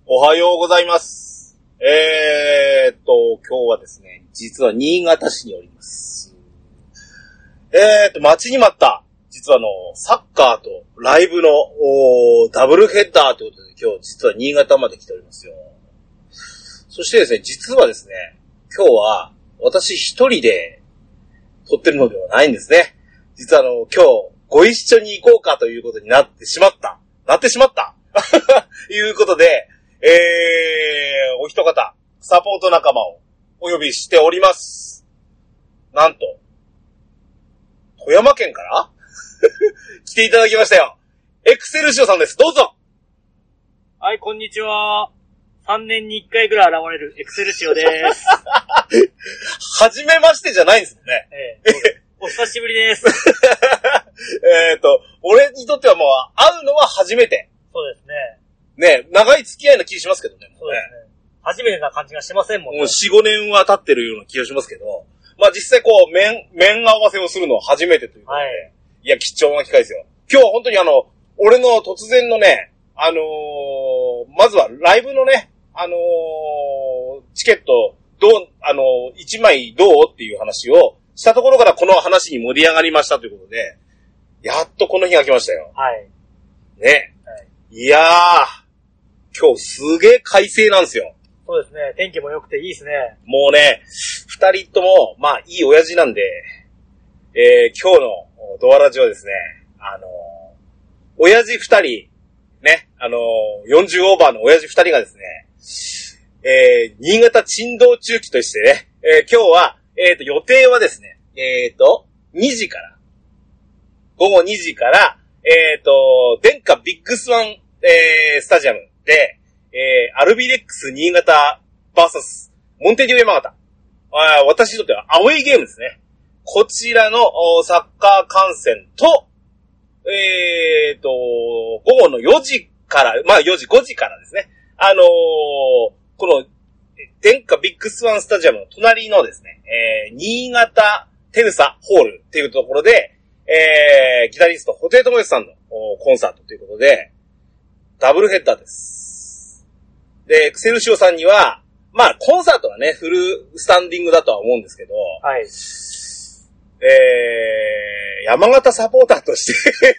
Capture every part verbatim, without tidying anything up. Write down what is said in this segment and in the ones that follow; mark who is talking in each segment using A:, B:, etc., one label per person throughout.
A: おはようございます。えーっと、今日はですね、実は新潟市におります。えーっと、待ちに待った、実はあの、サッカーとライブのダブルヘッダーということで、今日実は新潟まで来ておりますよ。そしてですね、実はですね、今日は私一人で撮ってるのではないんですね。実はあの、今日ご一緒に行こうかということになってしまった。なってしまったいうことで、えー、お一方、サポート仲間をお呼びしております。なんと、富山県から来ていただきましたよ。エクセルシオさんです。どうぞ。
B: はい、こんにちは。さんねんにいっかいぐらい現れるエクセルシオです。
A: はじめましてじゃないんですよね。
B: ええ、お, お久しぶりです。
A: えっと、俺にとってはもう会うのは初めて。
B: そうですね。
A: ね、長い付き合いな気しますけどね。
B: そうですね。初めてな感じがしませんもんね。
A: もうよん、ごねんは経ってるような気がしますけど、まあ実際こう、面、面合わせをするのは初めてということで、はい、いや、貴重な機会ですよ。今日は本当にあの、俺の突然のね、あのー、まずはライブのね、あのー、チケット、どう、あのー、いちまいどうっていう話をしたところからこの話に盛り上がりましたということで、やっとこの日が来ましたよ。
B: はい。
A: ね。はい、いやー、今日すげー快晴なんですよ。
B: そうですね。天気も良くていいですね。
A: もうね、二人とも、まあいい親父なんで、えー、今日のドアラジはですね、あのー、親父二人、ね、あのー、よんじゅうオーバーの親父二人がですね、えー、新潟珍道中期としてね、えー、今日は、えっと、予定はですね、えっと、にじから、午後にじから、えっと、電化ビッグスワン、えー、スタジアムで、えー、アルビレックス新潟 ブイエス モンテディオ山形。あ、私にとってはアウェイゲームですね。こちらのサッカー観戦と、えっと、午後のよじから、まあよじ、ごじからですね。あのー、この、電化ビッグスワンスタジアムの隣のですね、えー、新潟テルサホールっていうところで、えー、ギタリスト、布袋寅泰さんのコンサートということで、ダブルヘッダーです。で、エクセルシオさんには、まあ、コンサートはね、フルスタンディングだとは思うんですけど、
B: はい。
A: えー、山形サポーターとして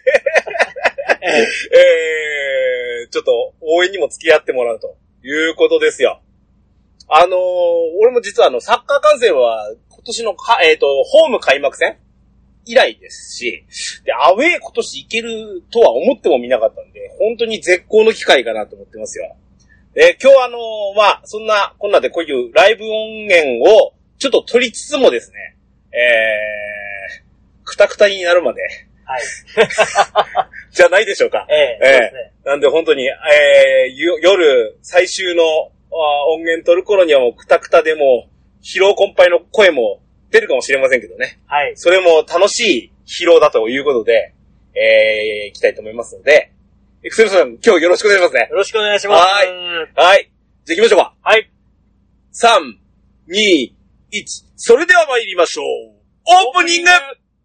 A: えー、ちょっと応援にも付き合ってもらうということですよ。あのー、俺も実はあの、サッカー観戦は今年のか、えっと、ホーム開幕戦以来ですし、で、アウェー今年行けるとは思ってもみなかったんで、本当に絶好の機会かなと思ってますよ。で、今日あのー、まあ、そんな、こんなでこういうライブ音源をちょっと取りつつもですね、えー、くたくたになるまで、
B: はい。
A: じゃないでしょうか。
B: ええ、
A: ええ、
B: そうですね。
A: なんで本当に、えー、夜、最終の音源取る頃にはもうくたくたでも疲労困憊の声も出るかもしれませんけどね。はい。それも楽しい疲労だということで、えー、行きたいと思いますので、エクセルさん、今日よろしくお願いしますね。
B: よろしくお願いします。
A: はい。はい。じゃあ行きましょうか。
B: はい。
A: さん、に、いち、それでは参りましょう。オープニング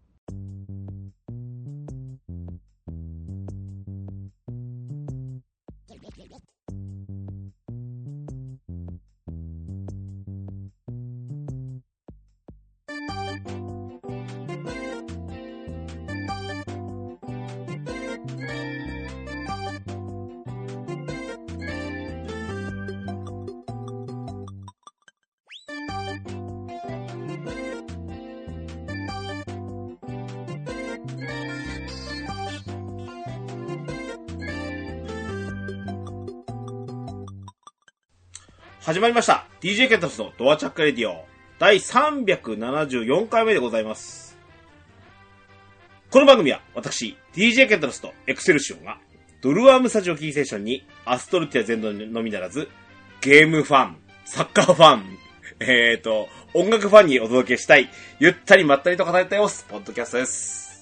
A: 始まりました。ディージェー ケンタロスのドアチャックレディオ第さんびゃくななじゅうよんかいめでございます。この番組は私 ディージェー ケンタロスとエクセルシオンがドルワームスタジオキーセーションにアストルティア全土のみならずゲームファン、サッカーファン、えーと音楽ファンにお届けしたいゆったりまったりと語りたいポッドキャストです。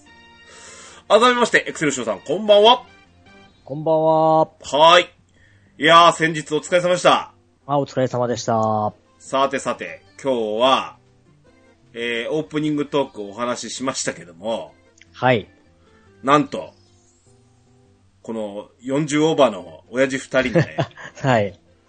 A: 改めましてエクセルシオンさん、こんばんは。
C: こんばんは。
A: はーい。いやー、先日お疲れ様でした。
C: あ、お疲れ様でした。
A: さてさて、今日は、えー、オープニングトークをお話ししましたけども、
C: はい。
A: なんと、このよんじゅうオーバーの親父二人でね、
C: はい。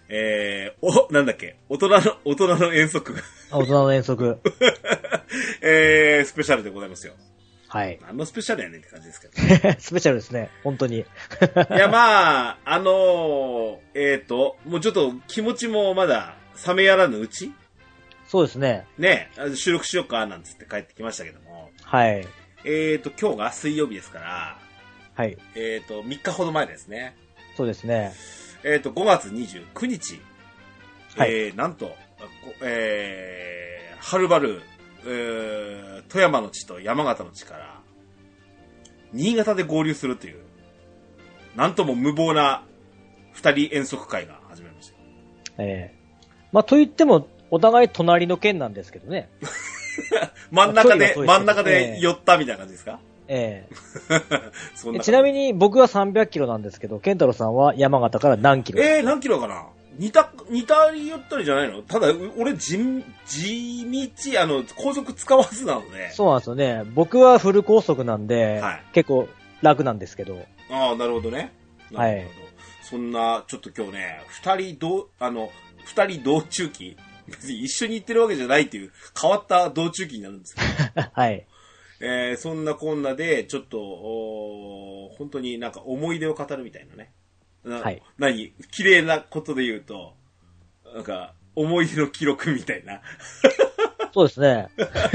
A: えー、お、なんだっけ、大人の、大人の遠足。
C: 大人の遠足。
A: えー、スペシャルでございますよ。
C: はい。
A: 何のスペシャルやねんって感じですけど、ね。
C: スペシャルですね。本当に。い
A: や、まあ、あのー、えっ、ー、と、もうちょっと気持ちもまだ冷めやらぬうち
C: そうですね。
A: ね、収録しようか、なんつって帰ってきましたけども。
C: はい。
A: えっ、ー、と、今日が水曜日ですから、
C: はい。
A: えっ、ー、と、みっかほど前ですね。
C: そうですね。
A: えっ、ー、と、ごがつにじゅうくにち。
C: はい。
A: えー、なんと、えー、はるばる、えー、富山の地と山形の地から、新潟で合流するという、なんとも無謀な二人遠足会が始まりました。
C: ええー。まあ、と言っても、お互い隣の県なんですけどね。
A: 真ん中で、真ん中で寄ったみたいな感じですか？
C: ええ
A: そんな
C: ちなみに僕はさんびゃくキロなんですけど、ケンタロウさんは山形から何キロですか？
A: えー、何キロかな？似た、似たり寄ったりじゃないの？ただ、俺、地、地道、あの、高速使わずなので。
C: そうなんですよね。僕はフル高速なんで、はい、結構楽なんですけど。
A: ああ、なるほどね。なるほど。はい。そんな、ちょっと今日ね、二人同、あの、二人同中期、別に一緒に行ってるわけじゃないっていう変わった同中期になるんですけど。
C: はい。
A: えー、そんなこんなで、ちょっと、本当になんか思い出を語るみたいなね。なはい。何綺麗なことで言うと、なんか、思い出の記録みたいな。
C: そうですね。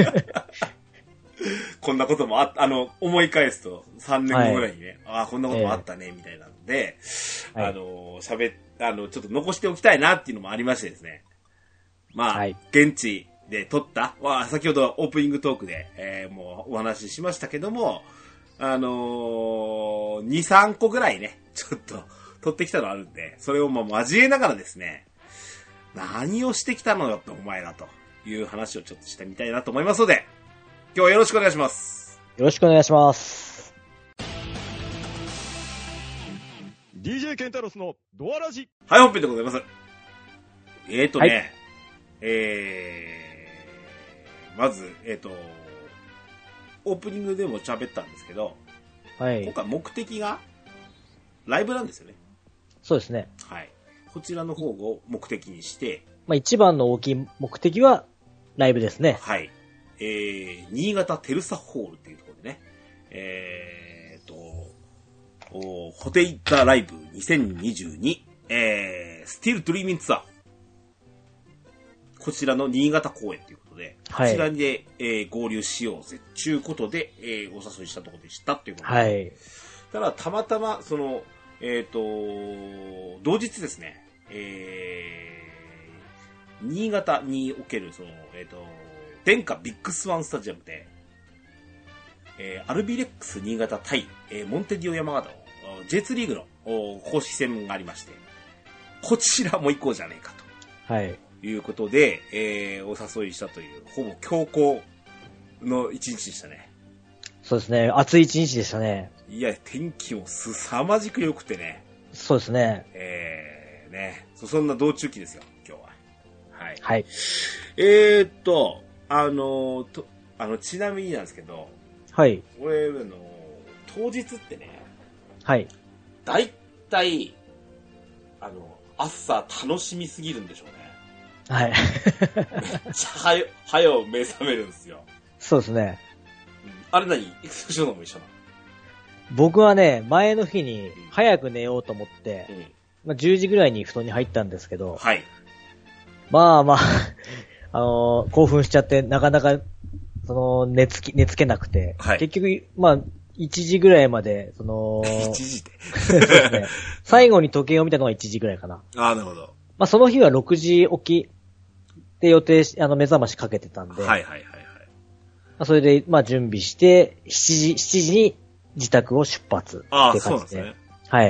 A: こんなこともあった、あの、思い返すとさんねんごぐらいにね、はい、ああ、こんなこともあったね、みたいなので、えー、あの、喋っ、あの、ちょっと残しておきたいなっていうのもありましてですね。まあ、はい、現地で撮った、まあ、先ほどオープニングトークで、えー、もうお話ししましたけども、あのー、に、さんこぐらいね、ちょっと撮ってきたのあるんで、それをもう交えながらですね、何をしてきたのよってお前らという話をちょっとしてみたいなと思いますので、今日はよろしくお願いします。
C: よろしくお願いします。
D: ディージェー ケンタロスのドアラジ。
A: はい、本編でございます。えーとね、はい、えー、まず、えーと、オープニングでも喋ったんですけど、はい、今回目的がライブなんですよね。
C: そうですね。
A: はい。こちらの方を目的にして、
C: まあ一番の大きい目的はライブですね。
A: はい。えー、新潟テルサホールっていうところでね、えーと、ホテイタライブにせんにじゅうに、えー、スティルドリーミンツアー。こちらの新潟公演ということで、はい、こちらで、えー、合流しようぜっていうことで、えー、お誘いしたところでしたっていうことで。はい。ただ、たまたま、その、えっと、同日ですね、えー、新潟における、その、えっと、電化ビッグスワンスタジアムで、えー、アルビレックス新潟対、えー、モンテディオ山形の ジェイツー リーグの公式戦がありまして、こちらも行こうじゃねえかと。はい。いうことで、えー、お誘いしたという、ほぼ強行の一日でしたね。
C: そうですね。暑い一日でしたね。
A: いや、天気も凄まじく良くてね。
C: そうですね。
A: えー、ね。そ、そんな道中期ですよ、今日は。はい。
C: はい。
A: えーっと、あの、と、あの、ちなみになんですけど、
C: はい。
A: 俺の、当日ってね、
C: はい。
A: だいたい、あの、朝楽しみすぎるんでしょうね。
C: はい。めっ
A: ちゃはよ、はよ目覚めるんですよ。
C: そうですね。
A: うん、あれ何エクスクションのも一緒なの？
C: 僕はね、前の日に早く寝ようと思って、うん、まあ、じゅうじぐらいに布団に入ったんですけど、
A: はい。
C: まあまあ、あのー、興奮しちゃって、なかなか、その、寝つき、寝つけなくて、はい、結局、まあ、いちじぐらいまで、その、
A: いちじで
C: そうですね。最後に時計を見たのがいちじぐらいかな。
A: ああ、なるほど。
C: まあ、その日はろくじ起きで予定し、あの、目覚ましかけてたんで、
A: はいはいはいはい。ま
C: あ、それで、まあ、準備して、しちじ、しちじに自宅を出発って感じで。ああ、そうなんですね。はい。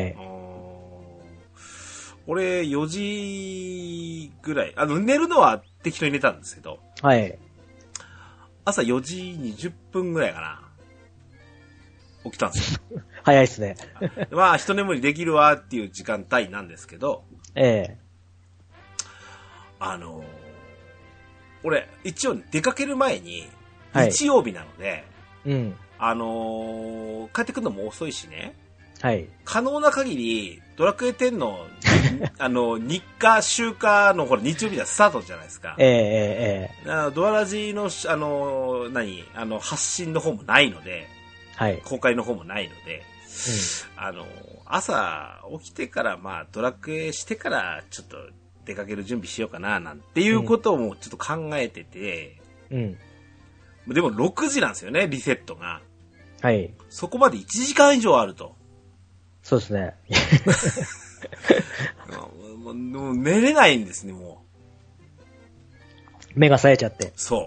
A: 俺、よじぐらい、あの、寝るのは適当に寝たんですけど、
C: はい。
A: 朝よじにじゅっぷんぐらいかな。起きたんですよ。
C: 早いですね。
A: まあ、一眠りできるわっていう時間帯なんですけど、
C: ええ。
A: あのー、俺、一応出かける前に、日曜日なので、
C: はい、うん。
A: あのー、帰ってくるのも遅いしね。
C: はい。
A: 可能な限り、ドラクエテンのあの、日課、週課のほら、日曜日はスタートじゃないですか。
C: ええええ
A: あのドアラジの、あの、何、あの、発信の方もないので、
C: はい。
A: 公開の方もないので、
C: うん、
A: あの、朝起きてから、まあ、ドラクエしてから、ちょっと出かける準備しようかな、なんていうことをもうちょっと考えてて、
C: うん。
A: でもろくじなんですよね、リセットが。
C: はい。
A: そこまでいちじかん以上あると。
C: そうですね。
A: もうもう寝れないんですね、も
C: う。目が冴えちゃって。
A: そう。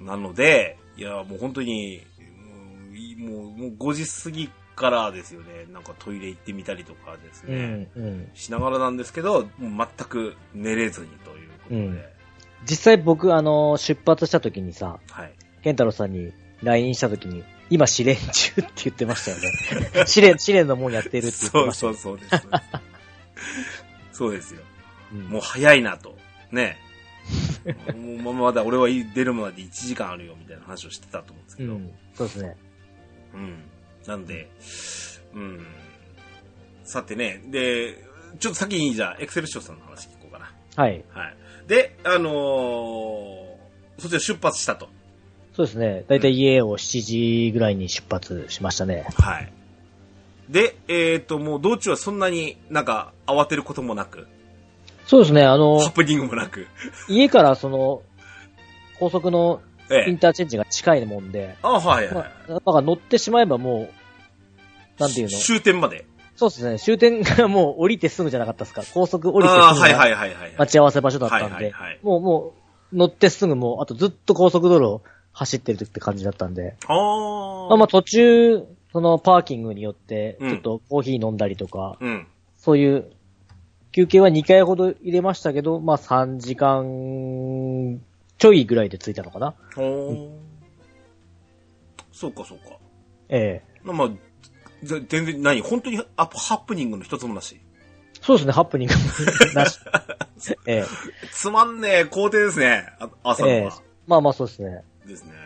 A: なので、いや、もう本当に、もう、もうごじ過ぎからですよね。なんかトイレ行ってみたりとかですね。うんうん、しながらなんですけど、もう全く寝れずにということで。うん、
C: 実際僕、あの、出発した時にさ、
A: はい。
C: 健太郎さんに ライン した時に、今試練中って言ってましたよね。試練、試練のもんやってるって言ってましたよね。
A: そうそうそうです。そうですよ。うん、もう早いなと。ね。もうまだ俺は出るまでいちじかんあるよみたいな話をしてたと思うんですけど。うん、
C: そうですね。
A: うん。なんで、うん。さてね、で、ちょっと先にじゃあ、エクセルショーさんの話聞こうかな。
C: はい。
A: はい。で、あのー、そちら出発したと。
C: そうですね。だいたい家をしちじぐらいに出発しましたね。
A: はい。で、えっと、もう道中はそんなになんか慌てることもなく。
C: そうですね、あの、
A: ハプニングもなく。
C: 家からその、高速のインターチェンジが近いもんで。
A: あ、はいはい。
C: まあ、だから乗ってしまえばもう、なんていうの？
A: 終点まで。
C: そうですね、終点がもう降りてすぐじゃなかったですか。高速降りてすぐ
A: はいはいはいはい。
C: 待ち合わせ場所だったんで。もうもう、乗ってすぐもう、あとずっと高速道路を走ってるって感じだったんで。
A: あ
C: まあまあ途中、そのパーキングによって、ちょっとコーヒー飲んだりとか、
A: うん、
C: そういう、休憩はにかいほど入れましたけど、まあさんじかんちょいぐらいで着いたのかな。
A: おー、うん、そうかそうか。
C: ええ。
A: まあ、全然何本当にハプニングの一つもなし。
C: そうですね、ハプニングもなし。ええ。
A: つまんねえ工程ですね、朝のは、ええ。
C: まあまあそうですね。
A: ですね。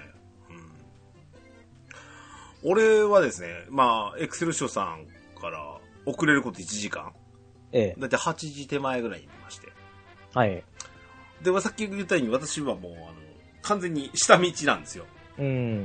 A: うん、俺はですね、まあ、エクセルショーさんから遅れることいちじかん。
C: ええ。
A: だいたいはちじ手前ぐらいに出まして。
C: はい。
A: で、さっき言ったように私はもう、あの、完全に下道なんですよ。
C: うん。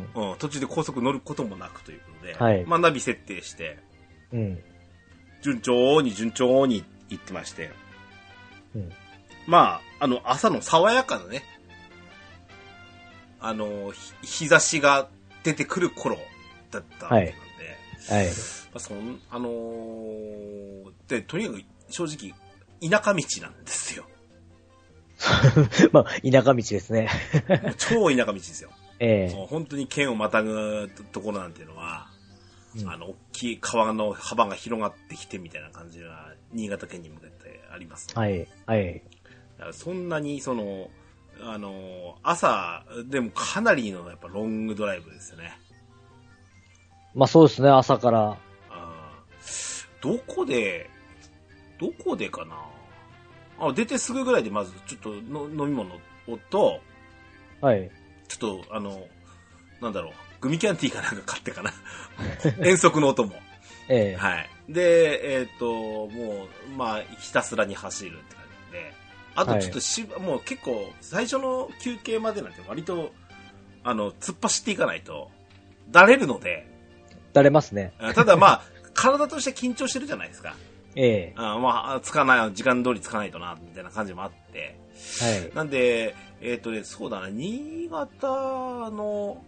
A: うん、途中で高速乗ることもなくということで、
C: はい。
A: まあナビ設定して、
C: うん。
A: 順調に順調に行ってまして、
C: うん。
A: まあ、あの、朝の爽やかなね、あの、日差しが出てくる頃だったので、はい。
C: はい。
A: まあ、そん、あのー、で、とにかく正直、田舎道なんですよ。
C: まあ、田舎道ですね。
A: 超田舎道ですよ。
C: ええ。
A: 本当に県をまたぐところなんていうのは、うん、あの、大きい川の幅が広がってきてみたいな感じが、新潟県に向けてあります。
C: はい。はい。
A: だからそんなに、その、あの、朝、でもかなりのやっぱロングドライブですよね。
C: まあそうですね、朝から。
A: あどこで、どこでかなあ、出てすぐぐらいでまずちょっとの飲み物と、
C: はい。
A: ちょっと、あの、なんだろう、グミキャンティーかなんか買ってかな。遠足の音も。
C: ええ。
A: はい。で、えっ、ー、と、もう、まあ、ひたすらに走るって感じで。あとちょっとし、はい、もう結構、最初の休憩までなんて割と、あの、突っ走っていかないと、だれるので。
C: だれますね。
A: ただまあ、体として緊張してるじゃないですか。
C: ええ。
A: あまあ、つかない、時間通りつかないとな、みたいな感じもあって。
C: はい。
A: なんで、えっ、ー、とね、そうだな、新潟の、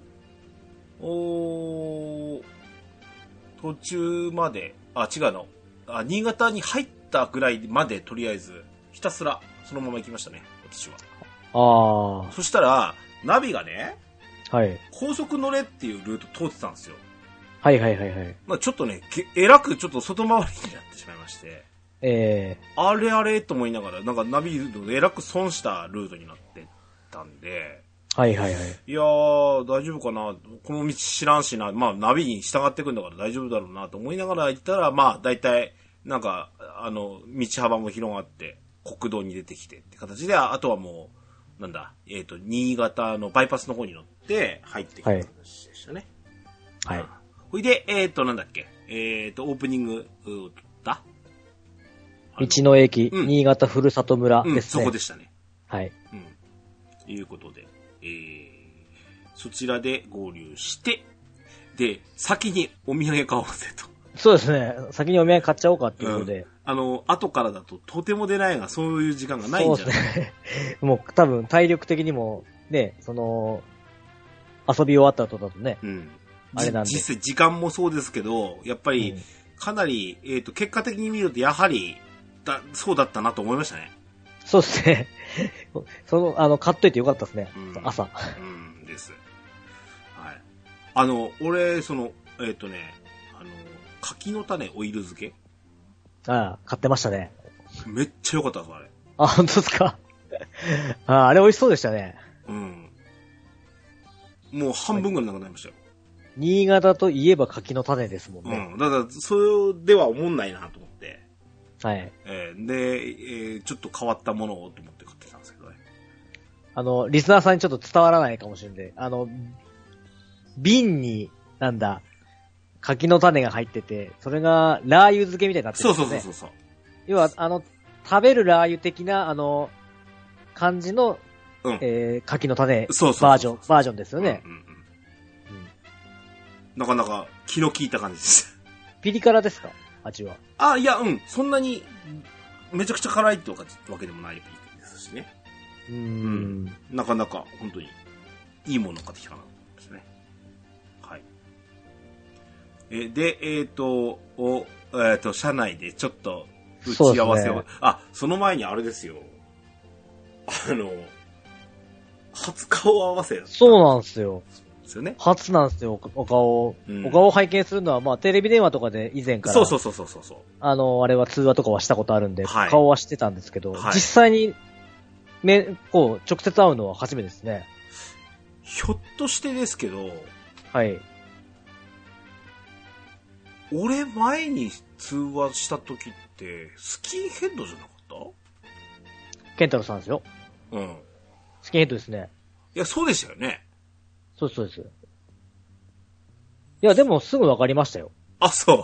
A: お途中まで、あ、違うの。あ、新潟に入ったぐらいまで、とりあえず、ひたすら、そのまま行きましたね、私は。
C: ああ。
A: そしたら、ナビがね、
C: はい。
A: 高速乗れっていうルート通ってたんですよ。
C: はいはいはいはい。
A: まあちょっとね、えらくちょっと外回りになってしまいまして。
C: ええ
A: ー。あれあれと思いながら、なんかナビでえらく損したルートになってたんで。
C: はいはいはい。
A: いやー、大丈夫かな。この道知らんしな。まあナビに従ってくんだから大丈夫だろうなと思いながら行ったら、まあ大体、なんか、あの、道幅も広がって、国道に出てきてって形で、あとはもう、なんだ、えっ、ー、と、新潟のバイパスの方に乗って入ってきた話でしたね。
C: はい。はい
A: ほいで、えっ、ー、と、なんだっけ。えっ、ー、と、オープニング、だあ
C: 道の駅、うん、新潟ふるさと村ですね、うん。
A: そこでしたね。
C: はい。
A: うん。ということで、えー、そちらで合流して、で、先にお土産買おうぜと。
C: そうですね。先にお土産買っちゃおうかっていうことで。うん、
A: あの、後からだととても出ないが、そういう時間がないんじゃない？そうですね。
C: もう多分体力的にも、ね、その、遊び終わった後だとね。
A: うん。あれなんで。実際時間もそうですけど、やっぱり、かなり、うん、えっと、結果的に見ると、やはり、だ、そうだったなと思いましたね。
C: そうですね。その、あの、買っといてよかったですね。うん、朝。
A: うん、です。はい。あの、俺、その、えっ、ー、とね、あの、柿の種オイル漬け？
C: ああ、買ってましたね。
A: めっちゃ良かったです、あれ。
C: あ、本当ですか。ああ、あれ美味しそうでしたね。
A: うん。もう半分ぐらいなくなりましたよ。
C: 新潟といえば柿の種ですもんね。
A: うん。だから、それでは思んないなと思って。
C: はい。
A: えー、で、えー、ちょっと変わったものをと思って買ってきたんですけどね。
C: あの、リスナーさんにちょっと伝わらないかもしれない。あの、瓶に、なんだ、柿の種が入ってて、それがラー油漬けみたいになってるんですよね。
A: そうそうそうそう。
C: 要は、あの、食べるラー油的な、あの、感じの、うん、えー、柿の種バージョン、バージョンですよね。うんうんうんうん、
A: なかなか気の利いた感じです。
C: ピリ辛ですか？味は。
A: あ、いや、うん。そんなに、めちゃくちゃ辛いってわけでもないですしね。
C: うーん。うん。
A: なかなか、本当に、いいものを買ってきたなと思いますね。はい。え、で、えっ、ー、と、お、えっ、ー、と、社内でちょっと、打ち合わせを、ね、あ、その前にあれですよ。あの、初顔合わせ。
C: そうなんですよ。
A: ですよね。
C: 初なんですよ、お顔、うん。お顔を拝見するのは、まあ、テレビ電話とかで以前から。
A: そうそうそうそうそう。
C: あの、あれは通話とかはしたことあるんで、はい、顔はしてたんですけど、はい、実際に、め、こう、直接会うのは初めてですね。
A: ひょっとしてですけど、
C: はい。
A: 俺前に通話した時って、スキンヘッドじゃなかった？
C: ケンタロウさんですよ。
A: うん。
C: スキンヘッドですね。
A: いや、そうでしたよね。
C: そうです、そうです。いや、でもすぐ分かりましたよ。
A: あ、そう。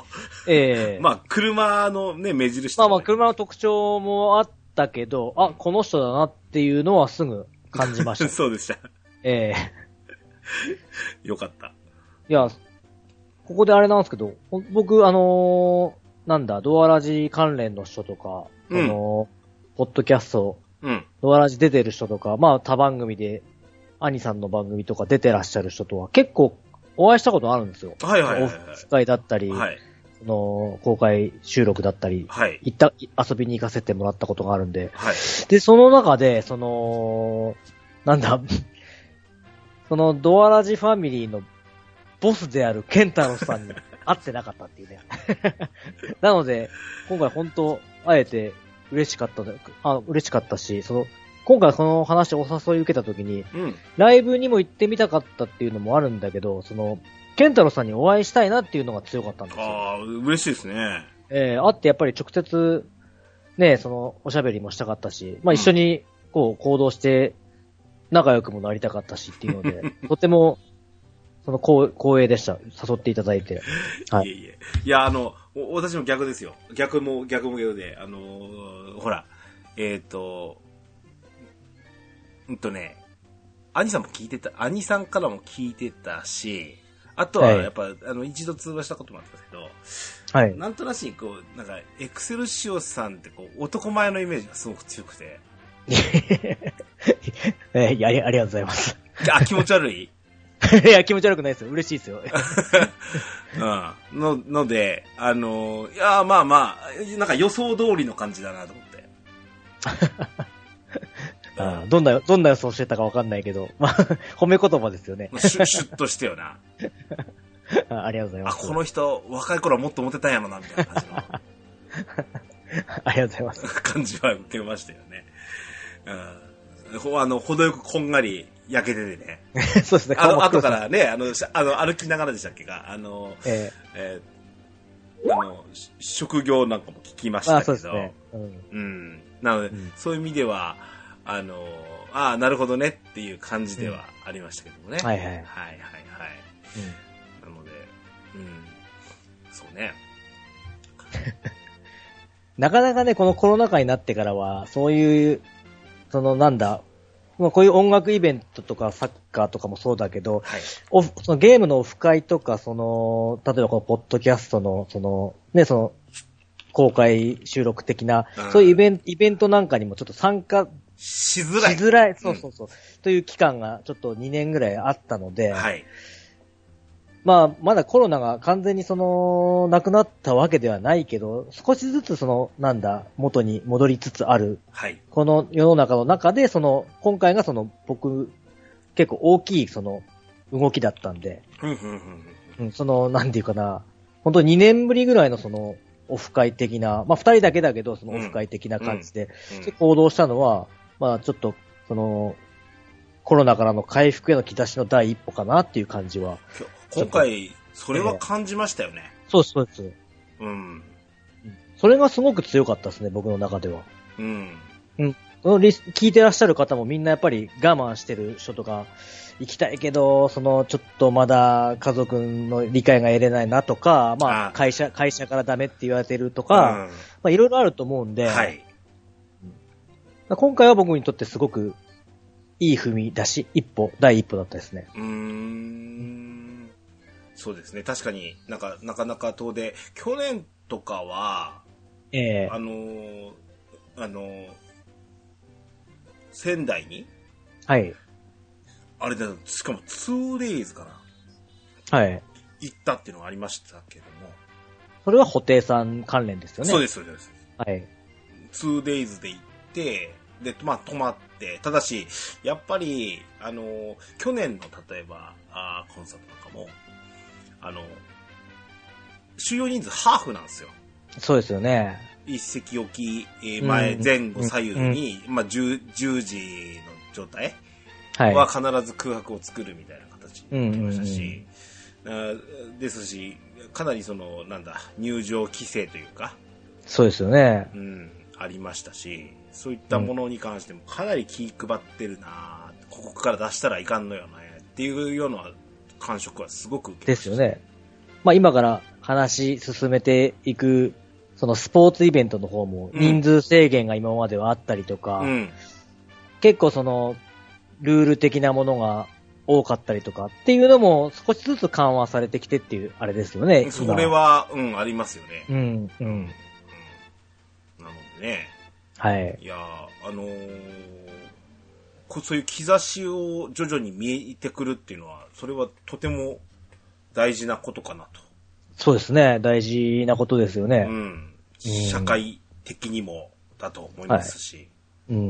C: ええー。
A: まあ、車のね、目印とか、ね。
C: まあまあ、車の特徴もあったけど、あ、この人だなっていうのはすぐ感じました。
A: そうでした。
C: ええ
A: ー。よかった。
C: いや、ここであれなんですけど、僕、あのー、なんだ、ドアラジ関連の人とか、うん、あのー、ポッドキャスト、
A: うん、
C: ドアラジ出てる人とか、まあ他番組で、兄さんの番組とか出てらっしゃる人とは結構お会いしたことあるんですよ。
A: はいはいはい、はい。
C: オフ会だったり、はい、その公開収録だったり、
A: はい、
C: 行った、遊びに行かせてもらったことがあるんで、
A: はい、
C: で、その中で、その、なんだ、そのドアラジファミリーのボスであるケンタロウさんに会ってなかったっていうね。なので、今回本当、会えて嬉しかったで、あ、嬉しかったし、その、今回この話お誘い受けた時に、
A: うん、
C: ライブにも行ってみたかったっていうのもあるんだけど、その、ケンタロウさんにお会いしたいなっていうのが強かったんですよ。
A: ああ、嬉しいですね。
C: えー、会ってやっぱり直接、ね、その、おしゃべりもしたかったし、まあ一緒に、こう、行動して、仲良くもなりたかったしっていうので、とても、その、光栄でした。誘っていただいて。
A: はい。いえいえ。いや、あの、私も逆ですよ。逆も、逆も逆で、あのー、ほら、えっ、ー、と、うんとね、兄さんも聞いてた、兄さんからも聞いてたし、あとはやっぱ、はい、あの、一度通話したこともあったんですけど、はい。なんとなしにこう、なんか、エクセルシオさんってこう、男前のイメージがすごく強くて。
C: えー、あり、ありがとうございます。
A: あ、気持ち悪い
C: いや、気持ち悪くないですよ。嬉しいですよ。
A: うん。の、ので、あの、いや、まあまあ、なんか予想通りの感じだなと思って。
C: ああ、どんな、どんな予想してたかわかんないけど、まあ、褒め言葉ですよね。
A: シュッ、シュッとしてよな。
C: あ。ありがとうございます。
A: あ、この人、若い頃はもっとモテたんやろな、みたいな感じの。
C: ありがとうございます。
A: 感じは受けましたよね。うん。あの、程よくこんがり焼けててね。
C: そうですね。
A: あの、後からね、あの、あの、歩きながらでしたっけが、あの、えー、えー、あの、職業なんかも聞きましたけど。あ、そうですね。うん。うん。なので、うん、そういう意味では、あの、ああ、なるほどねっていう感じではありましたけどもね。
C: うん、はいはい。はいはい
A: はい。うん、なので、うん、そうね。
C: なかなかね、このコロナ禍になってからは、そういう、そのなんだ、まあ、こういう音楽イベントとかサッカーとかもそうだけど、
A: はい、
C: オフそのゲームのオフ会とか、その、例えばこのポッドキャストの、その、ね、その、公開収録的な、うん、そういうイベント、イベントなんかにもちょっと参加
A: しづらい。
C: しづらい、そうそうそう、うん、という期間がちょっとにねんぐらいあったので、
A: はい。
C: まあ、まだコロナが完全にその、なくなったわけではないけど、少しずつその、なんだ、元に戻りつつある。
A: はい。
C: この世の中の中で、その、今回がその、僕、結構大きいその、動きだったんで、
A: うんうんうん
C: うん、その、なんていうかな、本当ににねんぶりぐらいのその、オフ会的な、まあ二人だけだけど、そのオフ会的な感じで、行動したのは、まあちょっと、その、コロナからの回復への兆しの第一歩かなっていう感じは。
A: 今回、それは感じましたよね。
C: えー、そうです、そうです。
A: うん。
C: それがすごく強かったですね、僕の中では。
A: うん。
C: うん。そのリス聞いてらっしゃる方もみんなやっぱり我慢してる人とか、行きたいけど、その、ちょっとまだ家族の理解が得れないなとか、まあ、会社、会社からダメって言われてるとか、うん、まあ、いろいろあると思うんで、
A: はい。
C: 今回は僕にとってすごくいい踏み出し、一歩、第一歩だったですね。
A: うーん。そうですね。確かになんか、なかなか遠出、去年とかは、
C: ええー、
A: あのー、あのー、仙台に
C: はい。
A: あれだ、しかも ツーデイズ かな。
C: はい。
A: 行ったっていうのがありましたけども。
C: それは布袋さん関連ですよね。
A: そうです、そうです。
C: はい。
A: ツーデイズ で行って、で、まあ、泊まって、ただし、やっぱり、あのー、去年の例えば、あコンサートなんかも、あの、収容人数ハーフなんですよ。
C: そうですよね。
A: 一席置き、えー、前、うん、前後左右に、うん、まあ、10、10時の状態は必ず空白を作るみたいな形になってましたし、うんうんうん、ですし、かなりその、なんだ、入場規制というか、
C: そうですよね。
A: うん、ありましたし、そういったものに関してもかなり気配ってるな、ここから出したらいかんのよねっていうような感触はすごく受けました。
C: ですよね。まあ今から話進めていく、そのスポーツイベントの方も人数制限が今まではあったりとか、うん、結構そのルール的なものが多かったりとかっていうのも少しずつ緩和されてきてっていうあれですよね。
A: それは、うん、ありますよね。
C: うん、うん。うん、
A: なのでね。
C: はい。
A: いやあのー、そういう兆しを徐々に見えてくるっていうのは、それはとても大事なことかなと。
C: そうですね。大事なことですよね。
A: うん。社会的にもだと思いますし。
C: はい、うん、
A: うん。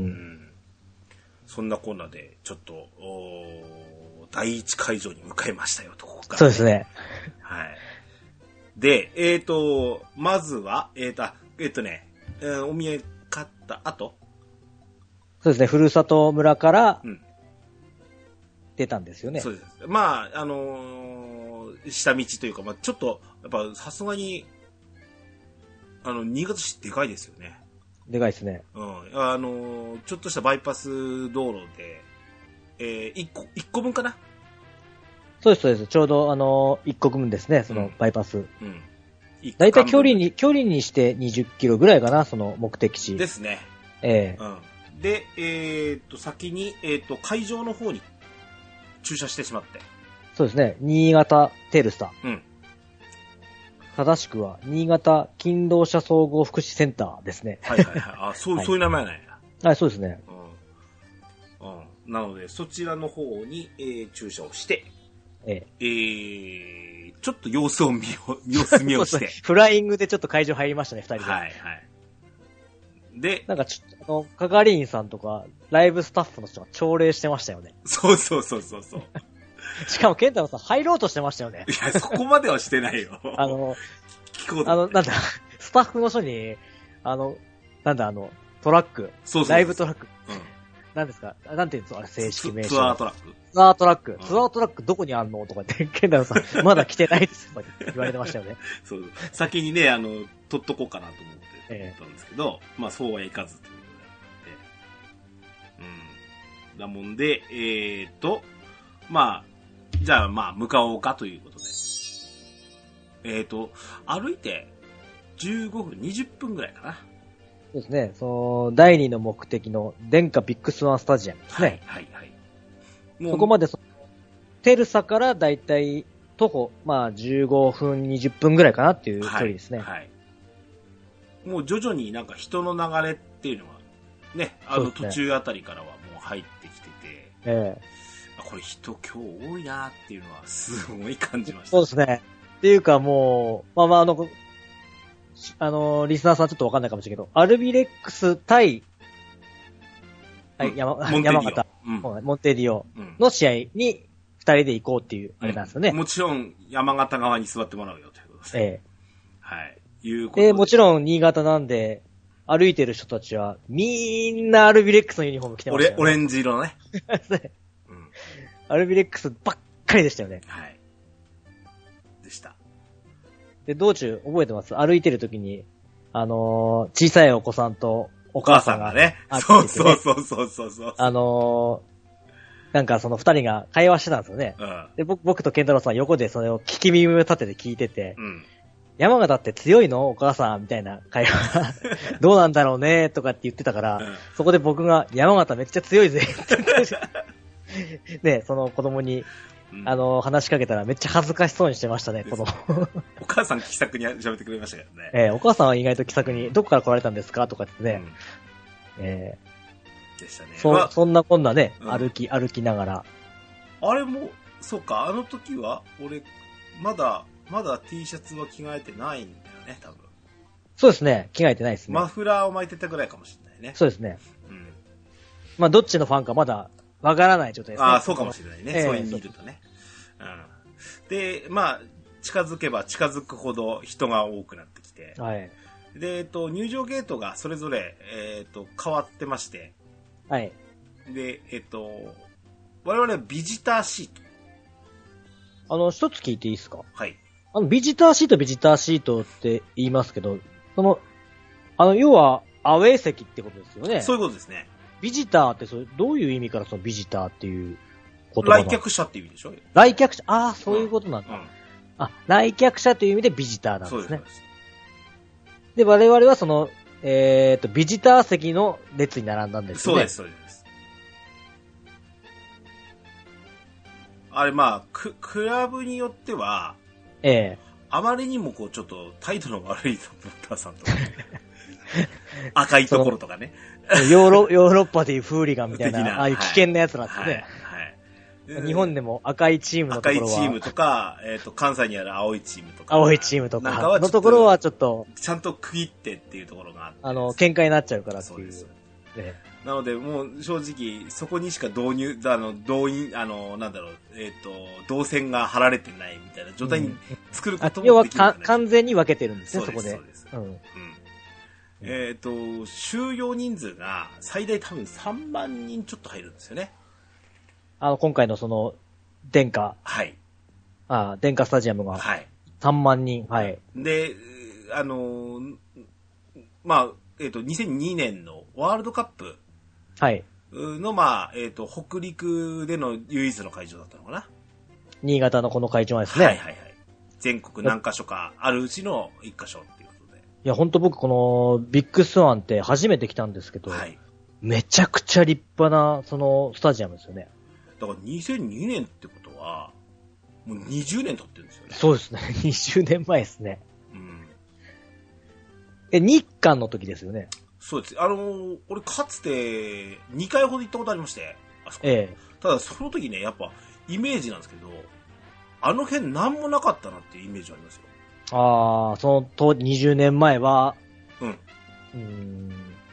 A: そんなコーナーで、ちょっと、第一会場に向かいましたよと、ここから、ね。
C: そうですね。
A: はい。で、えっ、ー、と、まずは、えっ、ー、と、えっ、ー、とね、えー、お見合い買った後
C: そうですね、ふるさと村から出たんですよね。
A: うん、そうです。まあ、あのー、下道というか、まあちょっと、やっぱさすがに、あの、新潟市でかいですよね。
C: でかいですね。
A: うん。あのー、ちょっとしたバイパス道路で、えー、一個、一個分かな？
C: そうです、そうです。ちょうど、あのー、一個分ですね、そのバイパス。うん。
A: うん、
C: だいたい距離に、距離にしてにじゅっキロぐらいかな、その目的地。
A: ですね。
C: ええ
A: ー。うん。で、えー、っと、先に、えー、っと、会場の方に駐車してしまって。
C: そうですね。新潟テルサ。
A: うん。
C: 正しくは、新潟勤労者総合福祉センターですね。
A: はいはいはい。あ、そう、はい、そういう名前なんや。
C: はい、そうですね。
A: うん。うん。なので、そちらの方に、えー、駐車をして、
C: ええ。
A: えー、ちょっと様子を見よ、様子見をして。
C: フライングでちょっと会場入りましたね、二人で。
A: はいはい。で、
C: なんかちょっと、あの、係員さんとか、ライブスタッフの人が朝礼してましたよね。
A: そうそうそうそうそう。
C: しかも、ケンタロウさん入ろうとしてましたよね。
A: いや、そこまではしてないよ。
C: あの、
A: 聞こう
C: あの、なんだ、スタッフの人に、あの、なんだ、あの、トラック。
A: そうそうそう
C: ライブトラック。
A: うん。
C: なんですかなんていうんですかあれ、正式名称。
A: ツアートラック。
C: ツアートラック。
A: うん、
C: ツアートラックどこにあんのとか言って、ケンタロウさん、まだ来てないですとか言われてましたよね。
A: そう。先にね、あの、取っとこうかなと思ってたんですけど、ええ、まあ、そうはいかずということであって。うん。だもんで、えーと、まあ、じゃあ、まあ、向かおうかということで。えーと、歩いてじゅうごふん、にじゅっぷんぐらいかな。
C: そうですね。その、第二の目的の電化ビッグスワンスタジアムですね。
A: はい、はい、はい。もう
C: そこまでその、テルサからだいたい徒歩、まあじゅうごふん、にじゅっぷんぐらいかなっていう距離ですね。
A: はい。はい、もう徐々になんか人の流れっていうのは、ね、あの途中あたりからはもう入ってきてて、
C: ええ
A: これ人今日多いなっていうのはすごい感じました。
C: そうですね。っていうかもう、まあまああの、あの、リスナーさんちょっとわかんないかもしれないけど、アルビレックス対、はい、
A: うん、
C: 山
A: モンテディオ
C: 山形、
A: うん、
C: モンテディオの試合に二人で行こうっていう、あれなんですよね、
A: うん。もちろん山形側に座ってもらうよということですね。
C: ええ。
A: はい。いうことで。
C: で、もちろん新潟なんで、歩いてる人たちは、みんなアルビレックスのユニフォーム着てましたよね。
A: オレ、オレンジ色のね。
C: うん、アルビレックスばっかりでしたよね。
A: はい。でした。
C: で、道中覚えてます？歩いてる時に、あのー、小さいお子さんとお母さんが、
A: ね。
C: ね、
A: そうそうそうそうそうそう。
C: あのー、なんかその二人が会話してたんですよね。うん、で、僕、僕と健太郎さんは横でそれを聞き耳を立てて聞いてて、うん、山形って強いのお母さんみたいな会話どうなんだろうねとかって言ってたから、うん、そこで僕が山形めっちゃ強いぜって言ってね、その子供に、うん、あの、話しかけたらめっちゃ恥ずかしそうにしてましたね、子供。
A: お母さん気さくに喋ってくれましたけどね。
C: えー、お母さんは意外と気さくに、どこから来られたんですかとかってね。うん、え
A: ー、でしたね。
C: そ、
A: まあ、
C: そんなこんなね、
A: うん、
C: 歩き、歩きながら。
A: あれも、そうか、あの時は、俺、まだ、まだ T シャツは着替えてないんだよね、多分。
C: そうですね、着替えてないですね。
A: マフラーを巻いてたぐらいかもしれないね。
C: そうですね。うん。まあ、どっちのファンかまだわからない状態ですね。
A: ああ、そうかもしれないね。えー、そういう見るとね。うん。で、まあ、近づけば近づくほど人が多くなってきて。はい。で、えっと、入場ゲートがそれぞれ、えっと、変わってまして。はい。で、えっと、我々はビジターシート。
C: あの、一つ聞いていいですか？
A: はい。
C: あの、ビジターシート、ビジターシートって言いますけど、その、あの、要は、アウェー席ってことですよね。
A: そういうことですね。
C: ビジターってそれ、どういう意味からそのビジターっていう言葉なの？
A: 来客者っていう意味でしょ？
C: 来客者、ああ、そういうことなんだ。うんうん、あ、来客者という意味でビジターなんですね。そうです。で、我々はその、えっと、ビジター席の列に並んだんですよね。そうです、そうです。
A: あれ、まあ、ク、クラブによっては、ええ。あまりにもこう、ちょっと態度の悪いサポーターさんとか、ね、赤いところとかね。
C: ヨーロ、ヨーロッパでいうフーリガンみたいな、ああいう危険なやつなんですね。はい。はい、日本でも赤いチームのところは。
A: 赤いチームとか、えっと、関西にある青いチームとか。
C: 青いチームとか。のところはちょっと。
A: ちゃんと区切ってっていうところがあって。
C: あの、喧嘩になっちゃうからっていう。そうです。
A: ね、なので、もう正直、そこにしか導入、あの、動員、あの、なんだろう、えっ、ー、と、動線が張られてないみたいな状態に作ることもできる、ね、
C: 要は完全に分けてるんですね、そこで。そうです。うん。うん、
A: えっ、ー、と、収容人数が最大多分さんまんにんちょっと入るんですよね。
C: あの、今回のその、電化。はい。ああ、電化スタジアムが。はい。さんまんにん。はい。
A: で、あの、まあ、えっ、ー、と、にせんにねんのワールドカップはいの、まあ、えっ、ー、と、北陸での唯一の会場だったのかな。
C: 新潟のこの会場ですね。
A: はいはいはい。全国何カ所かあるうちの一カ所っていうことで。
C: いや、ほんと僕このビッグスワンって初めて来たんですけど、はい、めちゃくちゃ立派な、その、スタジアムですよね。
A: だからにせんにねんってことは、もうにじゅうねん経ってるんですよね。
C: そうですね。にじゅうねんまえですね。うん。え、日韓の時ですよね。
A: そうです。あのー、俺かつてにかいほど行ったことありまして、あそこ。ええ。ただその時ね、やっぱイメージなんですけど、あの辺なんもなかったなっていうイメージありますよ。
C: ああ、その当にじゅうねんまえは、うん。うーん。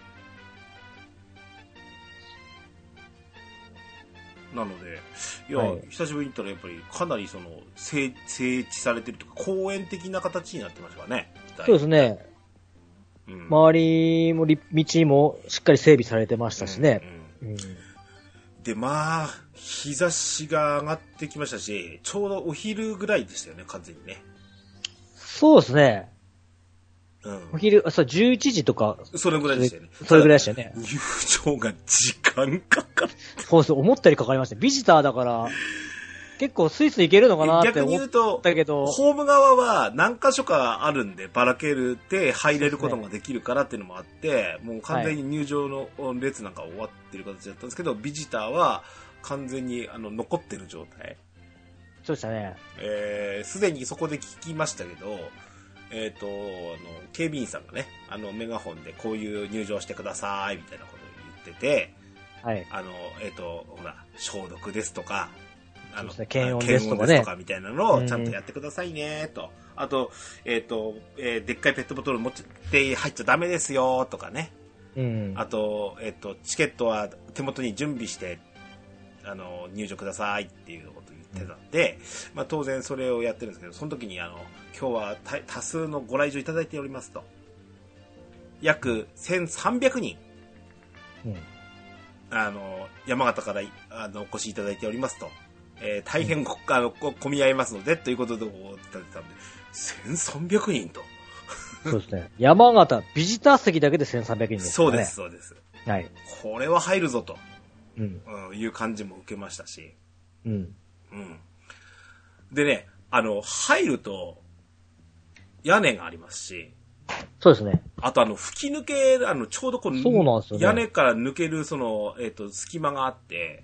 A: なので、いや、はい、久しぶりに行ったらやっぱりかなりその、整地されてるとか、公園的な形になってましたからね。
C: そうですね。うん、周りも道もしっかり整備されてましたしね。うんうん、
A: で、まあ、日差しが上がってきましたし、ちょうどお昼ぐらいでしたよね、完全にね。
C: そうですね。うん、お昼、そう、じゅういちじとか。
A: それぐらいでしたよね。
C: それぐらいでしたよね。
A: 入場が時間かかって。
C: そうです、思ったよりかかりました。ビジターだから、 結構スイスいけるのかなって
E: 逆に
C: 思っ
E: 言うと、
C: たけど、
E: ホーム側は何箇所かあるんで、ばらけるって入れることができるからっていうのもあって、もう完全に入場の列なんか終わってる形だったんですけど、ビジターは完全にあの残ってる状態。
C: そうでしたね。
E: えー、すでにそこで聞きましたけど、えっ、ー、と、あの、警備員さんがね、あの、メガホンでこういう入場してください、みたいなことを言ってて、
C: はい。
E: あの、えっ、ー、と、ほら、消毒ですとか、あの、
C: ね、検温ですとかね。
E: みたいなのをちゃんとやってくださいね、と。あと、えっ、ー、と、えー、でっかいペットボトル持って入っちゃダメですよ、とかね。
C: うん。
E: あと、えっ、ー、と、チケットは手元に準備して、あの、入場くださいっていうことを言ってたんで、まあ当然それをやってるんですけど、その時にあの、今日は多数のご来場いただいておりますと。約せんさんびゃくにん。うん。あの、山形からあのお越しいただいておりますと。えー、大変ご、うん、あの、混み合いますので、ということで、お伝えてたんで、せんさんびゃくにんと。
C: そうですね。山形、ビジター席だけでせんさんびゃくにんですね。
E: そうです、そうです。
C: はい。
E: これは入るぞと。
C: うん。
E: うん、いう感じも受けましたし。
C: うん。
E: うん。でね、あの、入ると、屋根がありますし。
C: そうですね。
E: あとあの、吹き抜け、あの、ちょうどこの、
C: そうなんですよね。
E: 屋根から抜ける、その、えっと、隙間があって、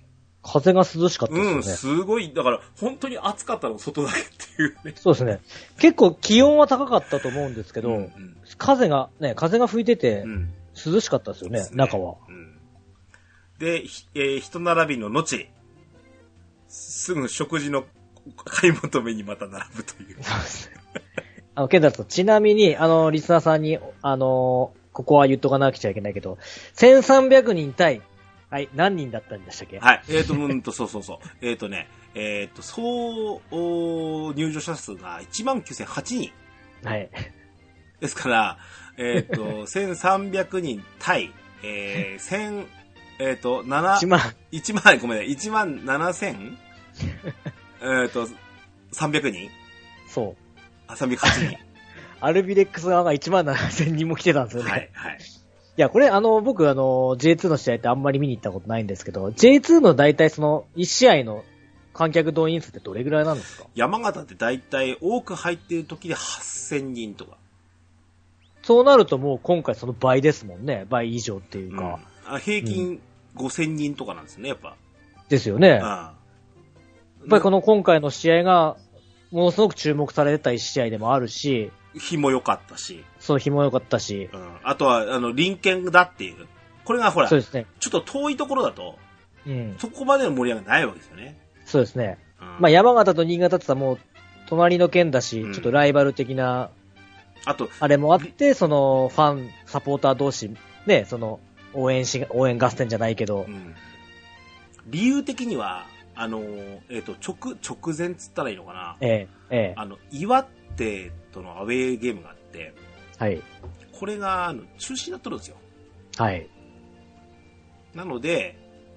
C: 風が涼しかったですよね。
E: うん、すごい、だから、本当に暑かったの、外だけっていうね。
C: そうですね。結構気温は高かったと思うんですけど、うんうん、風が、ね、風が吹いてて、涼しかったですよね、うん、中は。
E: うん、で、えー、人並びの後、すぐ食事の買い求めにまた並ぶという。
C: そうですね。あの、ケンタと、ちなみに、あの、リスナーさんに、あの、ここは言っとかなきゃいけないけど、せんさんびゃくにん対、はい、何人だったんでしたっけ？
E: はい。えっ、ー、と、うんと、そうそうそう。えっ、ー、とね、えっ、ー、と、総入場者数がいちまんきゅうせんはちにん。
C: はい。
E: ですから、えっ、ー、と、せんさんびゃくにん対、えー、千、えっ、と、七、
C: いちまん。
E: いちまん、ごめんね、いちまんななせんえっと、さんびゃくにん？
C: そう。
E: あ、さんびゃくはちにん。
C: アルビレックス側がいちまんななせんにんも来てたんですよね。
E: はい、はい。
C: いや、これあの、僕あの、ジェイツー の試合ってあんまり見に行ったことないんですけど、ジェイツー の大体その、いち試合の観客動員数ってどれぐらいなんですか？
E: 山形って大体多く入っている時ではっせんにんとか。
C: そうなるともう今回その倍ですもんね。倍以上っていうか。
E: うん、あ平均ごせんにんとかなんですね、やっぱ。
C: ですよね。
E: ああ
C: やっぱりこの今回の試合が、ものすごく注目されてたいち試合でもあるし、
E: 日も良かったし。
C: そう、日も良かったし。
E: うん。あとは、あの、隣県だっていう。これがほら、
C: そうですね。
E: ちょっと遠いところだと、
C: うん。
E: そこまでの盛り上がりないわけですよね。
C: そうですね。
E: うん、
C: まあ山形と新潟って言ったらもう、隣の県だし、うん、ちょっとライバル的な、
E: あと、
C: あれもあって、その、ファン、サポーター同士、ね、その、応援し、応援合戦じゃないけど。うん、
E: 理由的には、あの、えっ、ー、と、直、直前っつったらいいのかな。
C: ええ、ええ。
E: あの、岩手とのアウェーゲームがあって、
C: はい。
E: これが、あの、中止になっとるんですよ。
C: はい。
E: なので、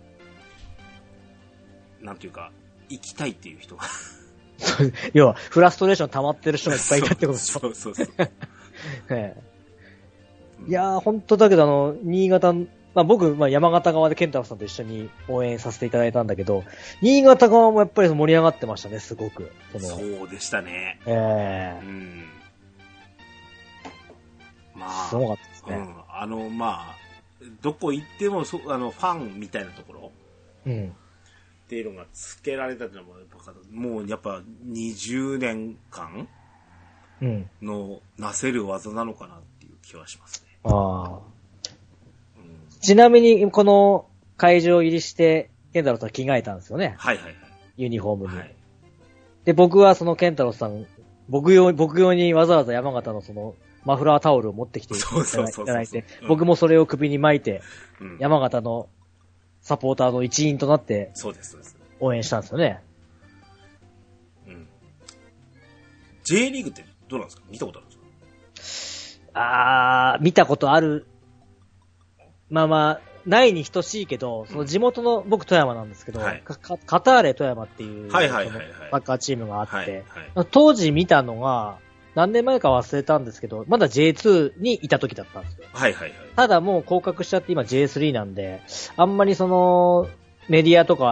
E: なんていうか、行きたいっていう人が。
C: 要は、フラストレーション溜まってる人がいっぱいいたってことですか？
E: そうそうそう。
C: ええ、いやー、ほんとだけど、あの、新潟、まあ僕、まあ山形側でケンタロウさんと一緒に応援させていただいたんだけど、新潟側もやっぱり盛り上がってましたね、すごく。
E: そのそうでしたね。
C: ええー。
E: うん。まあ。
C: すごかったですね。
E: うん。あの、まあ、どこ行ってもそ、あの、ファンみたいなところ。
C: うん。
E: っていうのがつけられたっていうのも、もうやっぱにじゅうねんかんのなせる技なのかなっていう気はしますね。
C: ああ。ちなみに、この会場入りして、ケンタロウさん着替えたんですよね。
E: はいはいはい。
C: ユニフォームに。
E: はい、
C: で、僕はそのケンタロウさん、僕用、僕用にわざわざ山形のその、マフラータオルを持ってきていただいて、僕もそれを首に巻いて、うん、山形のサポーターの一員となって、
E: そうです、そうです。
C: 応援したんですよね。
E: うん。J リーグってどうなんですか？見たことあるんですか？
C: あー、見たことある。まあまあ、ないに等しいけど、その地元の、うん、僕富山なんですけど、はい、カ, カターレ富山っていう、
E: はいはいはいはい、
C: サッカーチームがあって、はい
E: はい、
C: 当時見たのが、何年前か忘れたんですけど、まだ ジェイツー にいた時だったんですよ。
E: はいはいはい。
C: ただもう降格しちゃって今 ジェイスリー なんで、あんまりその、メディアとか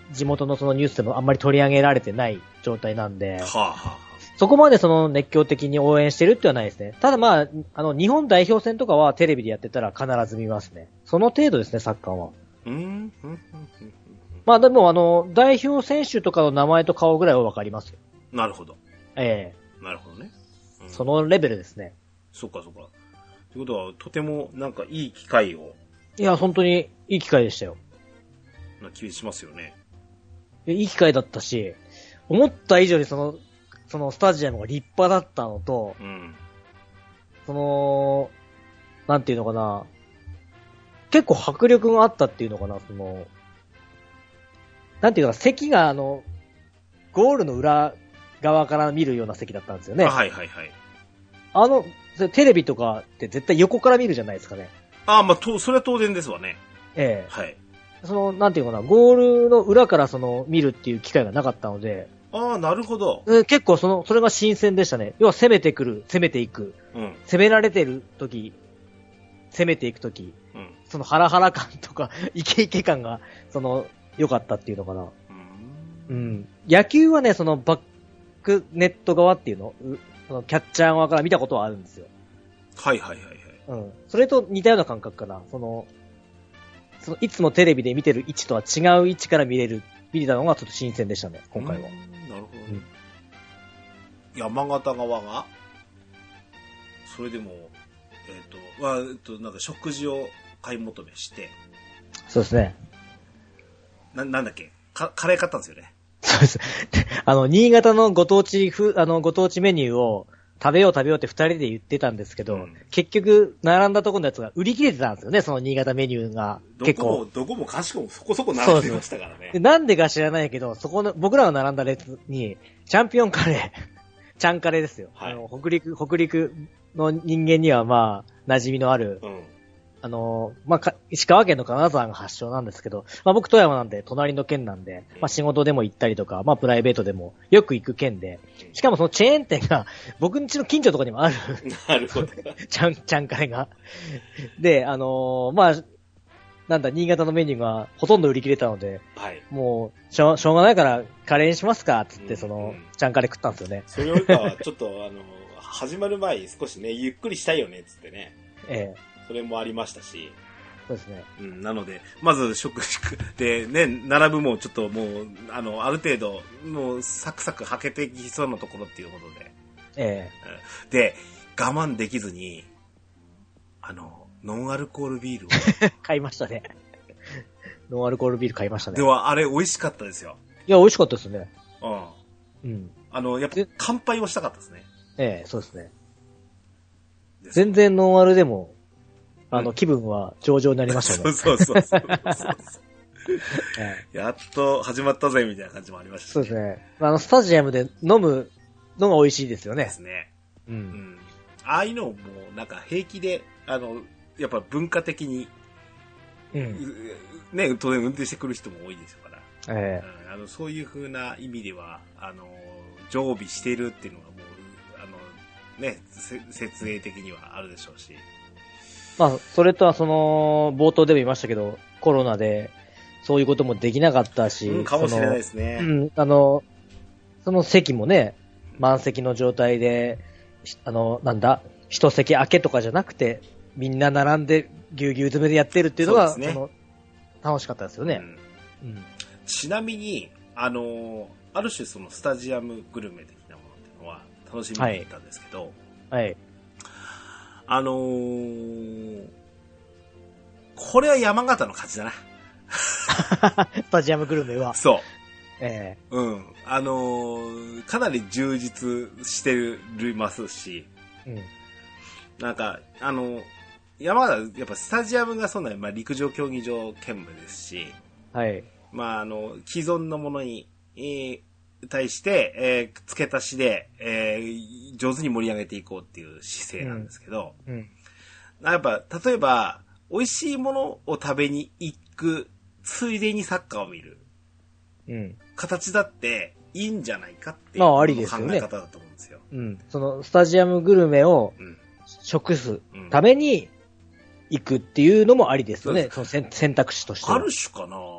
C: 地元のそのニュースでもあんまり取り上げられてない状態なんで、
E: はあはあ。
C: そこまでその熱狂的に応援してるってはないですね。ただまあ、あの、日本代表戦とかはテレビでやってたら必ず見ますね。その程度ですね、サッカーは。
E: うーん。
C: まあでもあの、代表選手とかの名前と顔ぐらいはわかりますよ。
E: なるほど。
C: ええ
E: なるほどね。うん、
C: そのレベルですね。
E: そっかそっか。ということは、とてもなんかいい機会を。
C: いや、本当にいい機会でしたよ。
E: な気がしますよね。
C: いい機会だったし、思った以上にその、そのスタジアムが立派だったのと、
E: うん。
C: その、なんていうのかな、結構迫力があったっていうのかな、その、なんていうか、席があの、ゴールの裏側から見るような席だったんですよね。
E: はいはいはい。
C: あの、テレビとかって絶対横から見るじゃないですかね。
E: ああ、まあ、と、それは当然ですわね。
C: ええ。
E: はい。
C: その、なんていうのかな、ゴールの裏からその、見るっていう機会がなかったので、
E: ああ、なるほど。
C: え結構その、それが新鮮でしたね。要は攻めてくる、攻めていく。
E: うん。
C: 攻められてる時、攻めていく時、
E: うん。
C: そのハラハラ感とか、イケイケ感が、その、良かったっていうのかな。うん。野球はね、そのバックネット側っていうの、うそのキャッチャー側から見たことはあるんですよ。
E: はいはいはいはい。
C: うん。それと似たような感覚かな。その、そのいつもテレビで見てる位置とは違う位置から見れる、見れたのがちょっと新鮮でしたね、今回は。
E: なるほどね。うん、山形側が、それでも、えっ、ー、と、まあ、えっと、なんか食事を買い求めして、
C: そうですね。
E: な、なんだっけかカレー買ったんですよね。
C: そうです。あの、新潟のご当地ふ、あの、ご当地メニューを食べよう食べようって二人で言ってたんですけど、うん、結局、並んだところのやつが売り切れてたんですよね、その新潟メニューが。結構。
E: どこも、どこもかしこもそこそこ並んでましたからね。
C: でなんでか知らないけど、そこの、僕らが並んだ列に、チャンピオンカレー、チャンカレーですよ。はい、あの、北陸、北陸の人間にはまあ、馴染みのある、うん、あの、まあ、石川県の金沢が発祥なんですけど、まあ僕富山なんで隣の県なんで、まあ仕事でも行ったりとか、まあプライベートでもよく行く県で、しかもそのチェーン店が僕ん家の近所とかにもある。
E: なるほど。
C: ちゃん、ちゃんカレーが。で、あのー、まあ、なんだ、新潟のメニューがほとんど売り切れたので、はい、もうしょう、しょうがないからカレーにしますかつって、その、うんうん、ちゃんカレー食ったんですよね。
E: それよりかはちょっと、あの、始まる前に少しね、ゆっくりしたいよね、つってね。ええ。それもありましたし。
C: そうですね。
E: うん、なので、まず食事でね、並ぶもちょっともう、あの、ある程度、もうサクサクはけてきそうなところっていうことで。ええ。で、我慢できずに、あの、ノンアルコールビールを。
C: 買いましたね。ノンアルコールビール買いましたね。
E: では、あれ美味しかったですよ。
C: いや、美味しかったですね。
E: うん。うん。あの、やっぱ乾杯をしたかったですね。
C: ええ、そうですね。全然ノンアルでも、あの、うん、気分は上々になりましたね。
E: そうそうそうそうそうやっと始まったぜ、みたいな感じもありました、ね。
C: そうですね。あの、スタジアムで飲むのが美味しいですよね。
E: ですね。うん。うん。ああいうのも、なんか平気で、あの、やっぱ文化的に、うん。ね、当然運転してくる人も多いですから。ええーうん。あの、そういう風な意味では、あの、常備しているっていうのがもう、あの、ね、設営的にはあるでしょうし。
C: まあ、それとはその、冒頭でも言いましたけど、コロナで、そういうこともできなかったし。
E: うん、かもしれないですね。
C: うん、あの、その席もね、満席の状態で、あの、なんだ、一席空けとかじゃなくて、みんな並んでぎゅうぎゅう詰めでやってるっていうのが、そ、ね、その楽しかったですよね、
E: うんうん。ちなみに、あの、ある種そのスタジアムグルメ的なものっていうのは楽しみに行ったんですけど、はい。はい、あのー、これは山形の勝ちだな。
C: スタジアムグルメは。
E: そう。ええー。うん。あのー、かなり充実してますし、うん。なんか、あの、山形、やっぱスタジアムがそんなに、まあ、陸上競技場兼務ですし、はい。まあ、あの、既存のものに、えー、対して、えー、付け足しで、えー、上手に盛り上げていこうっていう姿勢なんですけど、うん。うん、やっぱ、例えば、美味しいものを食べに行く、ついでにサッカーを見る。うん。形だって、いいんじゃないかっていう考え方だと思うんですよ。
C: うん。その、スタジアムグルメを、うん食すために行くっていうのもありですよね。うん、その選択肢としては。
E: ある種かな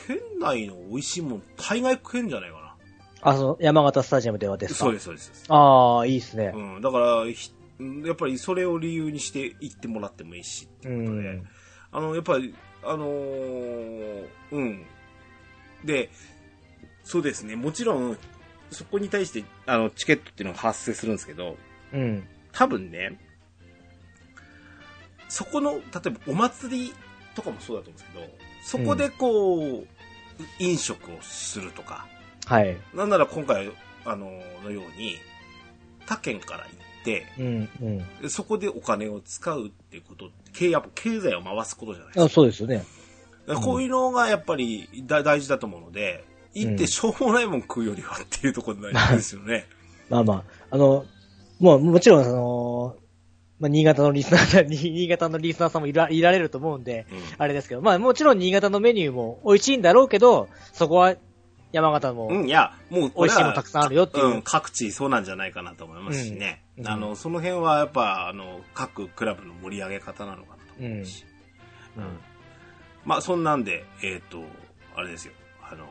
E: 県内の美味しいもん、大概食えんじゃないかな。
C: あ、その、山形スタジアムではですか？
E: そうです、そうです。
C: ああ、いいですね。
E: うん。だから、やっぱりそれを理由にして行ってもらってもいいし、っていうことで。うん、あの、やっぱり、あのー、うん。で、そうですね。もちろん、そこに対して、あの、チケットっていうのが発生するんですけど、
C: うん。
E: 多分ね、そこの、例えばお祭りとかもそうだと思うんですけど、そこでこう、うん、飲食をするとか、
C: はい。
E: なんなら今回、あの、のように、他県から行って、
C: うんうん、
E: そこでお金を使うっていうことって、やっぱ経済を回すことじゃないですか。
C: あ、そうですよね。
E: こういうのがやっぱり大事だと思うので、行ってしょうもないもん食うよりはっていうところになりますよね。
C: まあまあ、あの、もうもちろんその、まあ、新潟のリスナー、新潟のリスナーさんもいら、いられると思うんで、うん、あれですけど、まあもちろん新潟のメニューも美味しいんだろうけど、そこは山形も、
E: うん、いや、もう、
C: 美味しいものたくさんあるよっていう。
E: うん、各地そうなんじゃないかなと思いますしね。うん、あの、その辺はやっぱ、あの、各クラブの盛り上げ方なのかなと思うし。うん。うん、まあ、そんなんで、えっと、あれですよ。あの、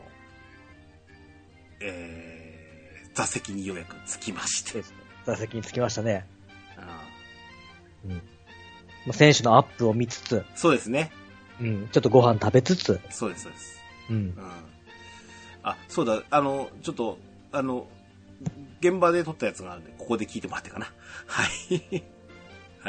E: えー、座席にようやく着きまして。
C: 座席に着きましたね。うん。まあ、選手のアップを見つつ。
E: そうですね。
C: うん。ちょっとご飯食べつつ。
E: そうです、そうです。
C: うん。うん。
E: あ、そうだ、あの、ちょっと、あの、現場で撮ったやつがあるんで、ここで聞いてもらってかな。はい。はい。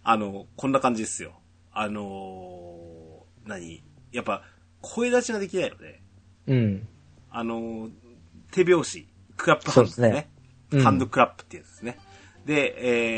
E: あの、こんな感じですよ。あのー、何やっぱ、声出しができないので、
C: うん。
E: あのー、手拍子、クラップハンドですね。
C: そうですねうん、
E: ハンドクラップってやつですね。で、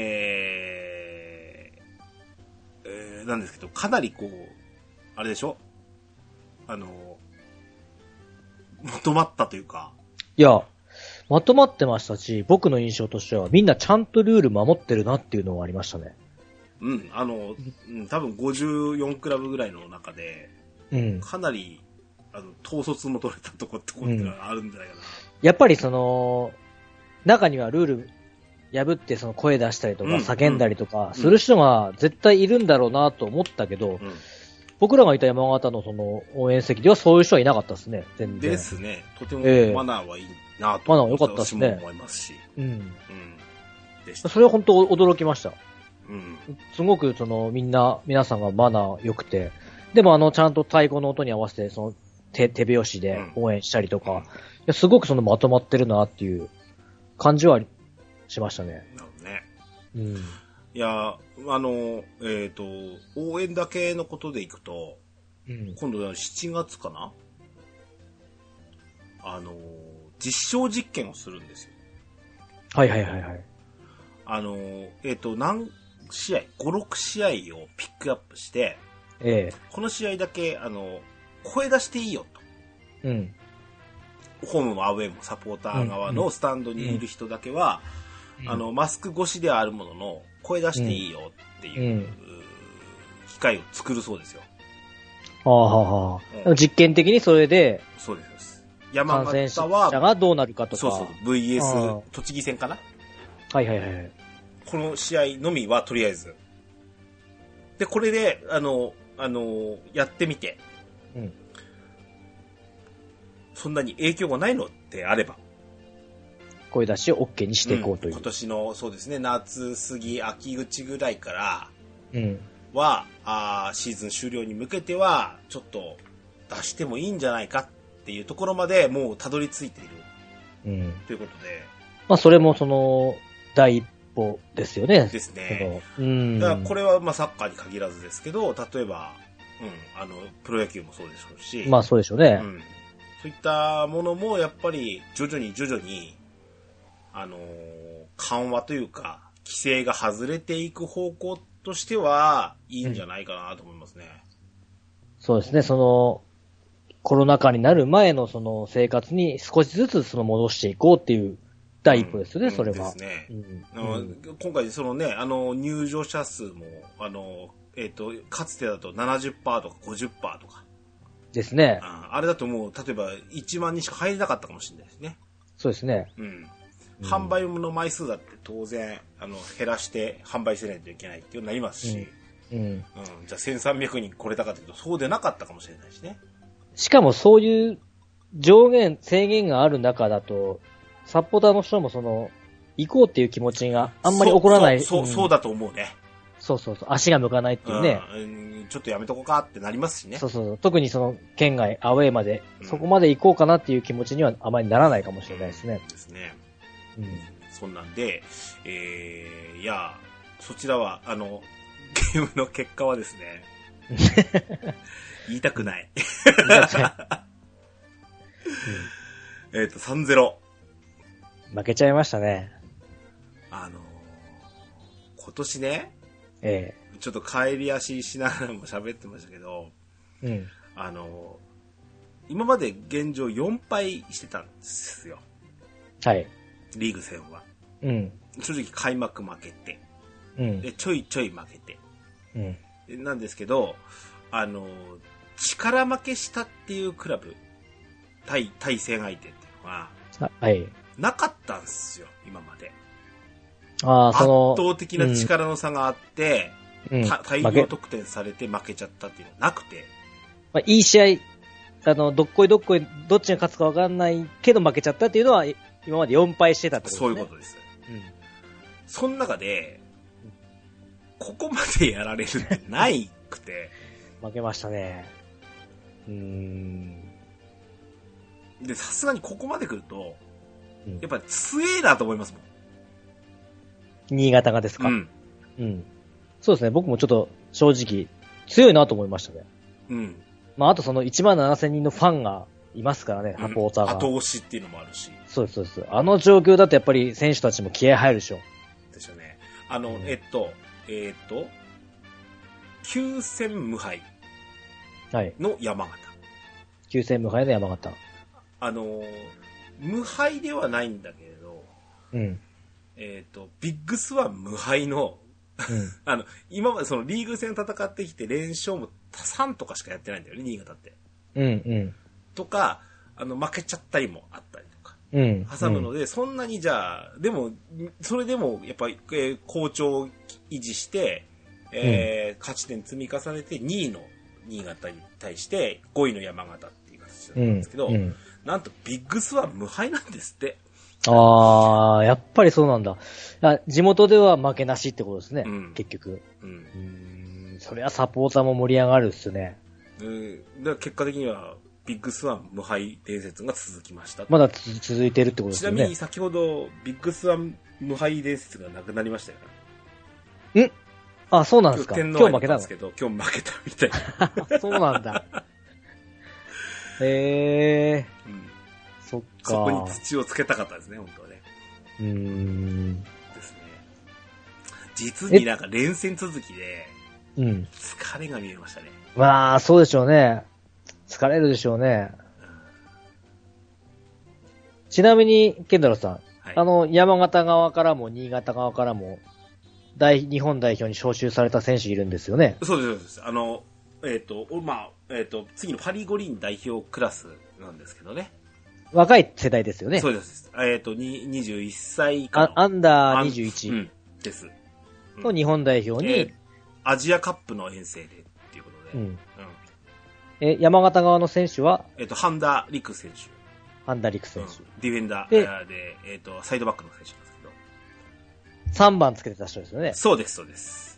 E: えー、えー、なんですけど、かなりこう、あれでしょあのー、まとまったというか。
C: いや、まとまってましたし、僕の印象としてはみんなちゃんとルール守ってるなっていうのはありましたね。
E: うん、あの、うん、多分ごじゅうよんクラブぐらいの中で、
C: うん。
E: かなり、あの、統率も取れたとこってことがあるんじゃないかな。
C: やっぱりその、中にはルール破ってその声出したりとか
E: うん
C: 叫んだりとかする人が絶対いるんだろうなと思ったけど、
E: うん、
C: 僕らがいた山形のその応援席ではそういう人はいなかったですね、全然。
E: ですね。とても
C: ええ
E: マナーはいいなと、
C: マナー良かったですね
E: 私も思いますし。
C: うん。
E: うん。でした。
C: それは本当驚きました。
E: うん。
C: すごくそのみんな、皆さんがマナー良くて、でもあのちゃんと太鼓の音に合わせてその手、手拍子で応援したりとか、
E: うん
C: いやすごくそのまとまってるなっていう感じはしましたね。
E: なるほどね。
C: うん。
E: いや、あの、えっ、と、応援だけのことでいくと、
C: うん。
E: 今度しちがつかなあの、実証実験をするんですよ。
C: はいはいはいはい。
E: あの、えっ、と、何試合 ?ご、ろく試合をピックアップして、
C: え
E: この試合だけ、あの、声出していいよと。
C: えうん。
E: ホームもアウェーもサポーター側のスタンドにいる人だけは、
C: うん
E: あの、マスク越しではあるものの、声出していいよっていう、
C: うん
E: 機会を作るそうですよ。
C: はあはあはあ
E: うん
C: 実験的にそれで、
E: そうですそうです。山
C: 感染者
E: 形は、
C: がどうなるかとか。
E: そうそう、ブイエス
C: ああ
E: 栃木戦かな
C: はいはいはいはい。
E: この試合のみはとりあえず。で、これで、あの、あの、やってみて、
C: うん。
E: そんなに影響がないのであれば、
C: 声出しを OK にしていこうという。
E: ん今年の、そうですね、夏過ぎ、秋口ぐらいから
C: うん。
E: は、あーシーズン終了に向けては、ちょっと出してもいいんじゃないかっていうところまでもうたどり着いている
C: うん。
E: ということで、
C: まあそれもその、第一歩ですよね。
E: ですね。
C: そのうん。
E: だからこれはまあサッカーに限らずですけど、例えば、うん、あの、プロ野球もそうでしょうし、
C: まあそうでしょうね
E: う。ん、そういったものもやっぱり徐々に徐々に、あのー緩和というか、規制が外れていく方向としてはいいんじゃないかなと思いますね。
C: そうですね、その、コロナ禍になる前のその生活に少しずつその戻していこうっていう第一歩ですよね、
E: うん
C: それは。
E: ですね。
C: うん
E: あの今回そのね、あの、入場者数も、あの、えっ、と、かつてだと ななじゅっパーセント とか ごじゅっパーセント とか、
C: ですね。
E: ああれだともう、例えばいちまんにんしか入れなかったかもしれないですね。
C: そうですね。
E: うん。
C: うん
E: 販売の枚数だって当然、あの、減らして販売しないといけないっていうのになりますし、
C: うん。
E: うん、じゃあせんさんびゃくにん来れたかというと、そうでなかったかもしれないしね。
C: しかもそういう上限、制限がある中だと、サポーターの人もその、行こうっていう気持ちがあんまり起こらない。
E: そう、そう、そうそうだと思うね。
C: そうそうそう。足が向かないっていうね。
E: うん、ちょっとやめとこうかってなりますしね。
C: そうそうそう。特にその、県外、アウェイまで、
E: うん
C: そこまで行こうかなっていう気持ちにはあまりならないかもしれないですね。
E: ですね。
C: うん。
E: そんなんで、えー、いや、そちらは、あの、ゲームの結果はですね、言いたくない。えっと、さんたいゼロ。
C: 負けちゃいましたね。
E: あのー、今年ね、
C: え
E: ちょっと帰り足しながらも喋ってましたけど、
C: えうん。
E: あのー、今まで現状よん敗してたんですよ。
C: はい。
E: リーグ戦は。
C: うん。
E: 正直開幕負けて、
C: うん。
E: で、ちょいちょい負けて。
C: うん。
E: なんですけど、あの、力負けしたっていうクラブ、対、対戦相手っていうのは、
C: あはい。
E: なかったんですよ、今まで。
C: ああ、
E: 圧
C: その、
E: 倒的な力の差があって、
C: うん、
E: た大
C: 負け
E: 量得点されて負けちゃったっていうのはなくて、
C: まあ、いい試合、あの、どっこいどっこい、どっちが勝つか分かんないけど負けちゃったっていうのは、い今までよん敗してたってことですね。
E: そういうことです。その中で、ここまでやられるってないくて、
C: うん。負けましたね。うーん。
E: で、さすがにここまで来ると、
C: うん
E: やっぱり強えなと思いますもん。
C: 新潟がですか、
E: うん。
C: うん。 そうですね、僕もちょっと正直強いなと思いましたね。
E: うん。
C: まああとそのいちまんななせんにんのファンがいますからね、サポーターが。
E: 後押しっていうのもあるし。
C: そうです、そうです。あの状況だとやっぱり選手たちも気合入るでしょ。
E: でしょうね。あの、えっと、えっと、きゅう戦無敗の山形。はい、
C: きゅう戦無敗の山形。
E: あの、無敗ではないんだけれど、
C: うん。
E: えっと、ビッグスワン無敗の、うん、あの、今までそのリーグ戦戦ってきて連勝もさんとかしかやってないんだよね、新潟って。
C: うんうん。
E: とか、あの、負けちゃったりもあったりとか。
C: うん。
E: 挟むので、うん、そんなにじゃあ、でも、それでも、やっぱり、えー、好調を維持して、えーうん、勝ち点積み重ねてにいの新潟に対してごいの山形っていう形だったんですけど、うんうん、なんとビッグスは無敗なんですって。
C: ああ、やっぱりそうなんだ。地元では負けなしってことですね、うん、結局。うん。うーん、それはサポーターも盛り上がるっすね。
E: うん。だから結果的には、ビッグスワン無敗伝説が続きました。
C: まだ続いてるってことですよね。
E: ちなみに先ほど、ビッグスワン無敗伝説がなくなりましたよ
C: ね。んあ、そうなんですか。
E: 今日負けたんですけど、今日負けたみたい
C: な。そうなんだ。へえー。うん。そっか。
E: そこに土をつけたかったですね、本当はね。
C: うーん。
E: ですね。実になんか連戦続きで、うん。疲れが見えましたね。
C: まあ、そうでしょうね。疲れるでしょうね。うん、ちなみに、ケンタロウさん、はい、あの、山形側からも新潟側からも、大、日本代表に招集された選手いるんですよね。
E: そうです、そうです。あの、えっ、ー、と、まあ、えっ、ー、と、次のパリ五輪代表クラスなんですけどね。
C: 若い世代ですよね。
E: そうです。えっ、ー、と、にじゅういっさい以下の
C: アンダーにじゅういち、うん、
E: です、
C: うん。と日本代表に、えー、
E: アジアカップの遠征でっていうことで。うん。うん、
C: え、山形側の選手は
E: えっ、と、半田陸選手。
C: 半田陸選手。うん、
E: ディフェンダーで、でえっ、と、サイドバックの選手なんですけど。
C: さんばんつけてた人ですよね。
E: そうです、そうです。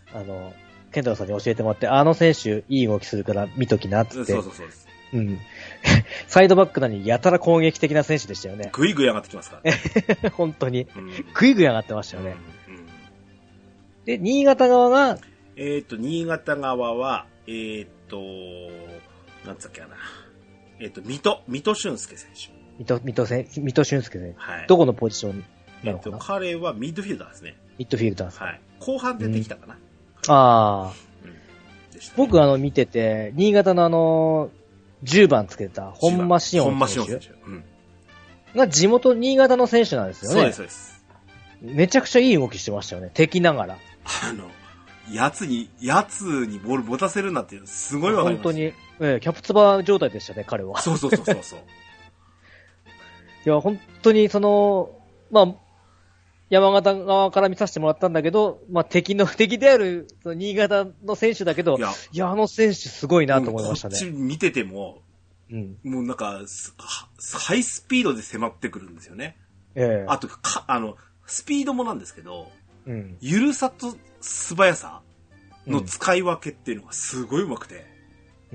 C: あの、ケンタロウさんに教えてもらって、あの選手、いい動きするから見ときなって。そう
E: そうそうです。
C: うん。サイドバックなのにやたら攻撃的な選手でしたよね。
E: ぐいぐい上がってきますからね。
C: 本当に。ぐいぐい上がってましたよね。うんうん、で、新潟側が
E: えっ、ー、と、新潟側は、えっ、ー、と、なんつったっけな。えっ、ー、と、水戸、水戸俊介選手。
C: 水戸、水戸選手、水戸俊介選手。
E: はい。
C: どこのポジションなのかな。
E: えっ、と、彼はミッドフィルダーですね。
C: ミッドフィルダーです。
E: はい。後半出てきたかな。うん、
C: ああ。うん。でしたね。僕あの見てて、新潟のあの、じゅうばんつけた本間志音選手。本間志音選手。うん。が地元新潟の選手なんですよね。
E: そうです、そうです。
C: めちゃくちゃいい動きしてましたよね。敵ながら。
E: あの、やつに、やつにボール持たせるなっていう、すごいわかります、ね。本当に、
C: ええ、キャプツバ状態でしたね、彼は。
E: そうそうそうそうそう。
C: いや、本当にその、まあ、山形側から見させてもらったんだけど、まあ敵の、敵である、その新潟の選手だけど、いや、いやあの選手すごいなと思いましたね。
E: こっち見てても、うん、もうなんか、ハイスピードで迫ってくるんですよね。ええ。あと、か、あの、スピードもなんですけど、うん、ゆるさと素早さの使い分けっていうのがすごい上手くて、うん。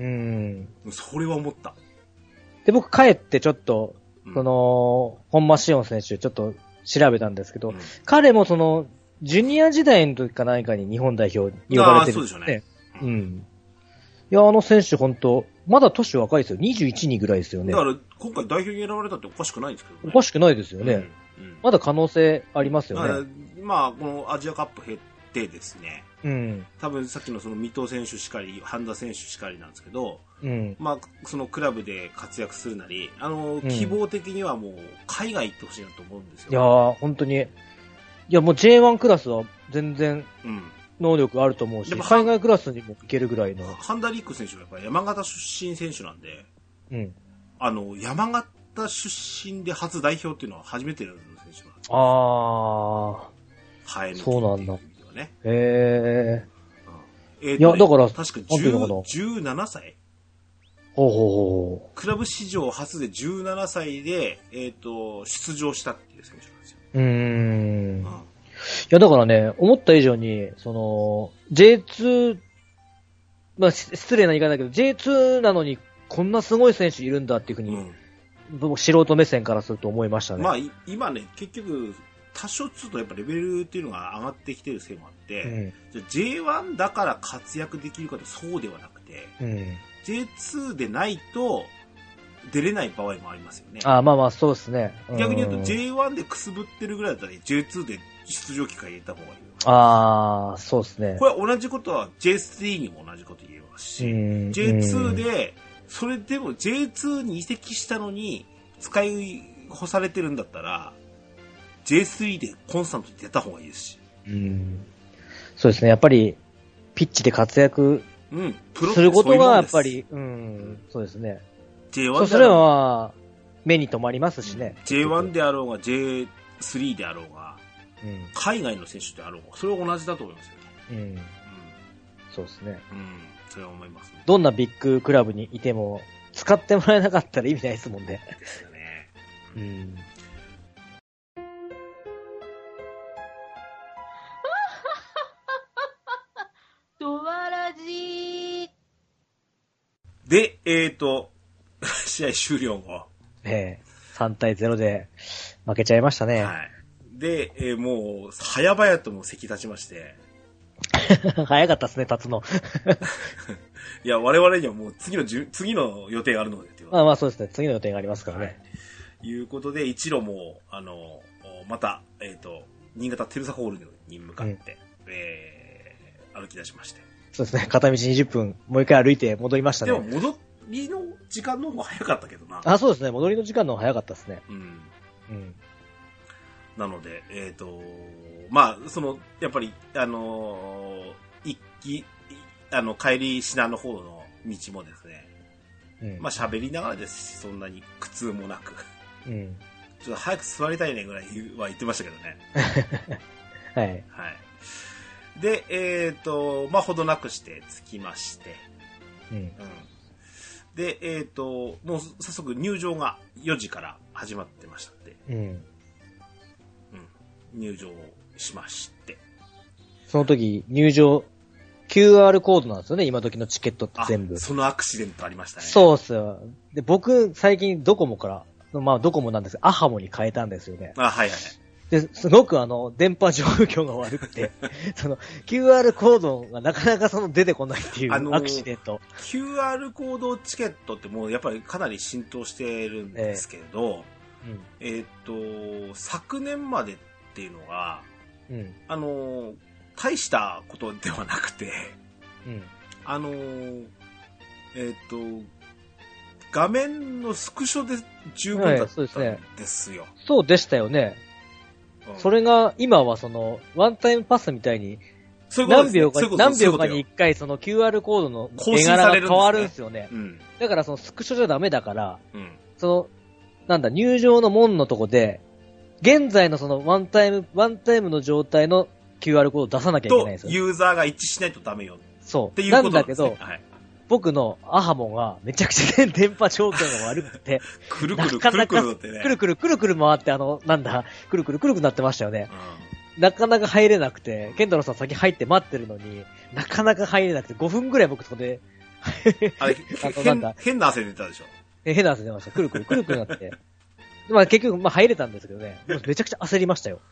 E: それは思った。
C: で、僕帰ってちょっと、うん、その、本間志音選手ちょっと調べたんですけど、うん、彼もその、ジュニア時代の時か何かに日本代表に呼ばれてるんですね。ああ、そうでしょうね。うん。うん、いや、あの選手本当まだ年若いですよ。にじゅういちにぐらいですよね。
E: だから、今回代表に選ばれたっておかしくないんですけどね。
C: おかしくないですよね。うんうん、まだ可能性ありますよね。
E: まあ、このアジアカップ減ってですね。うん。多分さっきのその水戸選手しかり、半田選手しかりなんですけど、うん。まあ、そのクラブで活躍するなり、あの、うん、希望的にはもう海外行ってほしいなと思うんですよ。
C: いやー、本当に。いや、もう ジェイワン クラスは全然、うん。能力あると思うし、海外クラスにもいけるぐらいの。
E: ハンダリック選手はやっぱり山形出身選手なんで、うん。あの、山形出身で初代表っていうのは初めての選手なんですよ。
C: ああ。
E: はい、
C: そうなんだ。
E: ね、
C: へ
E: えー。えー、ね、いや、だから、確かじゅうななさい
C: ほうほうほう。
E: クラブ史上初でじゅうななさいで、えっ、ー、と、出場したっていう選手なんですよ。
C: うーん。うん、いや、だからね、思った以上に、その、ジェイツー、まあ、失礼な言い方だけど、ジェイツー なのにこんなすごい選手いるんだっていうふうに、うん、僕素人目線からすると思いましたね。
E: まあ、今ね、結局、 多少ちょっとやっぱレベルっていうのが上がってきてるせいもあって、
C: うん、
E: じゃ ジェイワン だから活躍できるかとそうではなくて、
C: うん、
E: ジェイツー でないと出れない場合もありますよね。
C: あ、まあまあそうですね。
E: 逆に言うと ジェイワン でくすぶってるぐらいだったら ジェイツー で出場機会入れた方がいいよ。
C: ああ、そうですね。
E: これは同じことは ジェイスリー にも同じこと言えますし、ジェイツー で、それでも ジェイツー に移籍したのに使い干されてるんだったら、ジェイスリー でコンスタントに出た方がいいですし。
C: うん。そうですね。やっぱり、ピッチで活躍
E: うん。プロ
C: することがやっぱり、うん、そうですね。
E: ジェイワン
C: そうすれば、目に留まりますしね。
E: ジェイワン であろうが、ジェイスリー であろうが、
C: うん、
E: 海外の選手であろうが、それは同じだと思いますよね。
C: うん。うん、
E: うん、
C: そうですね。
E: うん。それは思いますね。
C: どんなビッグクラブにいても、使ってもらえなかったら意味ないですもんね。
E: ですよね。
C: うん。
F: ドワラジー。
E: で、えーと、試合終了後。
C: ええー、さんたいゼロで負けちゃいましたね。
E: はい。で、えー、もう、早々とも席立ちまして。
C: 早かったですね、立つの。
E: いや、我々にはもう次のじゅ、次の予定があるのでっていう。
C: あ、まあそうですね、次の予定がありますからね。
E: はい、いうことで、一路も、あの、また、えっ、ー、と、新潟テルサホールに向かって、うん、えー、歩き出しまして。そう
C: ですね、片道にじゅっぷん、もう一回歩いて戻りましたね。
E: でも、戻りの時間の方が早かったけどな。
C: あ、そうですね、戻りの時間の方が早かったですね。
E: うん。
C: うん。
E: なので、えっ、ー、と、まあ、その、やっぱり、あのー、一気、あの、帰り品の方の道もですね、うん、まあ喋りながらですし、そんなに苦痛もなく、うん、ちょっと早く座りたいねぐらいは言ってましたけどね。
C: はい。
E: はい。で、えっ、ー、と、まあ、ほどなくして着きまして、うん。うん、で、えっ、ー、と、もう早速入場がよじから始まってましたんで、うん。うん。入場しまして。
C: その時、入場、キューアール コードなんですよね、今時のチケットって全部。
E: そのアクシデントありましたね。
C: そうっすよ。で、僕、最近ドコモから、まあドコモなんですけど、アハモに変えたんですよね。
E: あ、はいはい。
C: で、すごくあの、電波状況が悪くて、その、キューアール コードがなかなかその出てこないっていうアクシデント。
E: あのー、キューアール コードチケットってもうやっぱりかなり浸透してるんですけど、えー、うん、えー、っと、昨年までっていうのが、うん、あのー、大したことではなくて、うん、あのー、えっ、ー、と、画面のスクショで十分だったんですよ。はい、そうですね。
C: そうでしたよね。うん、それが、今はその、ワンタイムパスみたいに、何秒か、何秒かに一回その キューアール コードの絵柄が変わるんですよね。うん、だからそのスクショじゃダメだから、うん、その、なんだ、入場の門のとこで、現在のそのワンタイム、ワンタイムの状態のキューアール コードを出さなきゃいけないんですよ。
E: ユーザーが一致しないとダメよ。
C: そう。
E: っていうことなんですね。
C: なんだけど、はい、僕のアハモがめちゃくちゃ電波条件が悪くて、
E: くるくるくるくるってね。
C: くるくるくるくる回って、あの、なんだ、くるくるくるくるなってましたよね。うん、なかなか入れなくて、ケンタロウさん先入って待ってるのに、なかなか入れなくて、ごふんぐらい僕そこで、
E: あれ、あのなんだ変な汗出たでしょ。
C: え、変な汗出ました。くるくるくるくるなって。まあ結局、まあ入れたんですけどね、めちゃくちゃ焦りましたよ。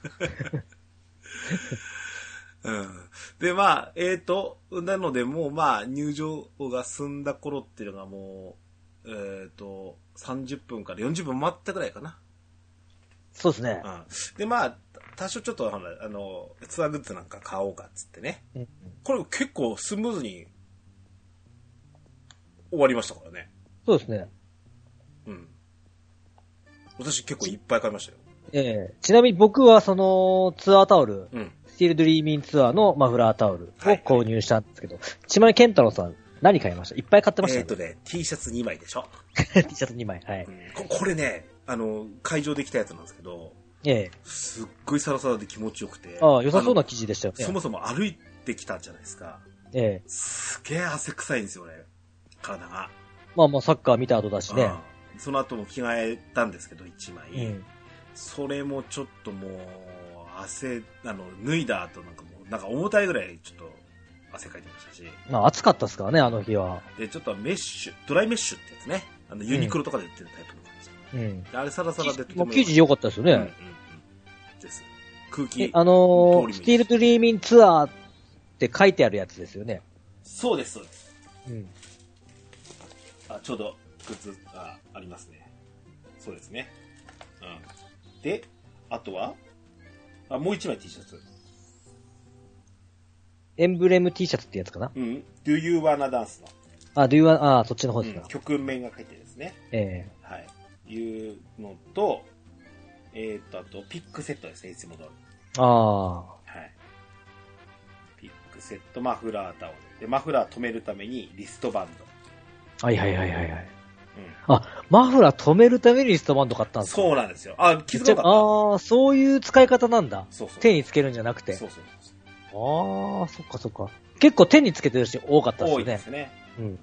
E: うん、で、まあ、えっ、ー、と、なので、もう、まあ、入場が済んだ頃っていうのがもう、えっ、ー、と、さんじゅっぷんからよんじゅっぷん待ったぐらいかな。
C: そうですね。
E: うん、で、まあ、多少ちょっと、あの、ツアーグッズなんか買おうかっつってね。うん、これ結構スムーズに終わりましたからね。
C: そうですね。
E: うん。私結構いっぱい買いましたよ。
C: ええー、ちなみに僕はそのツアータオル、うん、スティールドリーミンツアーのマフラータオルを購入したんですけど、はいはい、ちなみにケンタロウさん何買いました？いっぱい買ってました
E: ね。えっとね、T シャツにまいでしょ
C: T シャツにまい、はい、うん
E: こ。これね、あの、会場で着たやつなんですけど、
C: ええー、
E: すっごいサラサラで気持ちよくて。
C: ああ、良さそうな生地でしたよね。
E: そもそも歩いてきたじゃないですか。
C: ええー。
E: すげえ汗臭いんですよね、体が。
C: まあまあサッカー見た後だしね。
E: その後も着替えたんですけど、いちまい。うん、それもちょっともう、汗、あの、脱いだ後なんかもう、なんか重たいぐらいちょっと汗かいてましたし。
C: まあ暑かったですからね、あの日は。
E: で、ちょっとメッシュ、ドライメッシュってやつね。あの、ユニクロとかで売ってるタイプの感じ。うん。あれサラサラでとても。
C: もう生地良かったですよね。うんうんうん。
E: です。 空気。
C: あのー、スティールドリーミンツアーって書いてあるやつですよね。
E: そうです、そうです。
C: うん。
E: あ、ちょうど、グッズがありますね。そうですね。うん。で、あとはあ、もう一枚 T シャツ。
C: エンブレム T シャツってやつかな。
E: うん。Do You Wanna Dance の。
C: あ、Do You Wanna、あ、そっちの方ですか。
E: うん、曲面が書いてですね。
C: え
E: えー、はい。いうのと、えっと、あと、ピックセットですね、いつも通り。
C: ああ。
E: はい。ピックセット、マフラータオル。で、マフラー止めるためにリストバンド。
C: はいはいはいはいはい。うん、
E: あ、
C: マフラー止めるためにリストバンド買ったんですか？
E: そうなんですよ。あ、気づかなかった。
C: ああ、そういう使い方なんだ。
E: そうそう。
C: 手につけるんじゃなくて。
E: そうそうそう。
C: ああ、そっかそっか。結構手につけてる人多かったですね。
E: 多いですね。うん。うん、です。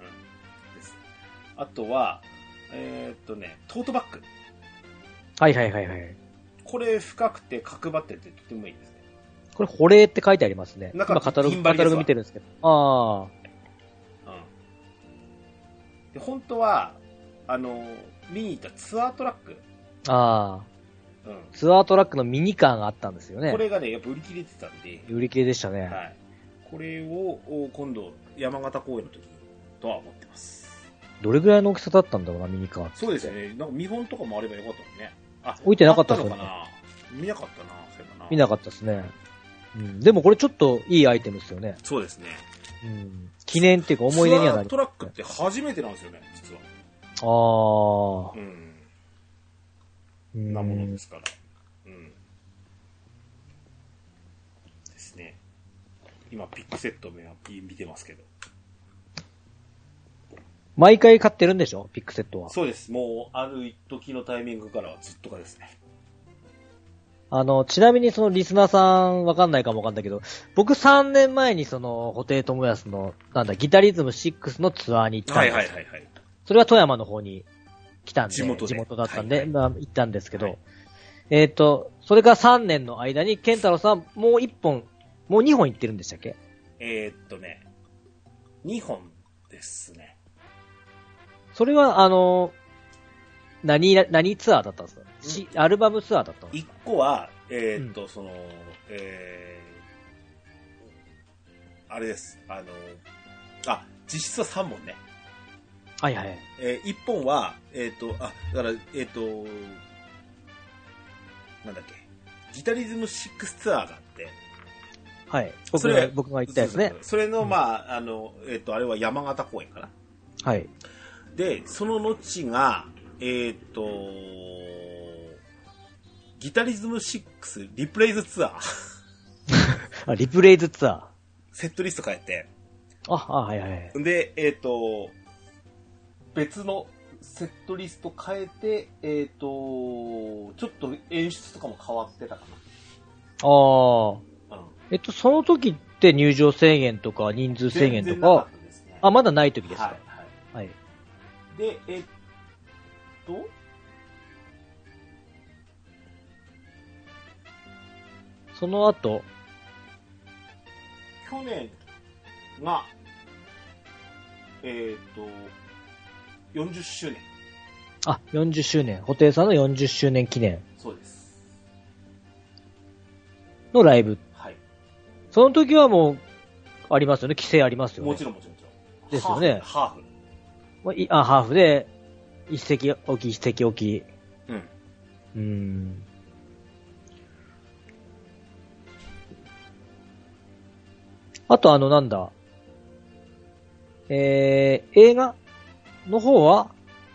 E: あとは、えー、っとね、トートバッグ。
C: はいはいはいはい。
E: これ深くて角張っててとてもいいですね。
C: これ保冷って書いてありますね。
E: なんか
C: 今カタログ、カタログ見てるんですけど。ああ。
E: うん。で、本当は、あの、見に行ったツアートラック。
C: ああ。うん。ツアートラックのミニカーがあったんですよね。
E: これがね、やっぱ売り切れてたんで。
C: 売り切れでしたね。
E: はい。これを、今度、山形公演の時に、とは思ってます。
C: どれぐらいの大きさだったんだろうな、ミニカー。
E: そうですね。なんか見本とかもあればよかったもんね。あ、
C: 置いてなかったです
E: のかな。見なかったな、そういえばな。
C: 見なかったですね。うん。でもこれちょっといいアイテムですよね。
E: そうですね。
C: うん。記念っていうか思い出にはなります、ね。
E: ツアートラックって初めてなんですよね、実は。
C: ああ。
E: うん。なものですから。うん。ですね。今、ピックセット見てますけど。
C: 毎回買ってるんでしょ？ピックセットは。
E: そうです。もう、ある一時のタイミングからはずっとかですね。
C: あの、ちなみにそのリスナーさんわかんないかもわかんないけど、僕さんねんまえにその、布袋寅泰の、なんだ、ギタリズムシックスのツアーに行ったんです。
E: はいはいはいはい。
C: それは富山の方に来たんで、
E: 地元で
C: 地元だったんで、
E: はいはい、
C: まあ行ったんですけど、はい、えっと、それからさんねんの間に、ケンタロウさんもういっぽん、もうにほん行ってるんでしたっけ？
E: えー、っとね、にほんですね。
C: それは、あの、何、何ツアーだったんですか？し、アルバムツアーだったんですか？
E: 一個は、えー、っと、うん、その、えー、あれです。あの、あ、実質はさんぼんね。
C: はいはい。
E: えー、いっぽんは、えー、っと、あ、だから、えー、っと、なんだっけ、ギタリズムシックスツアーがあって、
C: はい。僕が、僕が言ったやつね。
E: それの、まあ、あの、えー、っと、あれは山形公演かな。
C: はい。
E: で、その後が、えー、っと、ギタリズムシックスリプレイズツアー。
C: あ、リプレイズツアー。
E: セットリスト変えて。
C: あ、あ、はいはい。
E: で、えー、っと、別のセットリスト変えて、えー、っと、ちょっと演出とかも変わってたかな。
C: ああ。うん、えっと、その時って入場制限とか人数制限とか、ね、あ、まだない時ですか？はい、はい。はい。
E: で、えっと、
C: その後、
E: 去年が、えっと、よんじゅっしゅうねん。
C: あ、よんじゅっしゅうねん。布袋さんのよんじゅっしゅうねん記念。
E: そうです。
C: のライブ。
E: はい。
C: その時はもう、ありますよね。規制ありますよね。
E: もちろんもちろんもちろん。
C: ですよね。
E: ハーフ。
C: ハーフ。あ、ハーフで、一席置き、一席置き。
E: うん。
C: うーん。あとあの、なんだ。えー、映画の方は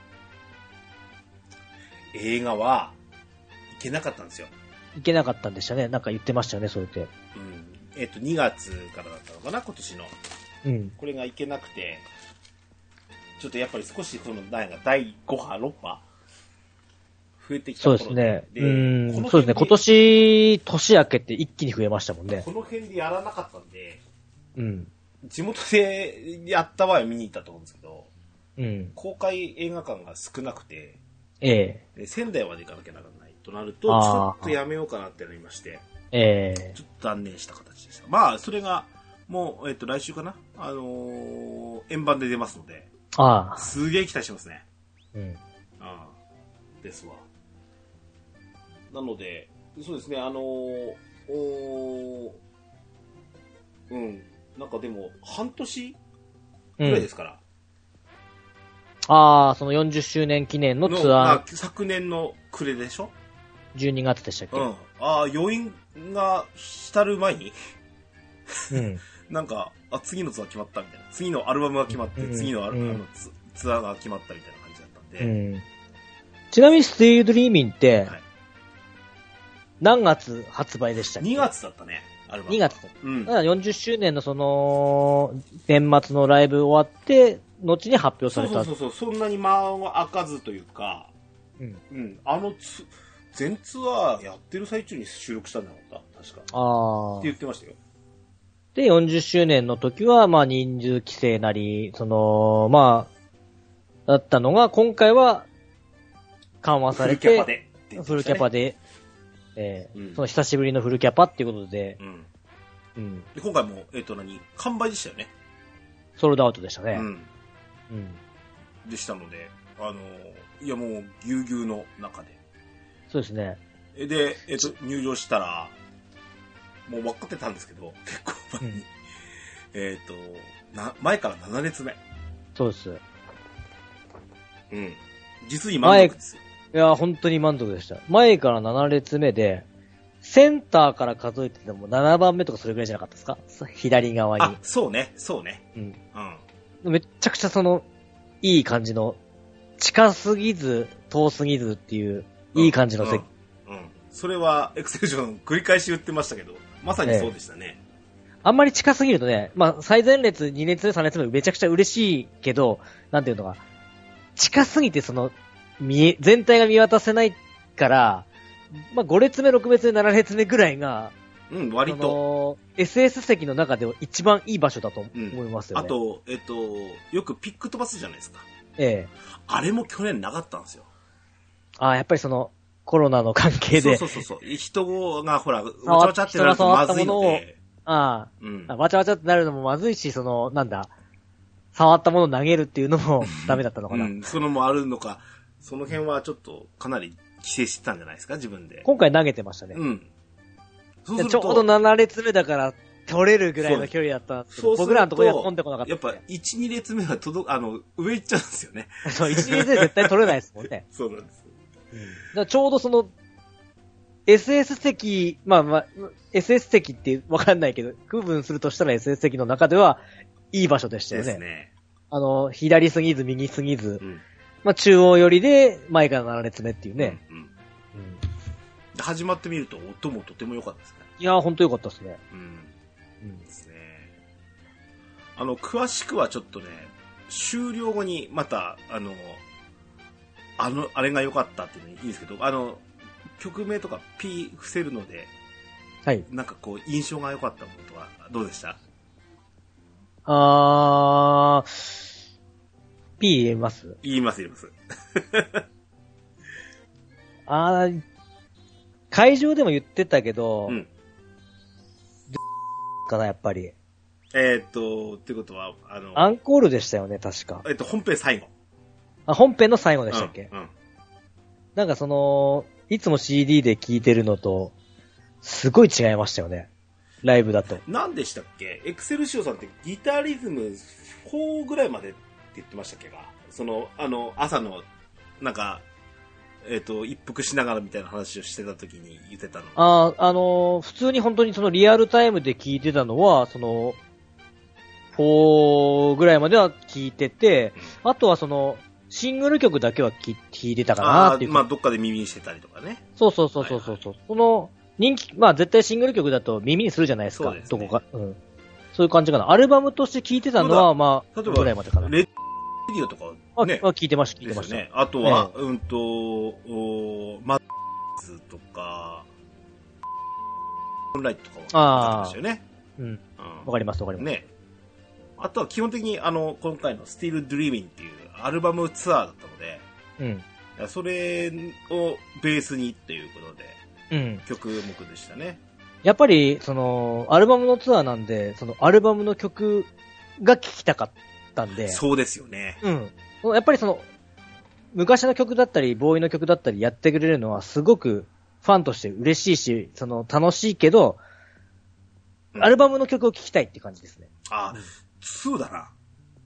E: 映画は、行けなかったんですよ。
C: 行けなかったんでしたね。なんか言ってましたよね、そうやって。うん。
E: えっと、にがつからだったのかな、今年の。
C: うん。
E: これが行けなくて、ちょっとやっぱり少しその、なんかだいごは、ろっぱ増えてきた頃で。
C: そうですね。でうん。そうですね。今年、年明けて一気に増えましたもんね。
E: この辺でやらなかったんで、
C: うん。
E: 地元でやった場合は見に行ったと思うんですけど、
C: うん。
E: 公開映画館が少なくて、
C: ええ
E: ー。仙台まで行かなきゃならないとなると、ちょっとやめようかなってなりまして、
C: ええー。
E: ちょっと断念した形でした。まあ、それが、もう、えっと、来週かなあのー、円盤で出ますので、
C: ああ。
E: すげえ期待してますね。
C: うん。
E: ああ。ですわ。なので、そうですね、あのー、 おー、うん。なんかでも、半年ぐらいですから。
C: うん、ああ、そのよんじゅっしゅうねん記念のツアー。
E: 昨年の暮れでしょ ?
C: じゅうにがつでしたっけ？
E: うん。ああ、余韻が浸る前に
C: うん。
E: なんか、あ、次のツアー決まったみたいな。次のアルバムが決まって、うん、次のアル、うん、あのツ、ツアーが決まったみたいな感じだったんで。
C: うん、ちなみに Still Dreaming って、はい、何月発売でしたっけ？
E: に 月だったね。アルバム。
C: にがつ。
E: うん。
C: だからよんじゅっしゅうねんのその、年末のライブ終わって、後に発表された。
E: そうそうそう。そんなに間は開かずというか、
C: うん。
E: うん。あのつ、全ツアーやってる最中に収録したんじゃなかった確か。
C: ああ。
E: って言ってましたよ。
C: で、よんじゅっしゅうねんの時は、まあ人数規制なり、その、まあ、だったのが、今回は、緩和されて、
E: フルキャパで、ね。
C: フルキャパで、えーうん、その久しぶりのフルキャパっていうことで、
E: うん
C: うん、
E: で今回も、えっ、ー、と何、完売でしたよね。
C: ソールドアウトでしたね。
E: うん。
C: うん。
E: でしたので、あの、いやもう、ぎゅうぎゅうの中で。
C: そうですね。
E: で、えっ、ー、と、入場したら、もう分かってたんですけど、結構前に。うん、えっと、な、前からなな列目。
C: そうです。
E: うん。実に満足ですよ。
C: いや、本当に満足でした。前からなな列目で、センターから数えててもななばんめとかそれぐらいじゃなかったですか？左側に。
E: あ、そうね、そうね。
C: うん。
E: うん。
C: めっちゃくちゃその、いい感じの、近すぎず、遠すぎずっていう、いい感じの席、
E: うん。うん。うん。それは、エクセルション繰り返し言ってましたけど、まさにそうでしたね。ええ、
C: あんまり近すぎるとね、まあ、最前列、に列目、さん列目めちゃくちゃ嬉しいけど、なんていうのか、近すぎてその、見え、全体が見渡せないから、まあ、ご列目、ろく列目、なな列目ぐらいが、
E: うん、割と。
C: エスエス 席の中では一番いい場所だと思いますよね。
E: うん、あと、えっと、よくピック飛ばすじゃないですか。
C: ええ。
E: あれも去年なかったんですよ。
C: ああ、やっぱりその、コロナの関係で。
E: そうそうそうそう。人がほら、わちゃわちゃってなるとまずいので。
C: ああ、うん。わちゃわちゃってなるのもまずいし、その、なんだ、触ったものを投げるっていうのもダメだったのかな。
E: うん、そのもあるのか。その辺はちょっとかなり規制してたんじゃないですか、自分で。
C: 今回投げてましたね。
E: うん。
C: そうするとちょうどなな列目だから取れるぐらいの距離だったんですけど、僕らのところには飛んでこなかった、ね。
E: やっぱいち、に列目は届く、あの、上行っちゃうんですよね。
C: そう、いち、に列目絶対取れないですもんね。
E: そうなんです。
C: うん、だからちょうどその、エスエス 席、まあまあ、エスエス 席ってわかんないけど、区分するとしたら エスエス 席の中では、いい場所でしたよね。ですね。あの、左すぎず、右すぎず、うん、まあ中央寄りで、前からなな列目っていうね。うんうんうん、
E: 始まってみると、音もとても良かったですね。
C: いやー、ほんと良かったですね。
E: うん。うん。ですね。あの、詳しくはちょっとね、終了後にまた、あの、あの、あれが良かったっていうのいいんですけど、あの、曲名とか P 伏せるので、
C: はい。
E: なんかこう、印象が良かったものとはどうでした？
C: あー、P 言えます？
E: 言います、言います。
C: あー、会場でも言ってたけど、うん。かな、やっぱり。
E: えー、っと、ってことは、あの、
C: アンコールでしたよね、確か。
E: えっと、本編最後。
C: あ、本編の最後でしたっけ？
E: うん。うん、
C: なんかその、いつも シーディー で聴いてるのと、すごい違いましたよね。ライブだと。
E: 何でしたっけ？エクセルシオさんってギタリズムよんぐらいまでって言ってましたっけか？その、あの、朝の、なんか、えっと、一服しながらみたいな話をしてた時に言ってたの。
C: ああ、あのー、普通に本当にそのリアルタイムで聞いてたのは、その、よんぐらいまでは聞いてて、うん、あとはその、シングル曲だけは聞いてたかなっていう。
E: あまあ、どっかで耳にしてたりとかね。
C: そうそうそうそうそう。はいはい、その、人気、まあ絶対シングル曲だと耳にするじゃないですか。
E: そうですね、
C: どこか。うん。そういう感じかな。アルバムとして聞いてたのは、まあ、ぐらいまでかな。
E: レッディオとかね。
C: あ、聞いてました、聞いてました。
E: ね。あとは、ええ、うんと、おマッツとか、オンライトとかは、あましたよね。
C: うん。わかります、わかります。
E: ね。あとは基本的に、あの、今回の Still Dreaming っていうアルバムツアーだったので、
C: うん。
E: それをベースにっていうことで、
C: うん。
E: 曲目でしたね。
C: やっぱり、その、アルバムのツアーなんで、その、アルバムの曲が聴きたかったんで。
E: そうですよね。
C: うん。やっぱりその、昔の曲だったり、ボーイの曲だったりやってくれるのはすごくファンとして嬉しいし、その楽しいけど、
E: うん、
C: アルバムの曲を聴きたいって感じですね。
E: あ、にだな。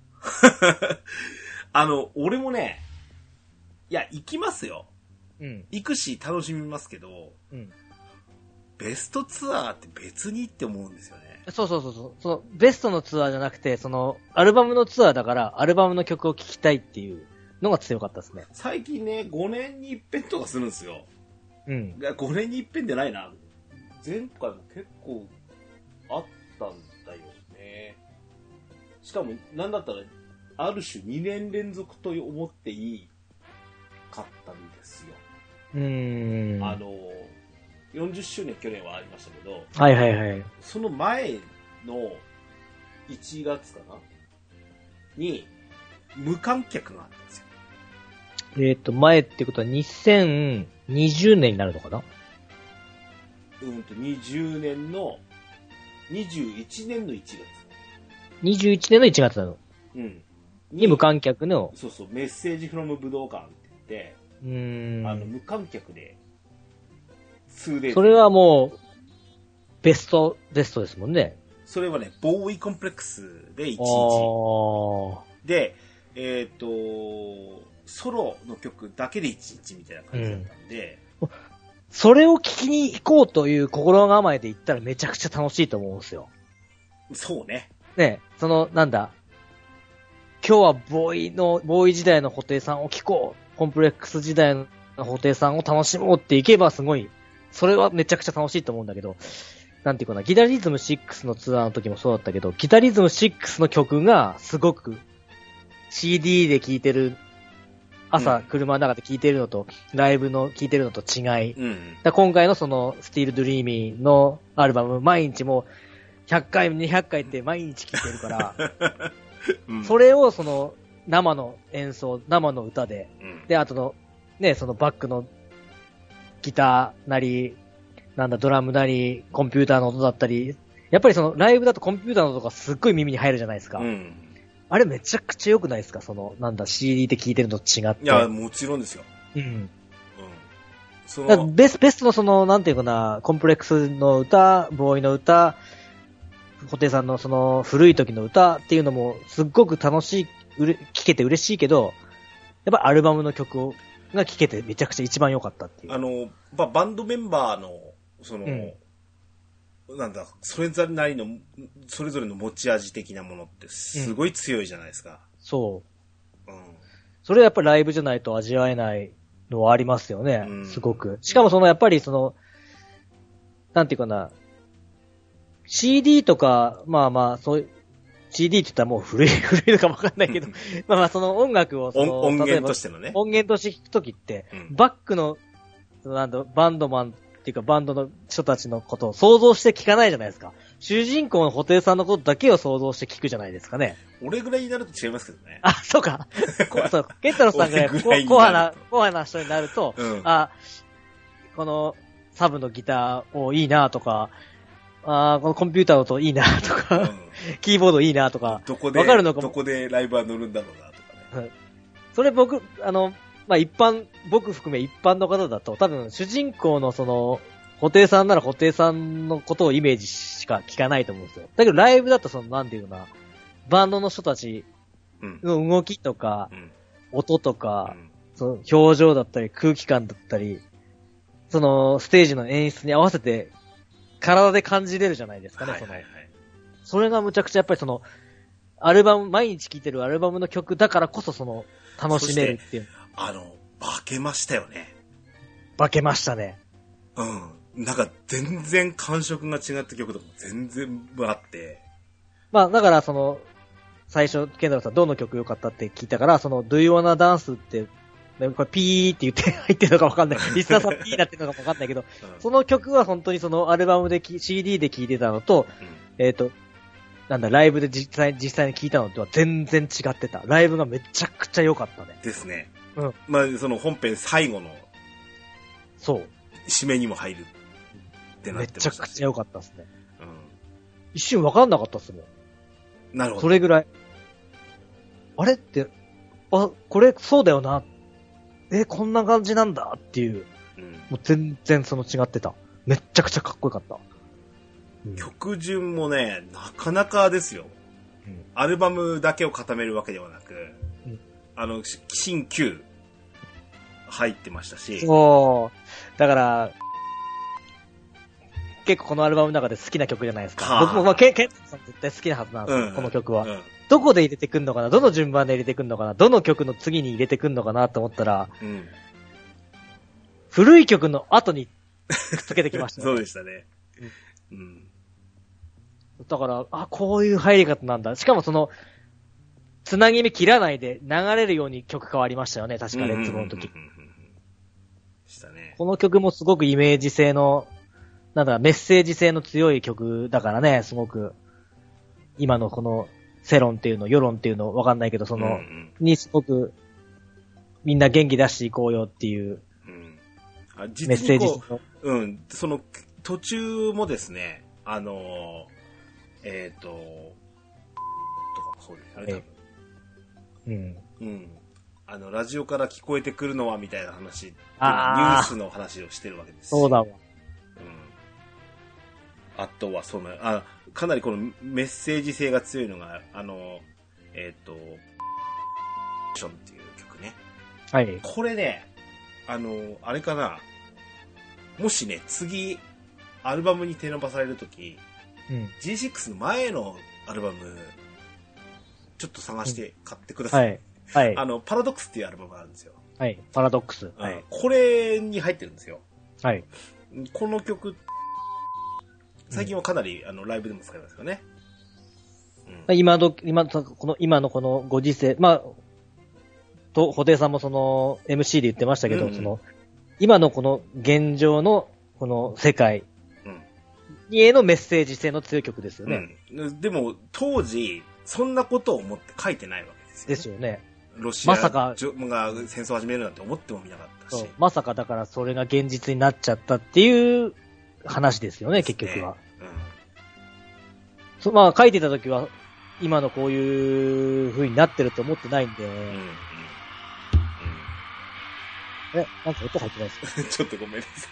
E: あの、俺もね、いや、行きますよ。
C: うん。
E: 行くし楽しみますけど、うん。ベストツアーって別にって思うんですよね。
C: そうそうそうそう。そのベストのツアーじゃなくて、そのアルバムのツアーだからアルバムの曲を聴きたいっていうのが強かったですね。
E: 最近ね、ごねんに一遍とかするんですよ。
C: うん。
E: いや、ごねんに一遍じゃないな。前回も結構あったんだよね。しかも、なんだったら、ある種にねん連続と思っていいかったんですよ。
C: うーん。
E: あの、よんじゅっしゅうねん去年はありましたけど、
C: はいはいはい。
E: その前のいちがつかなに、無観客があったんですよ。
C: えっと、前ってことはにせんにじゅうねんになるのかな？
E: うんと、にじゅうねんの、にじゅういちねんのいちがつ。
C: にじゅういちねんのいちがつなの。
E: うん。
C: に無観客の。
E: そうそう、メッセージフロム武道館って言って、
C: うーん。
E: あの、無観客で、ツーデイズ。
C: それはもう、ベスト、ベストですもんね。
E: それはね、ボーイコンプレックスでいちにち。で、えっ、ー、と、ソロの曲だけでいちにちみたいな感じだったんで、
C: うん、それを聴きに行こうという心構えで行ったらめちゃくちゃ楽しいと思うんですよ。
E: そうね。
C: ね、その、なんだ、今日はボーイの、ボーイ時代の布袋さんを聴こう、コンプレックス時代の布袋さんを楽しもうっていけばすごい、それはめちゃくちゃ楽しいと思うんだけど、なんていうかな、ギタリズムシックスのツアーの時もそうだったけど、ギタリズムシックスの曲がすごく シーディー で聴いてる、朝、うん、車の中で聴いてるのと、ライブの聴いてるのと違い、うん、だ今回のその、スティールドリーミーのアルバム、毎日もひゃっかい、にひゃっかいって毎日聴いてるから、うん、それをその、生の演奏、生の歌で、うん、で、あとの、ね、そのバックのギターなり、なんだ、ドラムなり、コンピューターの音だったり、やっぱりその、ライブだとコンピューターの音がすっごい耳に入るじゃないですか。うん、あれめちゃくちゃ良くないですか？その、なんだ、シーディー で聴いてるのと違って。
E: いや、もちろんですよ。うん。うん。
C: そのベス、ベストのその、なんていうかな、コンプレックスの歌、ボーイの歌、布袋さんのその、古い時の歌っていうのも、すっごく楽しい、うれ、聴けて嬉しいけど、やっぱアルバムの曲を、が聴けてめちゃくちゃ一番良かったっていう。
E: あの、ババンドメンバーの、その、うん、なんだ、それぞれなりの、それぞれの持ち味的なものってすごい強いじゃないですか。うん、
C: そう。うん。それはやっぱりライブじゃないと味わえないのはありますよね。うん、すごく。しかもそのやっぱりその、なんていうかな、シーディー とか、まあまあ、そういう、シーディー って言ったらもう古い、古いのかもわかんないけど、まあまあその音楽をその、
E: 音源としてのね。
C: 音源として聴くときって、うん、バックの、なんだ、バンドマンっていうかバンドの人たちのことを想像して聴かないじゃないですか。主人公の布袋さんのことだけを想像して聴くじゃないですかね。
E: 俺ぐらいになると違いますけどね。
C: あ、そうか。そうか。ケンタロスさんぐらいコアな、コアな人になると、うん、あ、このサブのギターをいいなとか、あこのコンピューターの音いいなとか、うん、キーボードいいなとか、
E: どこで、
C: わかるのかも。
E: どこでライブは乗るんだろうなとかね。
C: それ僕、あの、まあ、一般、僕含め一般の方だと、多分主人公のその、布袋さんなら布袋さんのことをイメージしか聞かないと思うんですよ。だけどライブだとその、なんていうかな、バンドの人たちの動きとか、うん、音とか、うん、その表情だったり空気感だったり、そのステージの演出に合わせて、体で感じれるじゃないですかね、はいはいはい、その。それがむちゃくちゃやっぱりその、アルバム、毎日聴いてるアルバムの曲だからこそその、楽しめるっていう。
E: あの、化けましたよね。
C: 化けましたね。
E: うん。なんか全然感触が違った曲とかも全然あって。
C: まあだからその、最初、ケンダロさんどの曲良かったって聞いたから、その、Do You Wanna Dance って、これピーって言って入ってるのかわかんない。リスナーさんピーなってるのかわかんないけど、うん、その曲は本当にそのアルバムで シーディー で聴いてたのと、うん、えっ、ー、と、なんだ、ライブで実際、実際に聴いたのとは全然違ってた。ライブがめちゃくちゃ良かったね。
E: ですね。
C: うん。
E: まあ、その本編最後の、
C: そう。
E: 締めにも入るってなってました。
C: めちゃくちゃ良かったですね。うん。一瞬わかんなかったっすもん。
E: なるほど。
C: それぐらい。あれって、あ、これそうだよな。え、こんな感じなんだっていう。うん。 もう全然その違ってた。めっちゃくちゃかっこよかった。
E: うん、曲順もね、なかなかですよ。うん、アルバムだけを固めるわけではなく、うん、あの、新旧入ってましたし。
C: そう。だから、結構このアルバムの中で好きな曲じゃないですか。僕もまあ、ケンさん絶対好きなはずなんですよ、うん、この曲は、うん。どこで入れてくんのかな、どの順番で入れてくんのかな、どの曲の次に入れてくんのかなと思ったら、うん、古い曲の後にくっつけてきました、
E: ね。そうでしたね。うん。うん、
C: だから、あ、こういう入り方なんだ。しかもその、つなぎ目切らないで流れるように曲変わりましたよね、確かレッツゴーの時。
E: したね。
C: この曲もすごくイメージ性の、なんだ、メッセージ性の強い曲だからね、すごく、今のこの、世論っていうの、世論っていうの、わかんないけど、その、うんうん、にすごく、みんな元気出していこうよっていう、うん、
E: あ実メッセージの。うん、その、途中もですね、あの、えっ、ー、と、とかもそうですよね、多分。うん。うん。あの、ラジオから聞こえてくるのは、みたいな話、ニュースの話をしてるわけです。
C: そうだわ。
E: あとは、その、あ、かなりこのメッセージ性が強いのが、あの、えっ、ー、と、ションっていう曲ね。
C: はい。
E: これね、あの、あれかな、もしね、次、アルバムに手伸ばされるとき、うん、ジーシックス の前のアルバム、ちょっと探して買ってください。うん、はい。はい。あの、パラドックスっていうアルバムがあるんですよ。
C: はい。パラドックス。
E: はい。これに入ってるんですよ。
C: はい。
E: この曲、最近はかなり、うん、あのライブでも使いますよね。
C: うん、今ど、今、この、今のこのご時世、まあ、と、布袋さんもその エムシー で言ってましたけど、うんうん、その、今のこの現状のこの世界へのメッセージ性の強い曲ですよね。
E: うん、でも、当時、そんなことを思って書いてないわけですよね。
C: ですよね。
E: ロシアが戦争を始めるなんて思ってもみなかったし。
C: まさかだからそれが現実になっちゃったっていう話ですよね、結局は。うん、そまあ書いてた時は今のこういう風になってると思ってないんで。うんうんうん、え、なんか音入ってないですか？
E: ちょっとごめんなさい。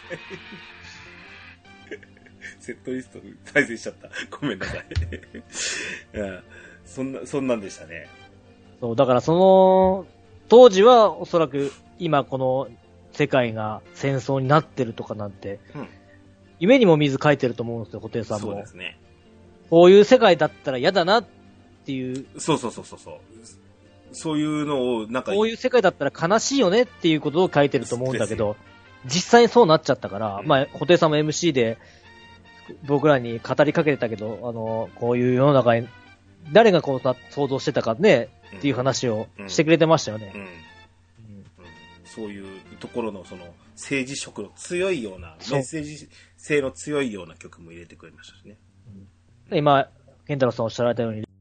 E: セットリスト再生しちゃった。ごめんなさい。いや、そんな、そんなんでしたね。
C: そう、だからその、当時はおそらく今この世界が戦争になってるとかなんて、うん、夢にも見ず書いてると思うんですよ、布袋さんも。
E: そうですね。
C: こういう世界だったら嫌だなっていう。
E: そうそうそうそう。そういうのを、なんか。
C: こういう世界だったら悲しいよねっていうことを書いてると思うんだけど、実際にそうなっちゃったから、うん、まあ、布袋さんも エムシー で僕らに語りかけてたけど、あの、こういう世の中に、誰がこう想像してたかね、うん、っていう話をしてくれてましたよね。うんうんうん、
E: そういうところのその政治色の強いような、メッセージ性の強いような曲も入れてくれましたしね。
C: うん、今、健太郎さんおっしゃられたように、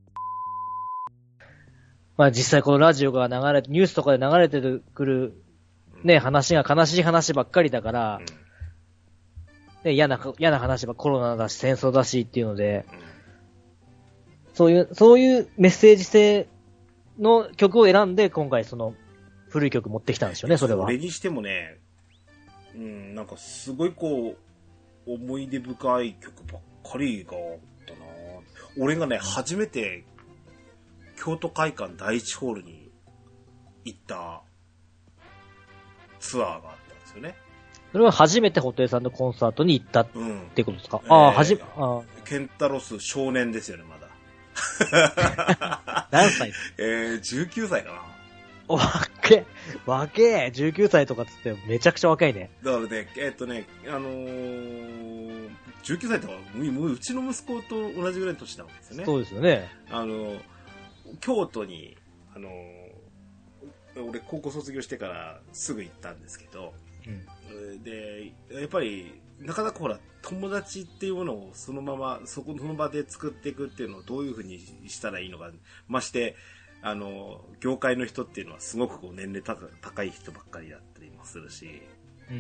C: まあ実際このラジオが流れて、ニュースとかで流れてくる、ね、うん、話が悲しい話ばっかりだから、うん、ね、嫌な、嫌な話ばコロナだし戦争だしっていうので、うん、そういう、そういうメッセージ性の曲を選んで今回その古い曲持ってきたんですよね、それは。
E: それにしてもね、うん、なんかすごいこう、思い出深い曲ばっかりがあったな。俺がね、初めて京都会館第一ホールに行ったツアーがあったんですよね。
C: それは初めて布袋さんのコンサートに行ったってことですか？うん、ああ、えー、はじ、あ
E: ケンタロス少年ですよね、まだ。
C: 何歳
E: えー、じゅうきゅうさいかな。
C: お、わけ、わけ、じゅうきゅうさいとかつってめちゃくちゃ若いね。
E: だからね、えー、っとね、あのー、じゅうきゅうさいとか、もううちの息子と同じぐらいの年なわけですよね。
C: そうですよね。
E: あの、京都に、あのー、俺高校卒業してからすぐ行ったんですけど、うん、で、やっぱり、なかなかほら、友達っていうものをそのまま、そこの場で作っていくっていうのをどういうふうにしたらいいのか、まして、あの、業界の人っていうのはすごくこう年齢高、高い人ばっかりだったりもするし、うん、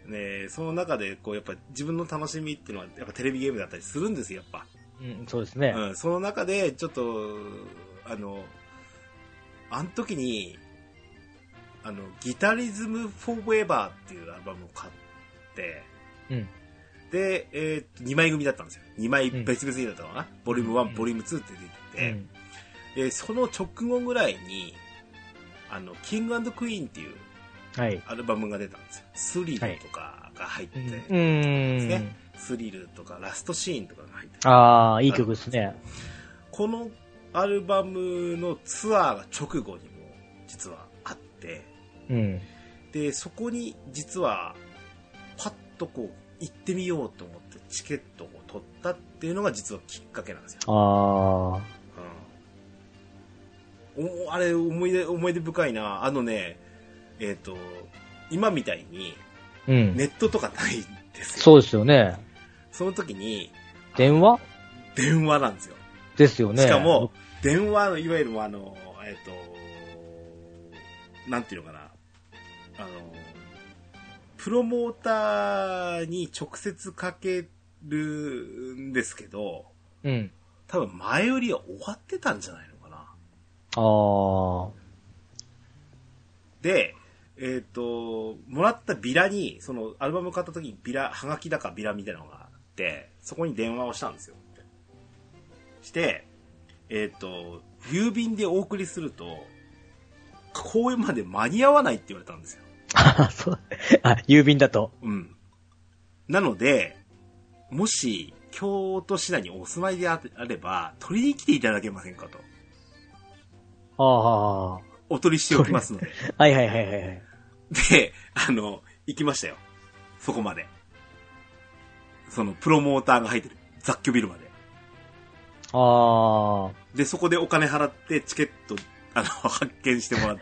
E: ね、その中でこうやっぱ自分の楽しみっていうのはやっぱテレビゲームだったりするんですよ、やっぱ。
C: うん、そうですね。
E: うん、その中でちょっと、あの、あの時に、あの、ギタリズムフォーエバーっていうアルバムを買って、
C: うん。
E: で、えー、っと、にまい組だったんですよ。にまい別々にだったのかな、うん、ボリュームワン、うん、ボリュームツーって出てて、うん、で、その直後ぐらいに、あの、キング&クイーンっていうアルバムが出たんですよ。はい、スリルとかが入ってですね、はい、スリルとかラストシーンとかが入ってて。
C: ああ、いい曲ですね。
E: このアルバムのツアーが直後にも実はあって、うん、で、そこに実はパッとこう行ってみようと思ってチケットを取ったっていうのが実はきっかけなんですよ。
C: ああ。
E: うん。お、あれ思い出、思い出深いな。あのね、えっと、今みたいにネットとかないんですよ。
C: そうですよね。
E: その時に。
C: 電話？
E: 電話なんですよ。
C: ですよね。
E: しかも、電話の、いわゆるあの、えっと、なんていうのかな。あの、プロモーターに直接かけるんですけど、うん。多分前売りは終わってたんじゃないのかな。
C: ああ。
E: で、えっと、もらったビラに、そのアルバム買った時にビラ、はがきだかビラみたいなのがあって、そこに電話をしたんですよ。して、えっと、郵便でお送りすると、公演まで間に合わないって言われたんですよ。
C: あ、そう。あ、郵便だと。
E: うん。なので、もし、京都市内にお住まいであれば、取りに来ていただけませんかと。
C: ああ。
E: お取りしておきますので。
C: はいはいはいはい。
E: で、あの、行きましたよ。そこまで。その、プロモーターが入ってる雑居ビルまで。
C: ああ。
E: で、そこでお金払ってチケット、あの、発見してもらって。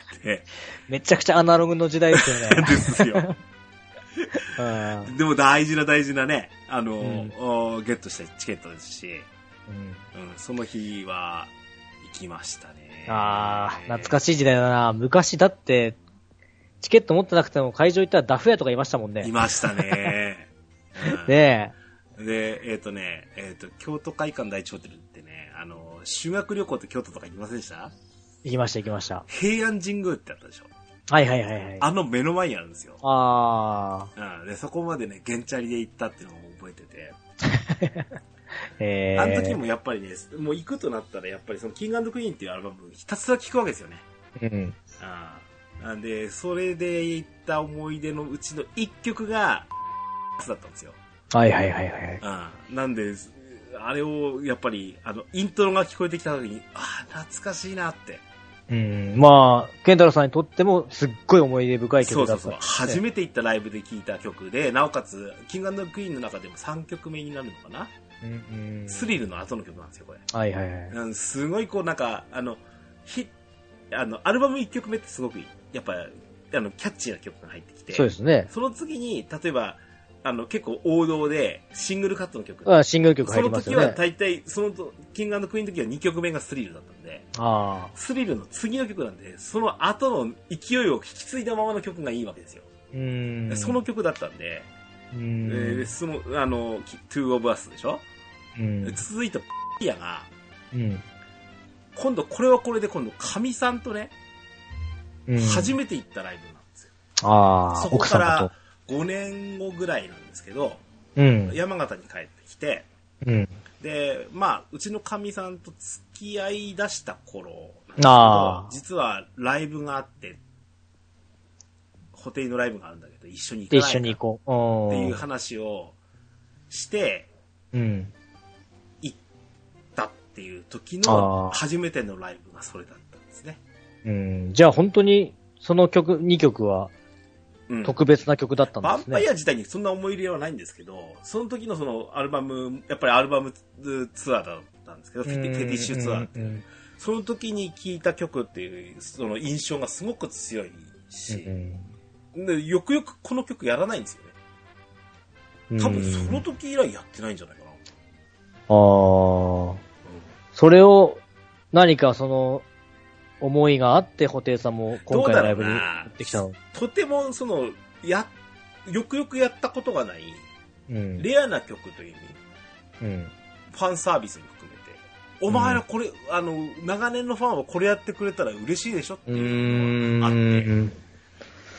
C: めちゃくちゃアナログの時代ですよね。
E: ですよ。でも大事な大事なね、あの、うん、ゲットしたチケットですし、うんうん、その日は行きましたね。
C: ああ、懐かしい時代だな。昔だって、チケット持ってなくても会場行ったらダフ屋とかいましたもんね。
E: いましたね。
C: うん、ね
E: え。で、えっ、ー、とね、えっ、ー、と、京都会館第一ホテルってね、あの、修学旅行って京都とか行きませんでした？
C: 行きました行きました。
E: 平安神宮ってあったでしょ？
C: はいはいはいはい。
E: あの目の前にあるんですよ。
C: あ
E: あ。うん。で、そこまでね、ゲンチャリで行ったっていうのを覚えてて。
C: へー。
E: あの時もやっぱりね、もう行くとなったらやっぱりそのキング&クイーンっていうアルバムひたすら聴くわけですよね。
C: うん。
E: ああ。なんで、それで行った思い出のうちの一曲が、だったんですよ。
C: はいはいはいはい。
E: うん。なんで、あれをやっぱり、あの、イントロが聞こえてきた時に、ああ、懐かしいなって。
C: うん、まあ、ケンタロウさんにとってもすっごい思い出深い曲だった、ね。
E: そうそうそう。初めて行ったライブで聴いた曲で、なおかつ、キング&クイーンの中でもさんきょくめになるのかな、うんうん、スリルの後の曲なんですよ、これ。
C: はいはいはい。
E: うん、すごいこうなんか、あの、ひ、あの、アルバムいっきょくめってすごく、やっぱ、あの、キャッチーな曲が入ってきて。
C: そうですね。
E: その次に、例えば、あの、結構王道で、シングルカットの曲。
C: ああ、シングル曲入りますよね。
E: その時は大体、その、キング&クイーンの時はにきょくめがスリルだったんで、
C: ああ。
E: スリルの次の曲なんで、その後の勢いを引き継いだままの曲がいいわけですよ。
C: うーん。
E: その曲だったんで、
C: うーん、
E: えー、その、あの、Two of Us でしょ、うん、続いたピアが、うん、今度、これはこれで今度、神さんとね、うん、初めて行ったライブなんですよ。
C: ああ、
E: そこからごねんごぐらいなんですけど、うん、山形に帰ってきて、うん、で、まあ、うちの神さんと付き合い出した頃なんですけど、実はライブがあって、ホテイのライブがあるんだけど、一緒に行かないか
C: 一緒に行こ
E: うっていう話をして、うん、行ったっていう時の初めてのライブがそれだったんですね。
C: うん、じゃあ本当にその曲、にきょくは特別な曲だったんですね。
E: ヴァンパイア自体にそんな思い入れはないんですけど、その時のそのアルバム、やっぱりアルバムツアーだったんですけど、フェティッシュツアーっていう、うんうん、その時に聴いた曲っていうその印象がすごく強いし、うんうん、でよくよくこの曲やらないんですよね。多分その時以来やってないんじゃないかな。あ
C: あ、うん、それを何かその思いがあって、布袋さんも今回のライブに行ってきたの。
E: とても、その、や、よくよくやったことがない、うん、レアな曲という意味、うん、ファンサービスも含めて、お前らこれ、うん、あの、長年のファンはこれやってくれたら嬉しいでしょっていうのがあって、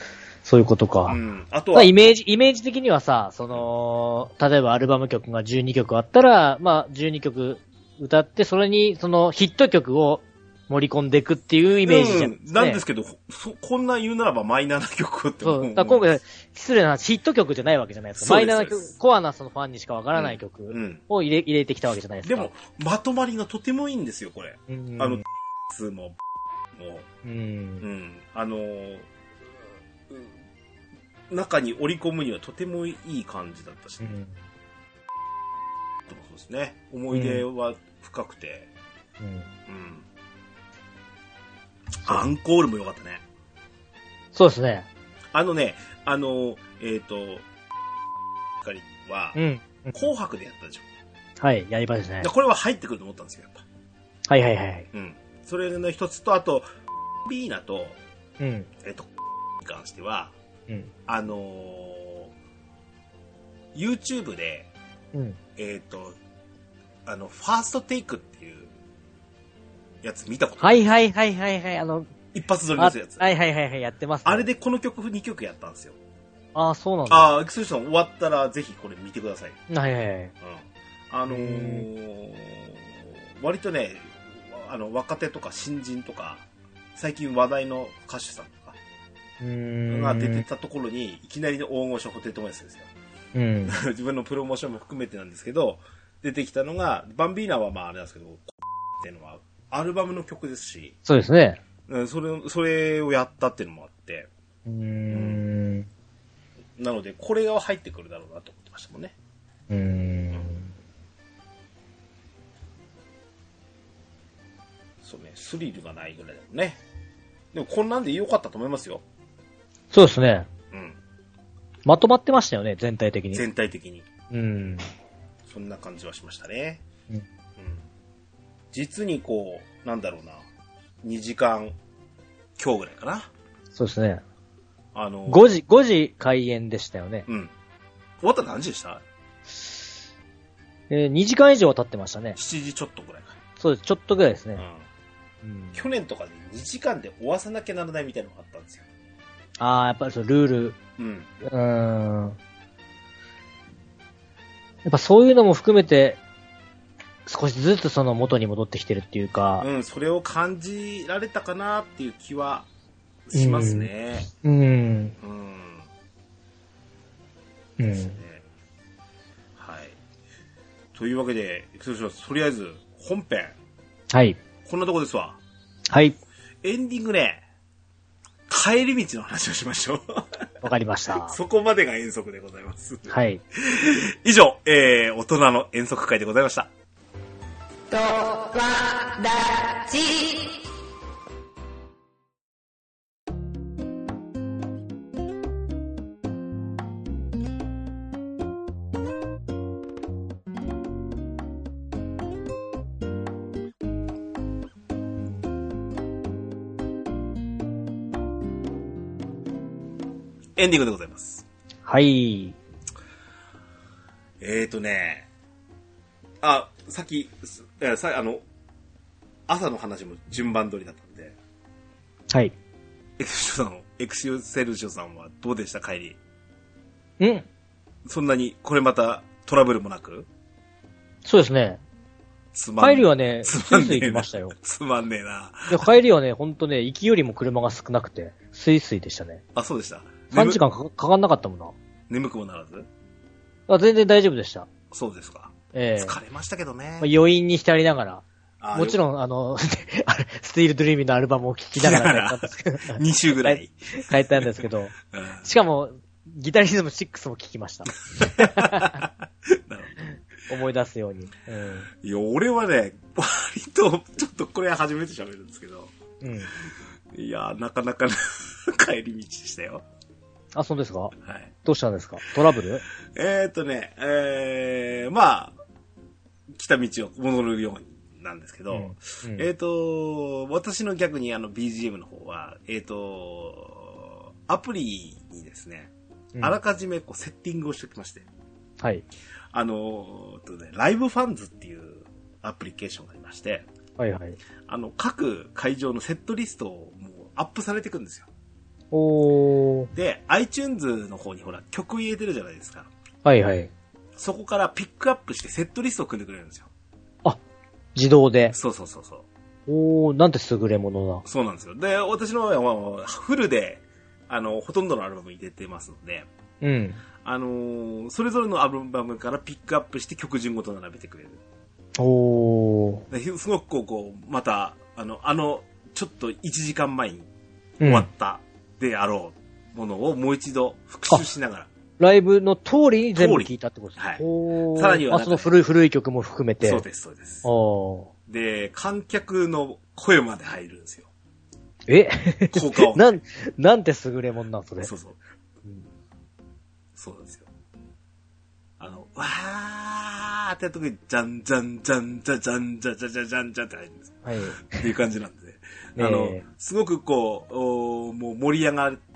C: そういうことか。
E: うん。あと
C: まあ、
E: は、
C: イメージ、イメージ的にはさ、その、例えばアルバム曲がじゅうにきょくあったら、まあ、じゅうにきょく歌って、それに、その、ヒット曲を盛り込んでいくっていうイメージじゃん、ね。
E: うん、なんですけど、そ、こんな言うならばマイナーな曲って
C: そう。だから今回、失礼な話、ヒット曲じゃないわけじゃないですか。マイナーな曲、コアなそのファンにしかわからない曲を入れ、入れてきたわけじゃないですか。
E: でも、まとまりがとてもいいんですよ、これ。うん、あの、スも、もう、うん、うん、あの、中に織り込むにはとてもいい感じだったし、ね、うん、そうですね。思い出は深くて、うん、うん、アンコールも良かったね。
C: そうですね。
E: あのね、あの、えっ、ー、と、は、うん、紅白でやったでしょ。
C: はい、やりましたね。
E: これは入ってくると思ったんですよ、やっ
C: ぱ。はいはいはい。
E: うん。それの一つと、あと、ビーナと、
C: うん、
E: えっ、ー、と、に関しては、
C: うん、
E: あのー、YouTube で、
C: うん、
E: えっ、ー、と、あの、ファーストテイクっていうやつ見たこと
C: ない。はいはいはいはいはい、あの、
E: 一発撮りのやつ。
C: はいはいはいはい、やってます、ね。
E: あれでこの曲にきょくやったんですよ。
C: ああ、そうなんだ。
E: ああ、エクセルション終わったらぜひこれ見てください。
C: はいはいはい。うん。
E: あのー、割とね、あの、若手とか新人とか、最近話題の歌手さんとか、が出てたところに、いきなりの大御所ホテル友達ですよ。
C: うん。
E: 自分のプロモーションも含めてなんですけど、出てきたのが、バンビーナはまああれなんですけど、っていうのは、アルバムの曲ですし、
C: そうですね。
E: それ、それをやったっていうのもあって、
C: うーん。
E: なので、これが入ってくるだろうなと思ってましたもんね。
C: うーん。
E: そうね、スリルがないぐらいだもんね。でもこんなんで良かったと思いますよ。
C: そうですね。
E: うん。
C: まとまってましたよね、全体的に。
E: 全体的に。
C: うん。
E: そんな感じはしましたね。
C: うん。うん、
E: 実にこう、なんだろうな、にじかん強ぐらいかな。
C: そうですね。
E: あのー、
C: ごじ、ごじ開演でしたよね。
E: うん。終わったら何時でした？
C: えー、にじかん以上は経ってましたね。
E: しちじちょっとぐらいか。
C: そうです、ちょっとぐらいですね。
E: うん。うん、去年とかでにじかんで終わさなきゃならないみたいなのがあったんですよ。
C: ああ、やっぱりそうルール。
E: うん。
C: うーん。やっぱそういうのも含めて、少しずつその元に戻ってきてるっていうか。
E: うん、それを感じられたかなっていう気はしますね。
C: うん。うん。
E: うん
C: うん。
E: ですね。はい。というわけで、とりあえず本編。
C: はい。
E: こんなとこですわ。
C: はい。
E: エンディングね、帰り道の話をしましょう。
C: わかりました。
E: そこまでが遠足でございます。
C: はい。
E: 以上、えー、大人の遠足会でございました。
F: とわらじ。
E: エンディングでございます。
C: はい。
E: えーとね、あ、さっき、えさあの、朝の話も順番通りだったんで。
C: はい。
E: エクセルショさん、エクセルショさんはどうでした帰り？
C: うん
E: そんなに、これまたトラブルもなく？
C: そうですね。
E: つまん
C: 帰りはね、
E: つまんねえな。
C: スイスイ行きましたよ。
E: つまんねえな。
C: いや、帰りはね、ほんとね、行きよりも車が少なくて、スイスイでしたね。
E: あ、そうでした。
C: さんじかんかかかんなかったもんな。
E: 眠くもならず？
C: あ、全然大丈夫でした。
E: そうですか。
C: ええー。
E: 疲れましたけどね。
C: まあ、余韻に浸りながら。もちろ
E: ん、
C: ん、あの、スティールドリーミーのアルバムを聴きながら帰ったんですけど。
E: に週ぐらい。
C: 帰ったんですけど。うん、しかも、ギタリズムシックスも聴きました。なるほど。思い出すように。うん、
E: いや、俺はね、割と、ちょっとこれ初めて喋るんですけど。
C: うん。
E: いや、なかなか帰り道でしたよ。
C: あ、そうですか？はい。どうしたんですか？トラブル？
E: えーっとね、えー、まあ、来た道を戻るようになんですけど、うんうん、えーっと、私の逆にあの ビージーエム の方は、えーっと、アプリにですね、うん、あらかじめこうセッティングをしておきまして、
C: はい。
E: あの、とね、ライブファンズっていうアプリケーションがありまして、
C: はいはい。
E: あの、各会場のセットリストをもうアップされていくんですよ。
C: おー。
E: で、iTunes の方にほら、曲入れてるじゃないですか。
C: はいはい。
E: そこからピックアップしてセットリストを組んでくれるんですよ。
C: あ、自動で。
E: そうそうそうそう。
C: おー、なんて優れものだ。
E: そうなんですよ。で、私の方はフルで、あの、ほとんどのアルバム入れてますので、
C: うん。
E: あのー、それぞれのアルバムからピックアップして曲順ごと並べてくれる。
C: おー。
E: ですごくこう、こう、また、あの、あの、ちょっといちじかんまえに終わったであろうものをもう一度復習しながら。
C: ライブの通りに全部聞いたってことですね。
E: はい。
C: おー。
E: さらには、
C: あ、その古い古い曲も含めて。
E: そうです、そうです。
C: おー。
E: で、観客の声まで入るんですよ。
C: え
E: 効果音。
C: なん、なんて優れもんなんそれ。
E: そうそう。うん、そうなんですよ。あの、わーってやった時に、じゃんじゃんじゃんじゃじゃんじゃじゃじゃじゃんじゃんって入るんですよ。はい。っていう感じなんで、ね。あの、すごくこう、おもう盛り上がって、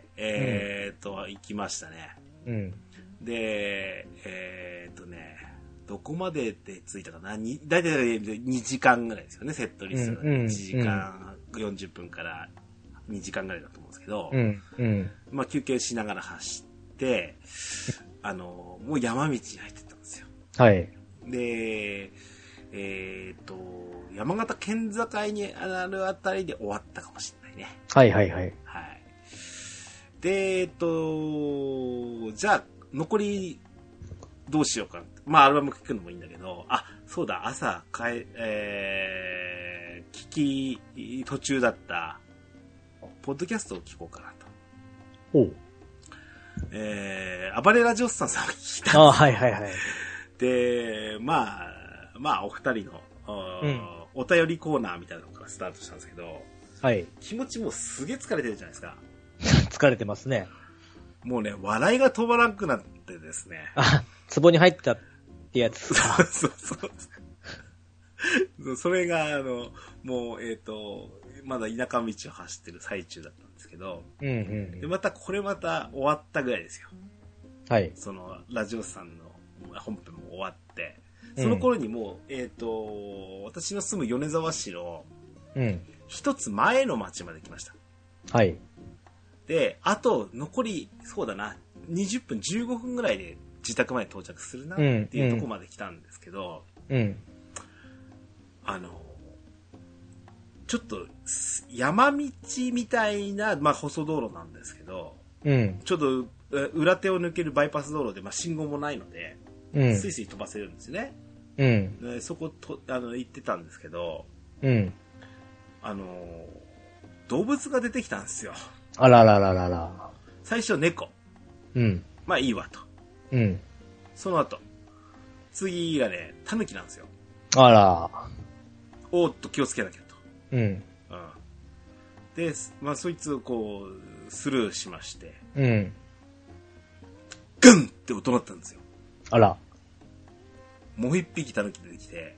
E: えーっと、うん、行きましたね。うん。で、えーっとね、どこまでで着いたかな、にだいたいにじかんぐらいですよね、セットリストが。いちじかんよんじゅっぷんからにじかんぐらいだと思うんですけど、うんうん、まあ休憩しながら走って、あの、もう山道に入ってったんですよ。はい。で、えっと、山形県境にあるあたりで終わったかもしれないね。はいはいはい。はい。で、えっと、じゃあ、残り、どうしようか。まあ、アルバム聴くのもいいんだけど、あ、そうだ、朝、かえ、えー、聞き、途中だった、ポッドキャストを聞こうかなと。おう。えー、暴れラジオスさんさんを聞いたんです。あ、はいはいはい。で、まあ、まあ、お二人の、うん、お便りコーナーみたいなのからスタートしたんですけど、はい。気持ちもうすげえ疲れてるじゃないですか。
C: 疲れてますね。
E: もうね、笑いが止まらなくなってですね。
C: あ、壺に入ったってやつか。そうそう
E: そう。それが、あの、もう、えっと、まだ田舎道を走ってる最中だったんですけど、うんうんうん、で、またこれまた終わったぐらいですよ。はい。その、ラジオさんの本編も終わって、その頃にもう、うん、えっと、私の住む米沢市の、うん。一つ前の町まで来ました。はい。で、あと、残り、そうだな、にじゅっぷん、じゅうごふんぐらいで自宅まで到着するなっていうところまで来たんですけど、うん。うん、あの、ちょっと、山道みたいな、まあ、舗装道路なんですけど、うん。ちょっと、裏手を抜けるバイパス道路で、まあ、信号もないので、うん。スイスイ飛ばせるんですね。うん。でそこ、と、あの、行ってたんですけど、うん。あの、動物が出てきたんですよ。
C: あららららら。
E: 最初猫。うん。まあいいわと。うん。その後、次がね、タヌキなんですよ。
C: あら。
E: おーっと気をつけなきゃと。うん。うん。で、まあそいつをこう、スルーしまして。うん。グンって音鳴ったんですよ。
C: あら。
E: もう一匹タヌキ出てきて。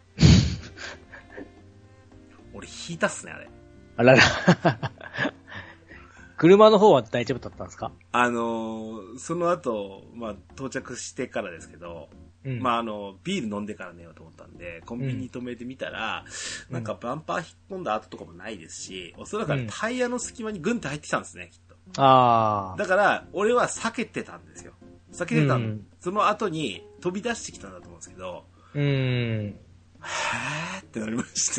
E: 俺引いたっすね、あれ。
C: あらら。車の方は大丈夫だったんですか？
E: あのー、その後、まあ、到着してからですけど、うん、まあ、あの、ビール飲んでから寝ようと思ったんで、コンビニに止めてみたら、うん、なんかバンパー引っ込んだ跡とかもないですし、おそらく、ね、タイヤの隙間にグンって入ってきたんですね、きっと。ああ。だから、俺は避けてたんですよ。避けてたん、うん、その後に飛び出してきたんだと思うんですけど、うーん。はぁーってなりまして。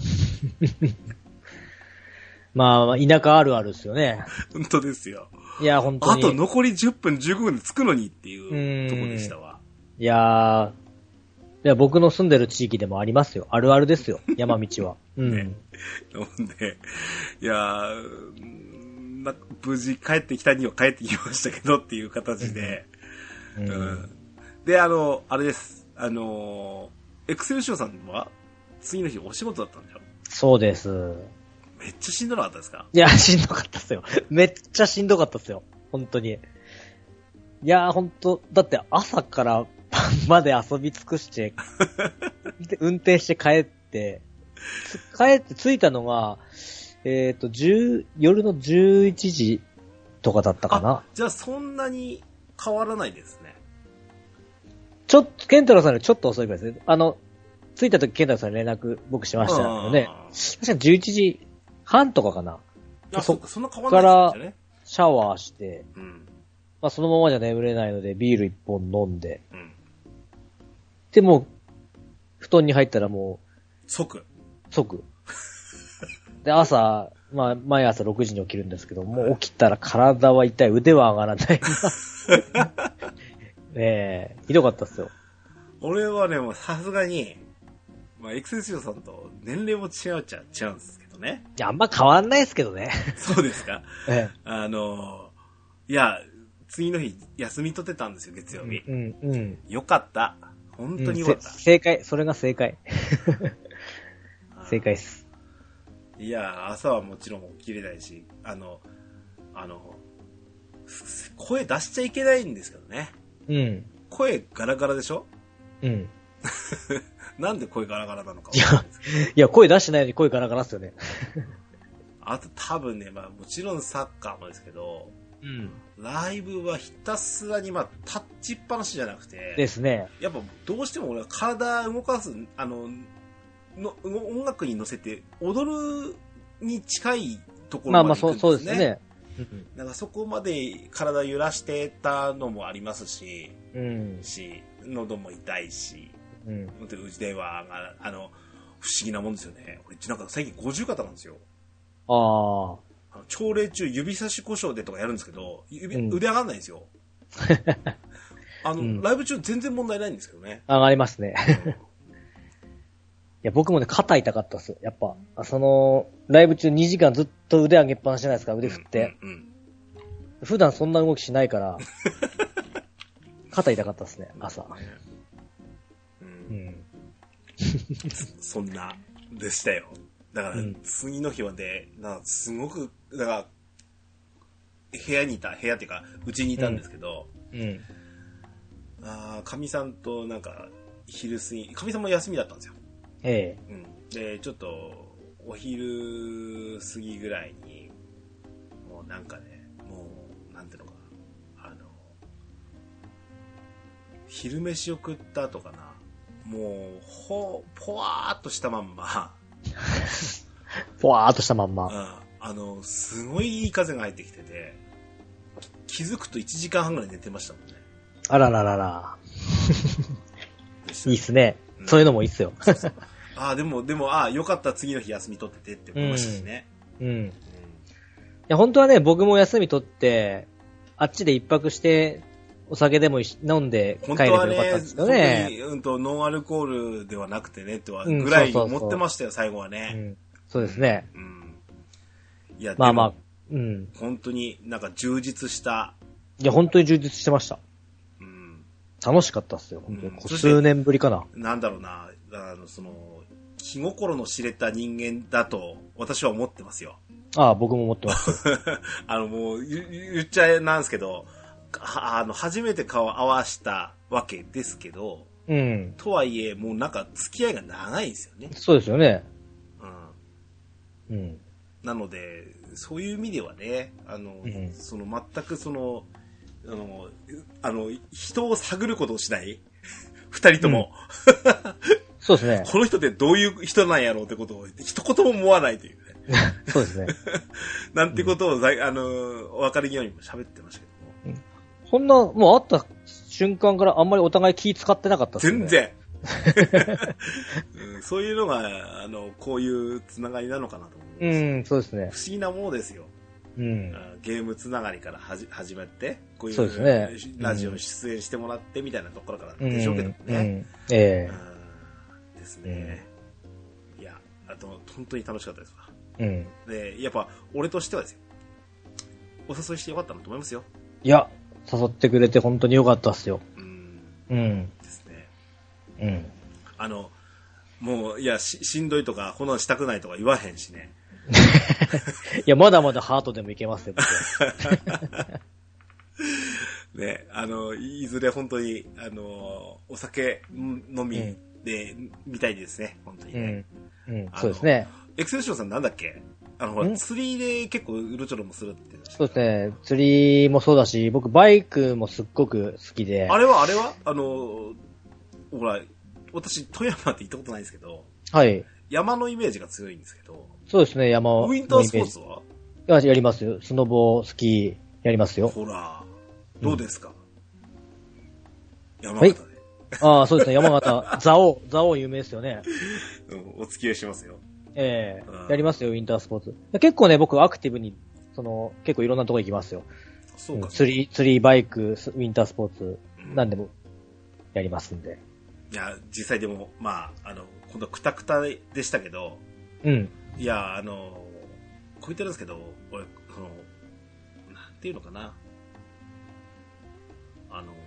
C: まあ、田舎あるあるですよね。
E: 本当ですよ。
C: いや、本当に。
E: あと残りじゅっぷん、じゅうごふんで着くのにっていうところでしたわ。
C: いやー、いや、僕の住んでる地域でもありますよ。あるあるですよ、山道は。うん。ね。
E: なんで、いやー、ま、無事帰ってきたには帰ってきましたけどっていう形で。うん。うん、で、あの、あれです。あの、エクセルシオさんは次の日お仕事だったんだよ。
C: そうです。
E: めっちゃしんどかったですか？
C: いや、しんどかったっすよ。めっちゃしんどかったっすよ。本当に。いやー、本当だって朝から晩まで遊び尽くして、で運転して帰って、帰って着いたのが、えっと、10、夜のじゅういちじとかだったかな。
E: じゃあそんなに変わらないですね。
C: ちょっと、ケンタロウさんよりちょっと遅いぐらいですね。あの、着いた時ケンタロウさんに連絡僕しましたよね。確かにじゅういちじはんとかかな。
E: あ、そっか、そんな変わ
C: か
E: んないですよ
C: ら
E: ね。
C: シャワーして、
E: うん。
C: まあそのままじゃ眠れないのでビール一本飲んで、
E: うん。
C: でもう、布団に入ったらも
E: 即。
C: う、即。で、朝、まあ、毎朝ろくじに起きるんですけど、もう起きたら体は痛い、腕は上がらない。ねえ、ひどかったっすよ。
E: 俺はね、もうさすがに、まあ、エクセルシオさんと年齢も違うっちゃ違うんですけどね。
C: いや、あんま変わんないですけどね。
E: そうですか。
C: ええ、
E: あの、いや、次の日休み取ってたんですよ、月曜日。
C: うん、うん。
E: よかった。本当によかった。
C: うん、正解、それが正解。正解っす。
E: いや、朝はもちろん起きれないし、あの、あの、声出しちゃいけないんですけどね。
C: うん。
E: 声ガラガラでしょ？
C: うん。
E: なんで声ガラガラなのか
C: いや、いや、声出してないのに声ガラガラっすよね。
E: あと多分ね、まあもちろんサッカーもですけど、
C: うん。
E: ライブはひたすらにまあ立ちっぱなしじゃなくて、
C: ですね。
E: やっぱどうしても俺は体動かす、あの、の音楽に乗せて踊るに近いところまで行くんですね。まあまあそう、そうですね。だからそこまで体揺らしてたのもありますし、うん、し喉も痛いし、うん、腕はがあの不思議なもんですよね。俺なんか最近五十肩なんですよ。ああ。朝礼中指差し故障でとかやるんですけど、指、うん、腕上がんないんですよ。あの、うん、ライブ中全然問題ないんですけどね。
C: 上がりますね。いや、僕もね、肩痛かったっす。やっぱ、その、ライブ中にじかんずっと腕上げっぱなしじゃないですか、腕振って。うんうんうん、普段そんな動きしないから、肩痛かったっすね、朝。
E: うん。うん、そんな、でしたよ。だから、次の日はね、なんかすごく、だから、部屋にいた、部屋っていうか、うちにいたんですけど、うん。うん、ああ、かみさんとなんか、昼過ぎ、かみさんも休みだったんですよ。ええ。うん。で、ちょっと、お昼過ぎぐらいに、もうなんかね、もう、なんていうのかな、あの、昼飯を食った後かな、もう、ほ、ぽわーっとしたまんま、
C: ぽわーっとしたまんま。
E: うん。あの、すごいいい風が入ってきてて、気づくといちじかんはんぐらい寝てましたもんね。
C: あらららら。いいっすね、うん。そういうのもいいっすよ。そうそう、
E: ああ、でも、でも、ああ、よかった、次の日休み取っててって思いましたしね。うん。うん。うん、い
C: や、本当はね、僕も休み取って、あっちで一泊して、お酒でも飲んで帰ればよかったんですよね。
E: 本当はね、うんと、ノンアルコールではなくてね、っては、ぐらいに思ってましたよ、最後はね、うん。
C: そうですね。うん。
E: いや、
C: まあまあ、うん。
E: 本当になんか充実した。
C: いや、本当に充実してました。うん。楽しかったっすよ、本当に。うん、数年ぶりかな。
E: なんだろうな、あの、その、気心の知れた人間だと、私は思ってますよ。
C: ああ、僕も思ってます。
E: あの、もう、言っちゃえなんですけど、あの、初めて顔を合わしたわけですけど、うん。とはいえ、もうなんか付き合いが長いですよね。
C: そうですよね。
E: うん。うん。なので、そういう意味ではね、あの、うん、その全くその、あの、あの、人を探ることをしない二人とも、
C: うん、そうですね。
E: この人ってどういう人なんやろうってことを一言も思わないという
C: ね。そうですね。
E: なんてことを、うん、あの、お分かりようにも喋ってましたけども。
C: うん、そんな、もう会った瞬間からあんまりお互い気使ってなかったですね。
E: 全然。うん、そういうのが、あの、こういうつながりなのかなと思います。
C: うん、そうですね。
E: 不思議なものですよ。うん、ゲームつながりからはじ始まって、こういう、
C: そうですね、
E: ラジオに出演してもらってみたいなところからでしょうけどね。うんうん、
C: ええ
E: ー、ですね、うん。いや、あと、本当に楽しかったですわ。うん。で、やっぱ、俺としてはですよ、お誘いしてよかったなと思いますよ。
C: いや、誘ってくれて本当によかったっすよ。うん。うん。ですね。
E: うん。あの、もう、いや、し、しんどいとか、こんなのしたくないとか言わへんしね。
C: いや、まだまだハートでもいけますよ、
E: ね、あの、いずれ本当に、あの、お酒飲みで、みたいですね、本当にね。
C: うん。うん、そうですね。
E: エクセルションさんなんだっけ？あの、ほら、釣りで結構うろちょろもするって言ってた。
C: そうですね。釣りもそうだし、僕バイクもすっごく好きで。
E: あれは、あれはあの、ほら、私、富山って行ったことないんですけど。
C: はい。
E: 山のイメージが強いんですけど。
C: そうですね、山
E: ウィンタースポーツは
C: や、やりますよ。スノボ、スキー、やりますよ。
E: ほら、どうですか、うん、山
C: 形
E: で。
C: ああ、そうですね。山形、蔵王、蔵王有名ですよね。
E: うん、お付き合いしますよ。
C: ええ
E: うん
C: やりますよ、ウィンタースポーツ。結構ね、僕アクティブに、その、結構いろんなとこ行きますよ。
E: そうか。
C: ん釣り、釣り、バイク、ウィンタースポーツ、
E: うん
C: なんでもやりますんで。
E: いや、実際でも、まあ、あの、今度クタクタでしたけど、
C: うん。
E: いや、あの、こう言ってるんですけど、俺、その、なんていうのかな。あの、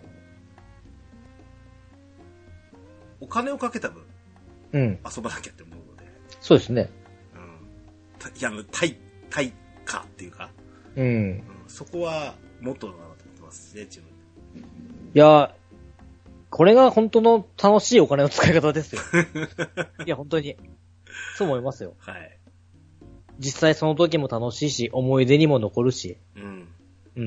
E: お金をかけた分、
C: うん。
E: 遊ばなきゃって思うので、
C: そうですね。
E: うん。たいや、対、対価っていうか、
C: うん。
E: うん、そこは、もっとだなと思ってますね、自分で。
C: いや、これが本当の楽しいお金の使い方ですよ。いや、本当に。そう思いますよ。
E: はい。
C: 実際その時も楽しいし、思い出にも残るし。
E: うん。
C: うん。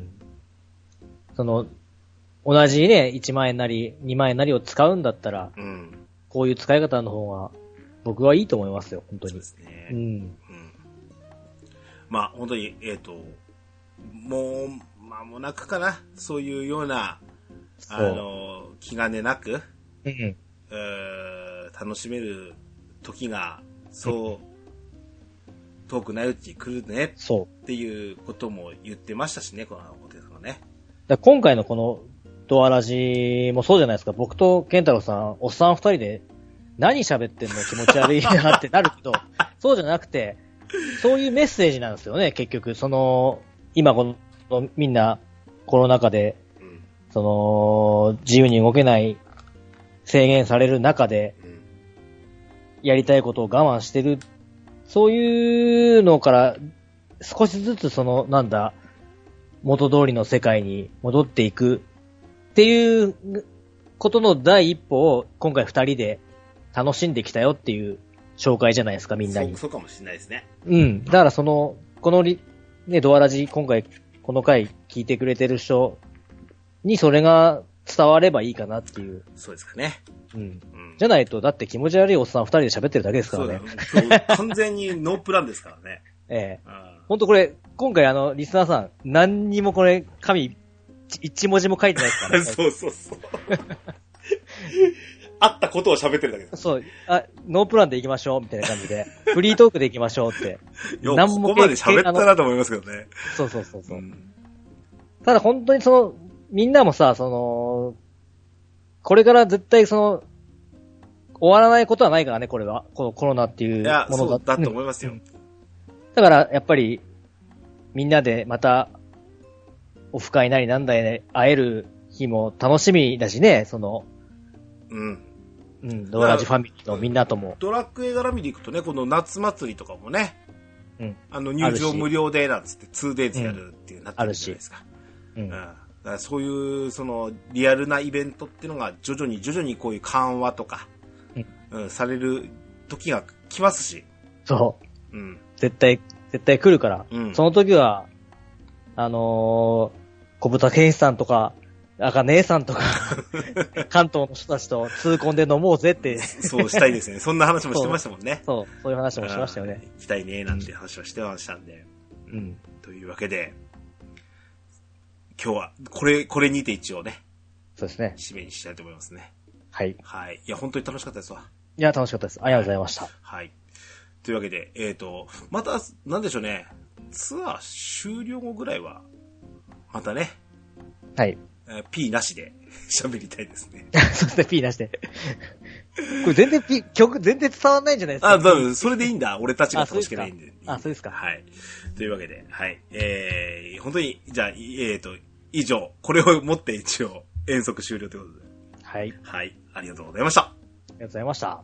C: その、同じね、いちまん円なり、にまん円なりを使うんだったら、
E: うん。
C: こういう使い方の方が、僕はいいと思いますよ、本当に。
E: そうですね。
C: うん。
E: うん。まあ、本当に、えっと、もう、間もなくかな、そういうような、あの、気兼ねなく、
C: うん。
E: えー楽しめる時が、そう、遠くないうちに来るね、
C: そう。
E: っていうことも言ってましたしね、このお手さんがね。
C: だ今回のこのドアラジもそうじゃないですか。僕とケンタロウさん、おっさん二人で何喋ってんの気持ち悪いなってなるけど、そうじゃなくて、そういうメッセージなんですよね、結局。その、今このみんなコロナ禍で、
E: うん。
C: その、自由に動けない制限される中で、
E: うん。
C: やりたいことを我慢してる。そういうのから少しずつその、なんだ、元通りの世界に戻っていくっていうことの第一歩を今回二人で楽しんできたよっていう紹介じゃないですか、みんなに。
E: そう、そうかもしれないですね。
C: うん。だからその、このリ、ね、ドアラジ、今回、この回聞いてくれてる人にそれが伝わればいいかなっていう。
E: そうですかね。
C: うん。
E: うん。
C: じゃないと、だって気持ち悪いおっさん二人で喋ってるだけですか
E: そうだ
C: らね
E: よ。。今日完全にノープランですからね。
C: ええ。
E: うん。
C: ほんとこれ、今回あの、リスナーさん、何にもこれ、紙、一文字も書いてないですからね。
E: そうそうそう。あったことを喋ってるだけです。
C: そう、あ、ノープランで行きましょう、みたいな感じで。フリートークで行きましょうって。
E: よ、
C: 何も
E: ここまで喋ったなと思いますけどね。
C: そうそうそうそうう。
E: ん。
C: ただ本当にその、みんなもさ、その、これから絶対その、終わらないことはないからね、これは。このコロナっていう
E: いや、
C: もの
E: そうだと思いますよ。
C: うんだから、やっぱり、みんなでまた、オフ会なりなんだりね、会える日も楽しみだしね、その、
E: うん。
C: うん、ドアラジファミリーのみんなとも。
E: ドラクエ絡みでいくとね、この夏祭りとかもね、
C: うん。
E: あの入場無料でなんつって ツーデイズ やるっていうなってるじゃないですか。
C: うん
E: うん。だからそういうそのリアルなイベントっていうのが徐々に徐々にこういう緩和とか、うん、される時が来ますし、
C: そう。
E: うん。
C: 絶対、絶対来るから。
E: うん
C: その時は、あのー、小豚健さんとか、赤姉さんとか、関東の人たちと痛恨で飲もうぜって、
E: そうしたいですね。そんな話もしてましたもんね。
C: そう、そういう話もしましたよね。
E: うん行きたいね、なんて話はしてましたんで。
C: うん。
E: というわけで、今日は、これ、これにて一応ね、
C: そうですね。
E: 締めにしたいと思いますね。
C: はい。い
E: はい。いや、本当に楽しかったですわ。
C: や、楽しかったです。ありがとうございました。
E: はい。というわけで、えっ、と、また、なんでしょうね、ツアー終了後ぐらいは、またね、
C: はい。
E: えー P なしで喋りたいですね。
C: そうですね、P 出して。これ全然 P、曲全然伝わんないんじゃないですか。
E: あ、多分それでいいんだ。俺たちが楽しければいいんで。
C: あ、そうですか。
E: はい。というわけで、はい。えー、本当に、じゃあ、えっ、と、以上、これをもって一応、遠足終了ということで。
C: はい。
E: はい。ありがとうございました。
C: ありがとうございました。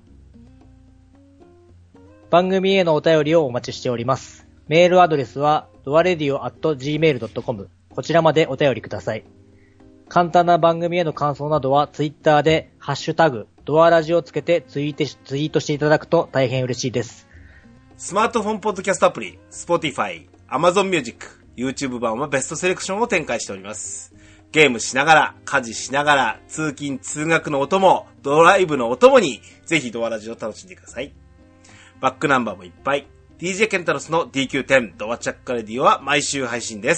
C: 番組へのお便りをお待ちしております。メールアドレスは、ドアレディオアットジーメールドットコム。こちらまでお便りください。簡単な番組への感想などは、ツイッターで、ハッシュタグ、ドアラジをつけてツイートし、ツイートしていただくと大変嬉しいです。
E: スマートフォンポッドキャストアプリ、Spotify、Amazon Music、YouTube 版はベストセレクションを展開しております。ゲームしながら、家事しながら、通勤通学のお供、ドライブのお供に、ぜひドアラジを楽しんでください。バックナンバーもいっぱい。 ディージェー ケンタロスの ディーキューテン ドアチャックレディオは毎週配信です。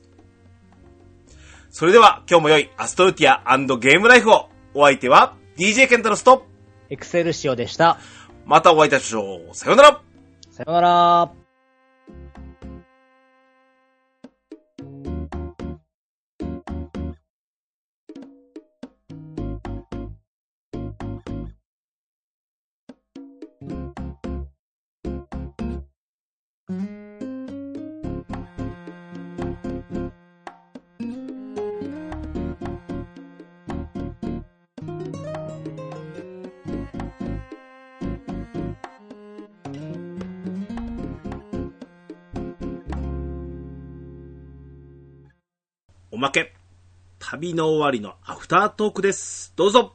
E: それでは今日も良いアストルティア&ゲームライフを。お相手は ディージェー ケンタロスと
C: エクセルシオでした。
E: またお会いいたしましょう。さようなら。
C: さようなら。
E: おまけ。旅の終わりのアフタートークです。どうぞ。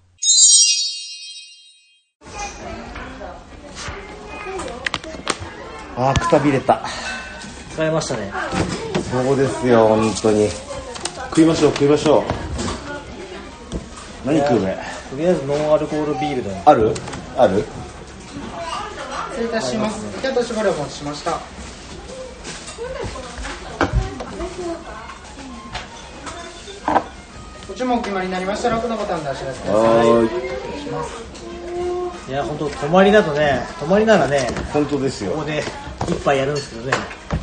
G: あー、くたびれた。
C: 使いましたね。
G: そうですよ、本当に。食いましょう、食いましょう。何食うべ。
C: とりあえずノンアルコールビールだよ。
G: あるある
H: 失礼いたします。キャット絞りお持ちしました。ご注文お決まりになりましたら奥のボタンでお知らせください。
G: はーい。
H: 失礼します。
C: いや、ほんと、泊まりだとね、泊まりならね、
G: 本当ですよ。
C: ここで一杯やるんですけどね。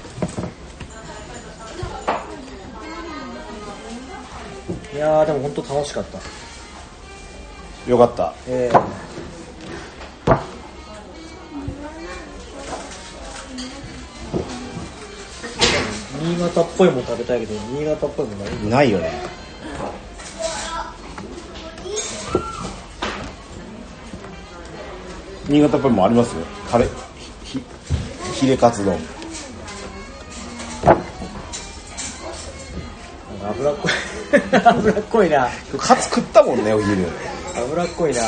C: いやー、でもほんと楽しかった。
G: よかった。
C: えー新潟っぽいもの食べたいけど、新潟っぽいものない
G: ないよね。新潟っぽいもんありますよ。タレ、ひ、ヒレカツ丼。
C: 脂っこい脂っこいな。
G: カツ食ったもんね、お昼。
C: 脂っこいな。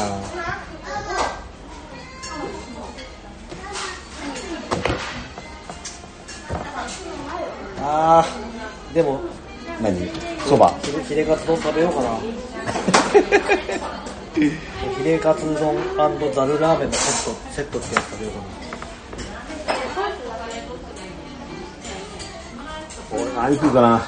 C: あー、でも
G: 何？そば。
C: ヒレカツ丼食べようかな。ヒレカツ丼&ザルラーメンのセット、セットってやつ食べようかな。
G: 俺何食うかな。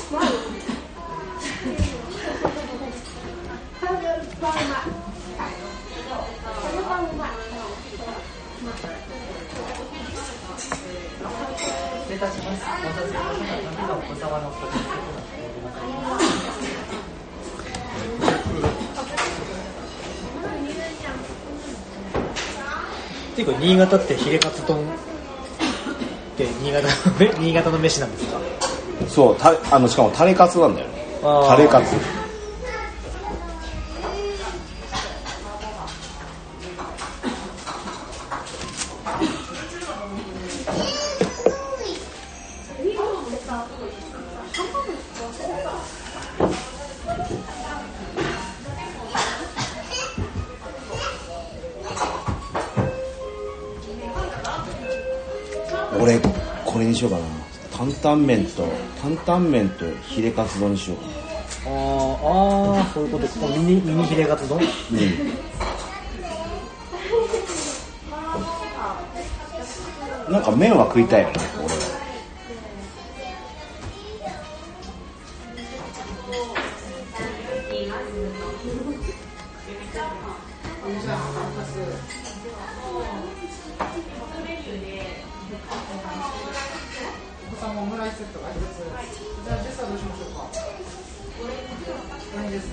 C: っていうか新潟ってヒレカツ丼って新潟の新潟の飯なんですか？
G: そう、たあのしかもタレカツなんだよね。タレカツ。俺これにしようかな。担々麺と担々麺とヒレカツ丼にしようかな。
C: あーあー、そういうことか。ミニミニヒレカツ丼？うん。
G: なんか麺は食いたいよね、俺は。
H: オムライスセットが一つ。じゃあジェスターどうしましょうか。これです。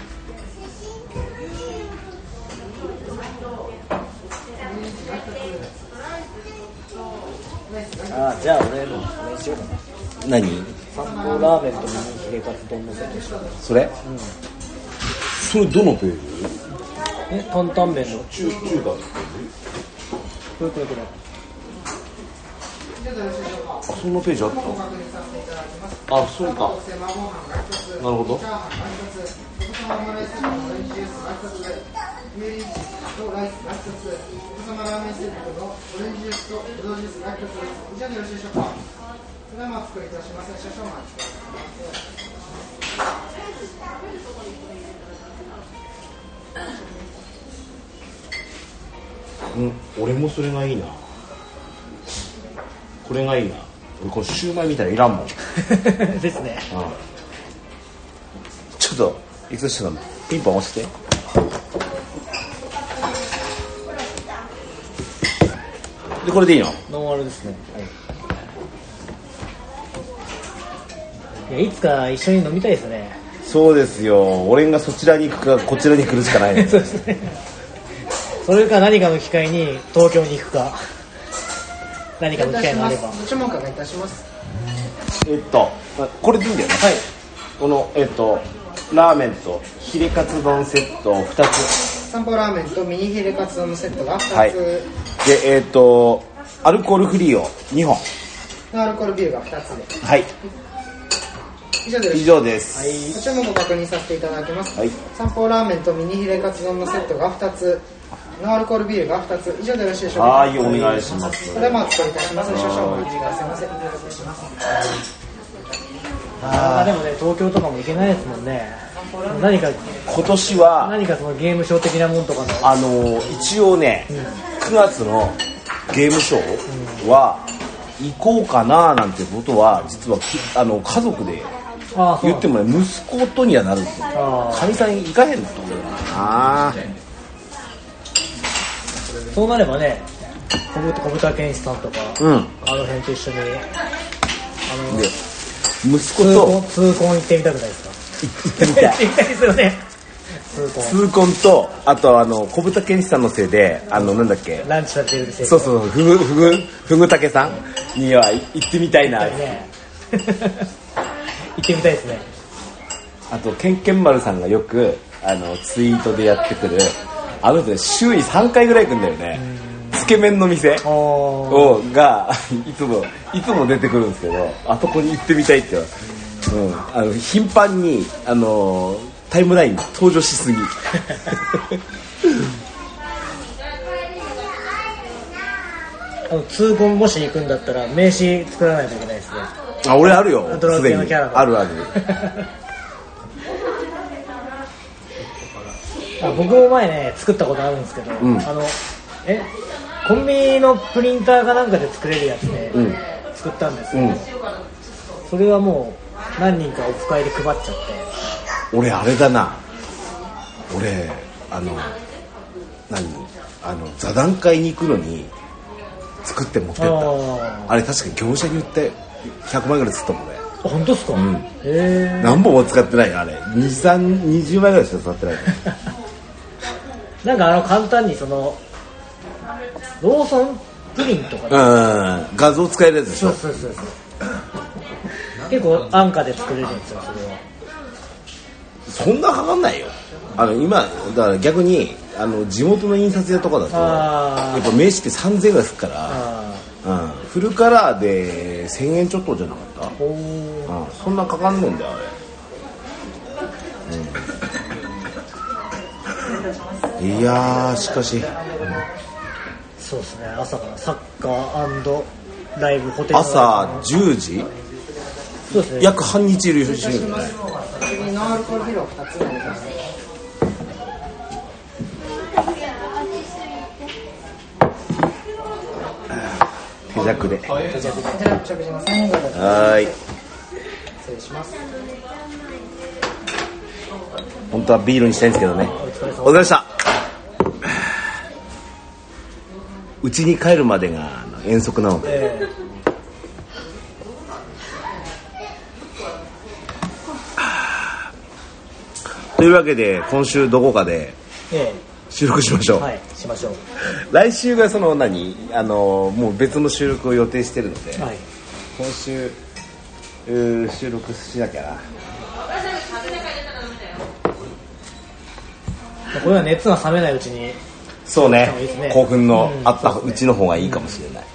C: ああ、じゃあ俺もこれにしようかな。
G: 何？
C: 三宝ラーメンとミニヒレカツ丼のセットしようかな。
G: それ？うん。それどのページ？
C: え、担々麺の
G: 中中華のページ？
C: これこれこれ。
G: あ、そんなページあった？あ、それか。なるほど。うん、俺もそれがいいな。 これがいいな。俺これシューマイみたいないらんもん。
C: ですね。
G: うん、ちょっといくつしたのピンポン押して。でこれでいいの？
C: ノンアルですね。はい、いやいつか一緒に飲みたいですね。
G: そうですよ。俺がそちらに行くかこちらに来るしかないね。
C: そうですね。それか何かの機会に東京に行くか。何かの機会があれば。
H: ご注文からいたします。
G: えっとこれでいいんだよね。はい。このえっとラーメンとヒレカツ丼セットふたつ。
H: 散歩ラーメンとミニヒレカツ丼のセットがふたつ。
G: はい。でえっとアルコールフリーをにほん。
H: アルコールビールがふたつで。
G: はい。
H: 以上です。
G: 以上です。
H: はい。ご注文ご確認させていただきます。
G: はい。
H: 散歩ラーメンとミニヒレカツ丼のセットがふたつ。ノンアルコールビールがふたつ。以上でよろしいでしょうか。
G: はい、お願いします。
H: それではお作りいたします。少々お待ちくださいませ。お願いします。
C: ああでもね東京とかも行けないですもんね。何か
G: 今年は
C: 何かそのゲームショー的なもんとかの
G: あの一応ね、うん、くがつのゲームショーは行こうかななんてことは実はあの家族で言ってもね息子とにはなるんですよ。かみさん行かへんのと思うな。あ
C: そうなればね小豚健一さんとか、うん、あの辺と一緒にあの
G: で息子と
C: 痛恨行ってみたくないですか？
G: 行ってみたい。
C: 行ってみたいですよね。
G: 痛恨とあとあの小豚健一さんのせいであのなんだっけ
C: ランチされてるせいで
G: そうそうふぐふぐふぐたけさんには行ってみたいな。
C: 行ってみたいね。行ってみたいですね。
G: あとケンケン丸さんがよくあのツイートでやってくるあの人週にさんかいぐらい行くんだよね。つけ麺の店をがいつもいつも出てくるんですけど、あそこに行ってみたいって、うん、あの頻繁にあのタイムラインに登場しすぎ。
C: あの痛恨もし行くんだったら名刺作らないといけないですね。
G: あ、俺あるよ。
C: ドラクエのキャラの
G: あるある。
C: あ僕も前ね作ったことあるんですけど、うん、あのえコンビニのプリンターかなんかで作れるやつで、うん、作ったんですけど、うん、それはもう何人かオフ会で配っちゃって。
G: 俺あれだな。俺あの何あの座談会に行くのに作って持ってった。 あ, あれ確か業者に売ってひゃくまいぐらい作ったもんね。
C: 本当ですか？うん、へ
G: 何本も使ってないよあれ。にじゅうまいぐらいしか使ってない。
C: なんかあの簡単にそのローソンプリンとか、ね、
G: うん画像使えるやつでしょ。
C: そうそうそうそう。結構安価で作れるんですよそれは。
G: そんなかかんないよ。あの今だから逆にあの地元の印刷屋とかだとやっぱ名刺ってさんぜんえんぐらいするから、うん、フルカラーでせんえんちょっとじゃなかった？うん、そんなかかんねえんだよあれ。うん、いやーしかし、うん、
C: そうですね。朝からサッカー&ライブホテル
G: 朝じゅうじ。
C: そうですね。
G: 約半日いるよしてるよね。
H: 次ノンアルコールビールをふたつになります。
G: 手弱で。
H: 手弱で。手弱食事のさんごうです。
G: はい。
H: 失礼します。
G: 本当はビールにしたいんですけどね。お疲れ様でした。うちに帰るまでが遠足なので、えー、というわけで今週どこかで収録しましょう、
C: えー、はいしましょう。
G: 来週がその何あのもう別の収録を予定してるので、はい、今週収録しなきゃな。
C: これは熱が冷めないうちに
G: そうね、ね興奮のあったうちの方がいいかもしれない、うん、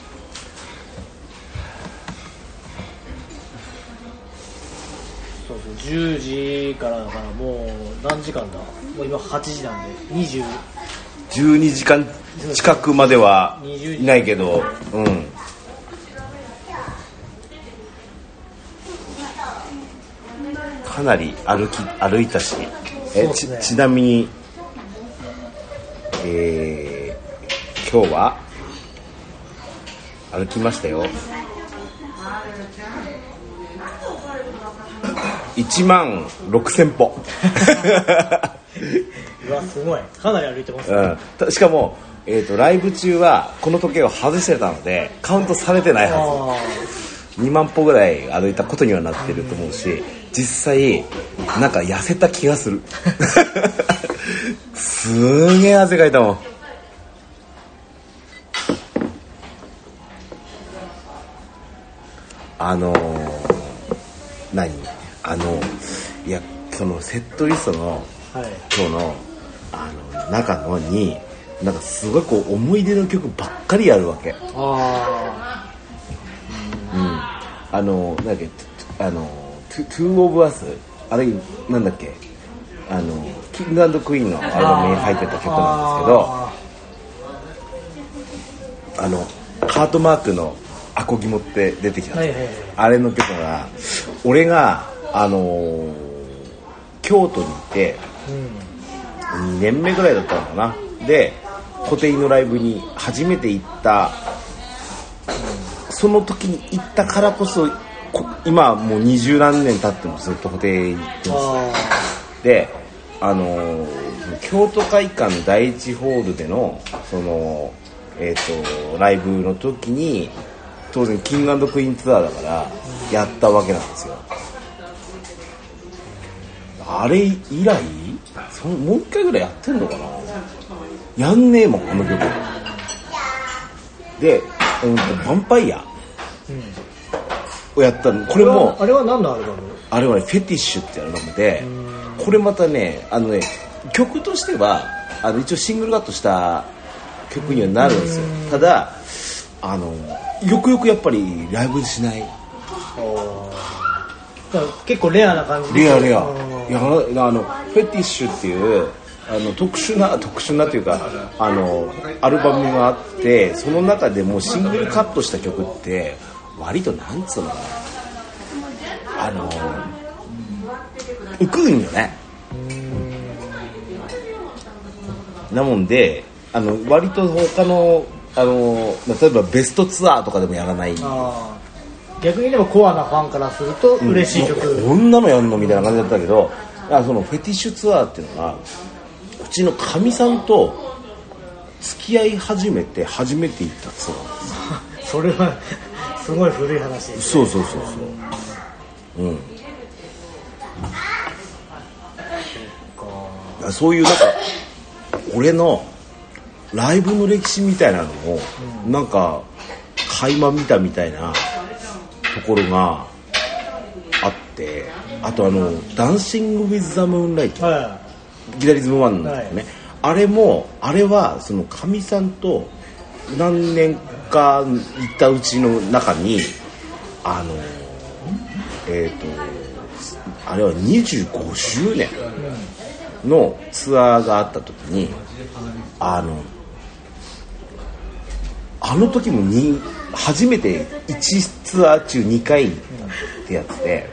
C: そうそうじゅうじからだからもう何時間だ。もう今はちじなんでにじゅう
G: じゅうにじかん近くまではいないけど、うん、かなり歩き歩いたし、え、ね、ち, ちなみに、えー、今日は歩きましたよ。いちまんろくせん歩。
C: うわ、すごい。かなり歩いてますね。
G: うん、しかも、えーと、ライブ中はこの時計を外してたのでカウントされてないはず。にまん歩ぐらい歩いたことにはなってると思うし、実際なんか痩せた気がする。すげえ汗かいたもん。あのー、何あのいやそのセットリストの、はい、今日のあの中のになんかすごいこう思い出の曲ばっかりあるわけ。ああ、うん、あのなんだっけあのトゥーオブアスあれなんだっけあのキング&クイーンのアルバムに入ってた曲なんですけど、あのハートマークのアコギ持って出てきた、はいはいはい、あれの曲が俺があのー、京都にいて、うん、にねんめぐらいだったのかな。でホテイのライブに初めて行った、うん、その時に行ったからこそこ今もう二十何年経ってもずっとホテイ行ってます。であのー、京都会館第一ホールでのそのえっとライブの時に当然キング&クイーンツアーだからやったわけなんですよ。あれ以来そのもう一回ぐらいやってんのかな。やんねえもんあの曲で、うん、ヴァンパイアをやったの。これも
C: あれは何のアルバム？
G: あれはねフェティッシュってアルバムで、これまたねあのね曲としてはあの一応シングルカットした曲にはなるんですよ。ただあのよくよくやっぱりライブしない。
C: 結構レアな感じ。
G: レアレア。いやあのフェティッシュっていうあの特殊な特殊なというかあのアルバムがあって、その中でもシングルカットした曲って割となんつうのかなあの浮くんよね。なもんであの割と他のあの例えばベストツアーとかでもやらない。
C: あ逆にでもコアなファンからすると嬉しい曲、
G: うん、こんなのやんのみたいな感じだったけど、あそのフェティッシュツアーっていうのがうちのかみさんと付き合い始めて初めて行ったツアーなんです。
C: それはすごい古い話ですね。
G: そうそうそうそう、うん、そういうなんか俺のライブの歴史みたいなのを、うん、なんか垣間見たみたいなところがあって、あとあのダンシング・ウィズ・ザ・ムーンライト、はい、ギタリズムワンなんですよね、はい、あれもあれはそのかみさんと何年か行ったうちの中にあのえっ、ー、とあれはにじゅうごしゅうねんのツアーがあった時にあのあの時もに初めていちツアー中にかいってやつで、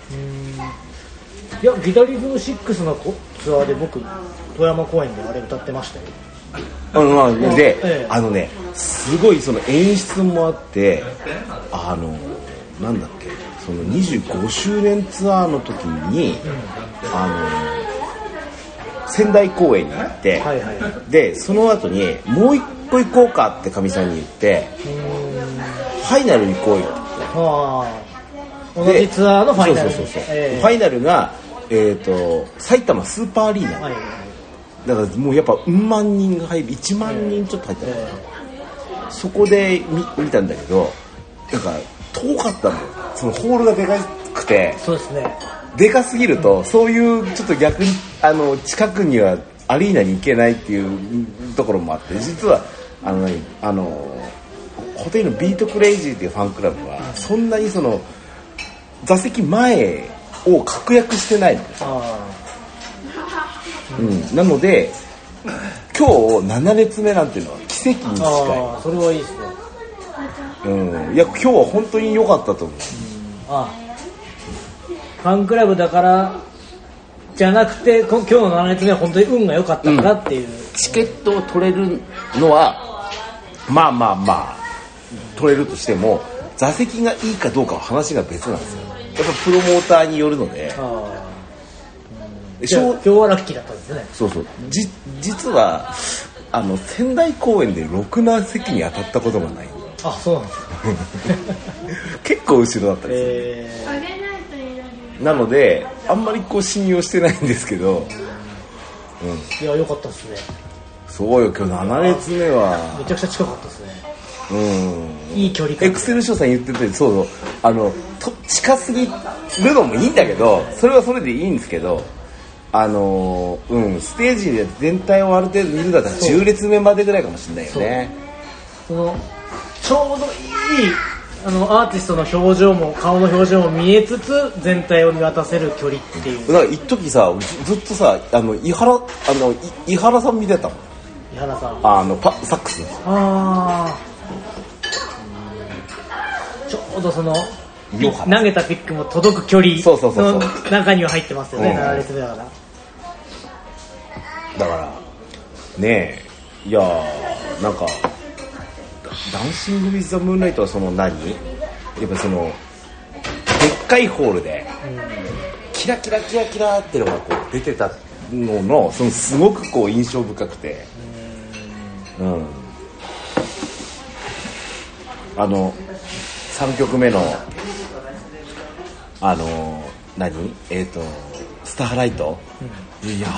C: いやギタリズムシックスのツアーで僕富山公園であれ歌ってましたよ。
G: あの、まあ、で、ええ、あのねすごいその演出もあってあのなんだっけそのにじゅうごしゅうねんツアーの時に、うん、あの仙台公演に行って、はいはいはい、でその後にもう一個行こうかってかみさんに言ってファイナル行こうよって
C: 言って、同じツアーのファイナル。
G: そうそうそうそう、えー、ファイナルが、えー、と埼玉スーパーアリーナ、はいはい、だからもうやっぱうんまんにんが入るいちまんにんちょっと入った、えー、そこで 見, 見たんだけどなんか遠かったのよ。そのホールがでかくて、
C: そうですね、
G: でかすぎると、うん、そういうちょっと逆にあの近くにはアリーナに行けないっていうところもあって、実はあのあのホテルのビートクレイジーっていうファンクラブはそんなにその座席前を確約してないの。あ、うん、なので今日なな列目なんていうのは奇跡に近い。
C: あ、それはいいですね。
G: うん、いや今日は本当に良かったと思う。うん、
C: あ、ファンクラブだからじゃなくて今日のなな列目は本当に運が良かったからっていう、うん、
G: チケットを取れるのはまあまあまあ取れるとしても座席がいいかどうかは話が別なんですよ。やっぱプロモーターによるので。
C: 今日今日はラッキーだったんですね。
G: そうそう。じ実はあの仙台公演でろくな席に当たったことがない。
C: あ、そうなんですか。
G: 結構後ろだったりする、えー、なのであんまりこう信用してないんですけど、うん、
C: いや良かったですね。
G: そうよ、今日なな列目は
C: めちゃくちゃ近かったですね。
G: うん、
C: いい距離感。
G: エクセルショーさん言ってたように、そうそう、あのと近すぎるのもいいんだけど、それはそれでいいんですけど、あのー、うん、ステージで全体をある程度見るんだったらじゅう列目までぐらいかもしれないよね。
C: そのちょうどいいあのアーティストの表情も顔の表情も見えつつ全体を見渡せる距離っていう。
G: だから一時さ、ずっとさ、あの井原あの井原さん見てたもん。
C: 井原さん。
G: あのパサックス。
C: ああ。ちょうどその投げたピックも届く距離の中には入ってますよね。なな列目だから。
G: だからねえ、いやーなんか。ダンシング・ウィズ・ザ・ムーンライトはその何？やっぱそのでっかいホールでキラキラキラキラってのがこう出てたののそのすごくこう印象深くて、うん、あのさんきょくめのあの何？えっとスターライト、うん、いや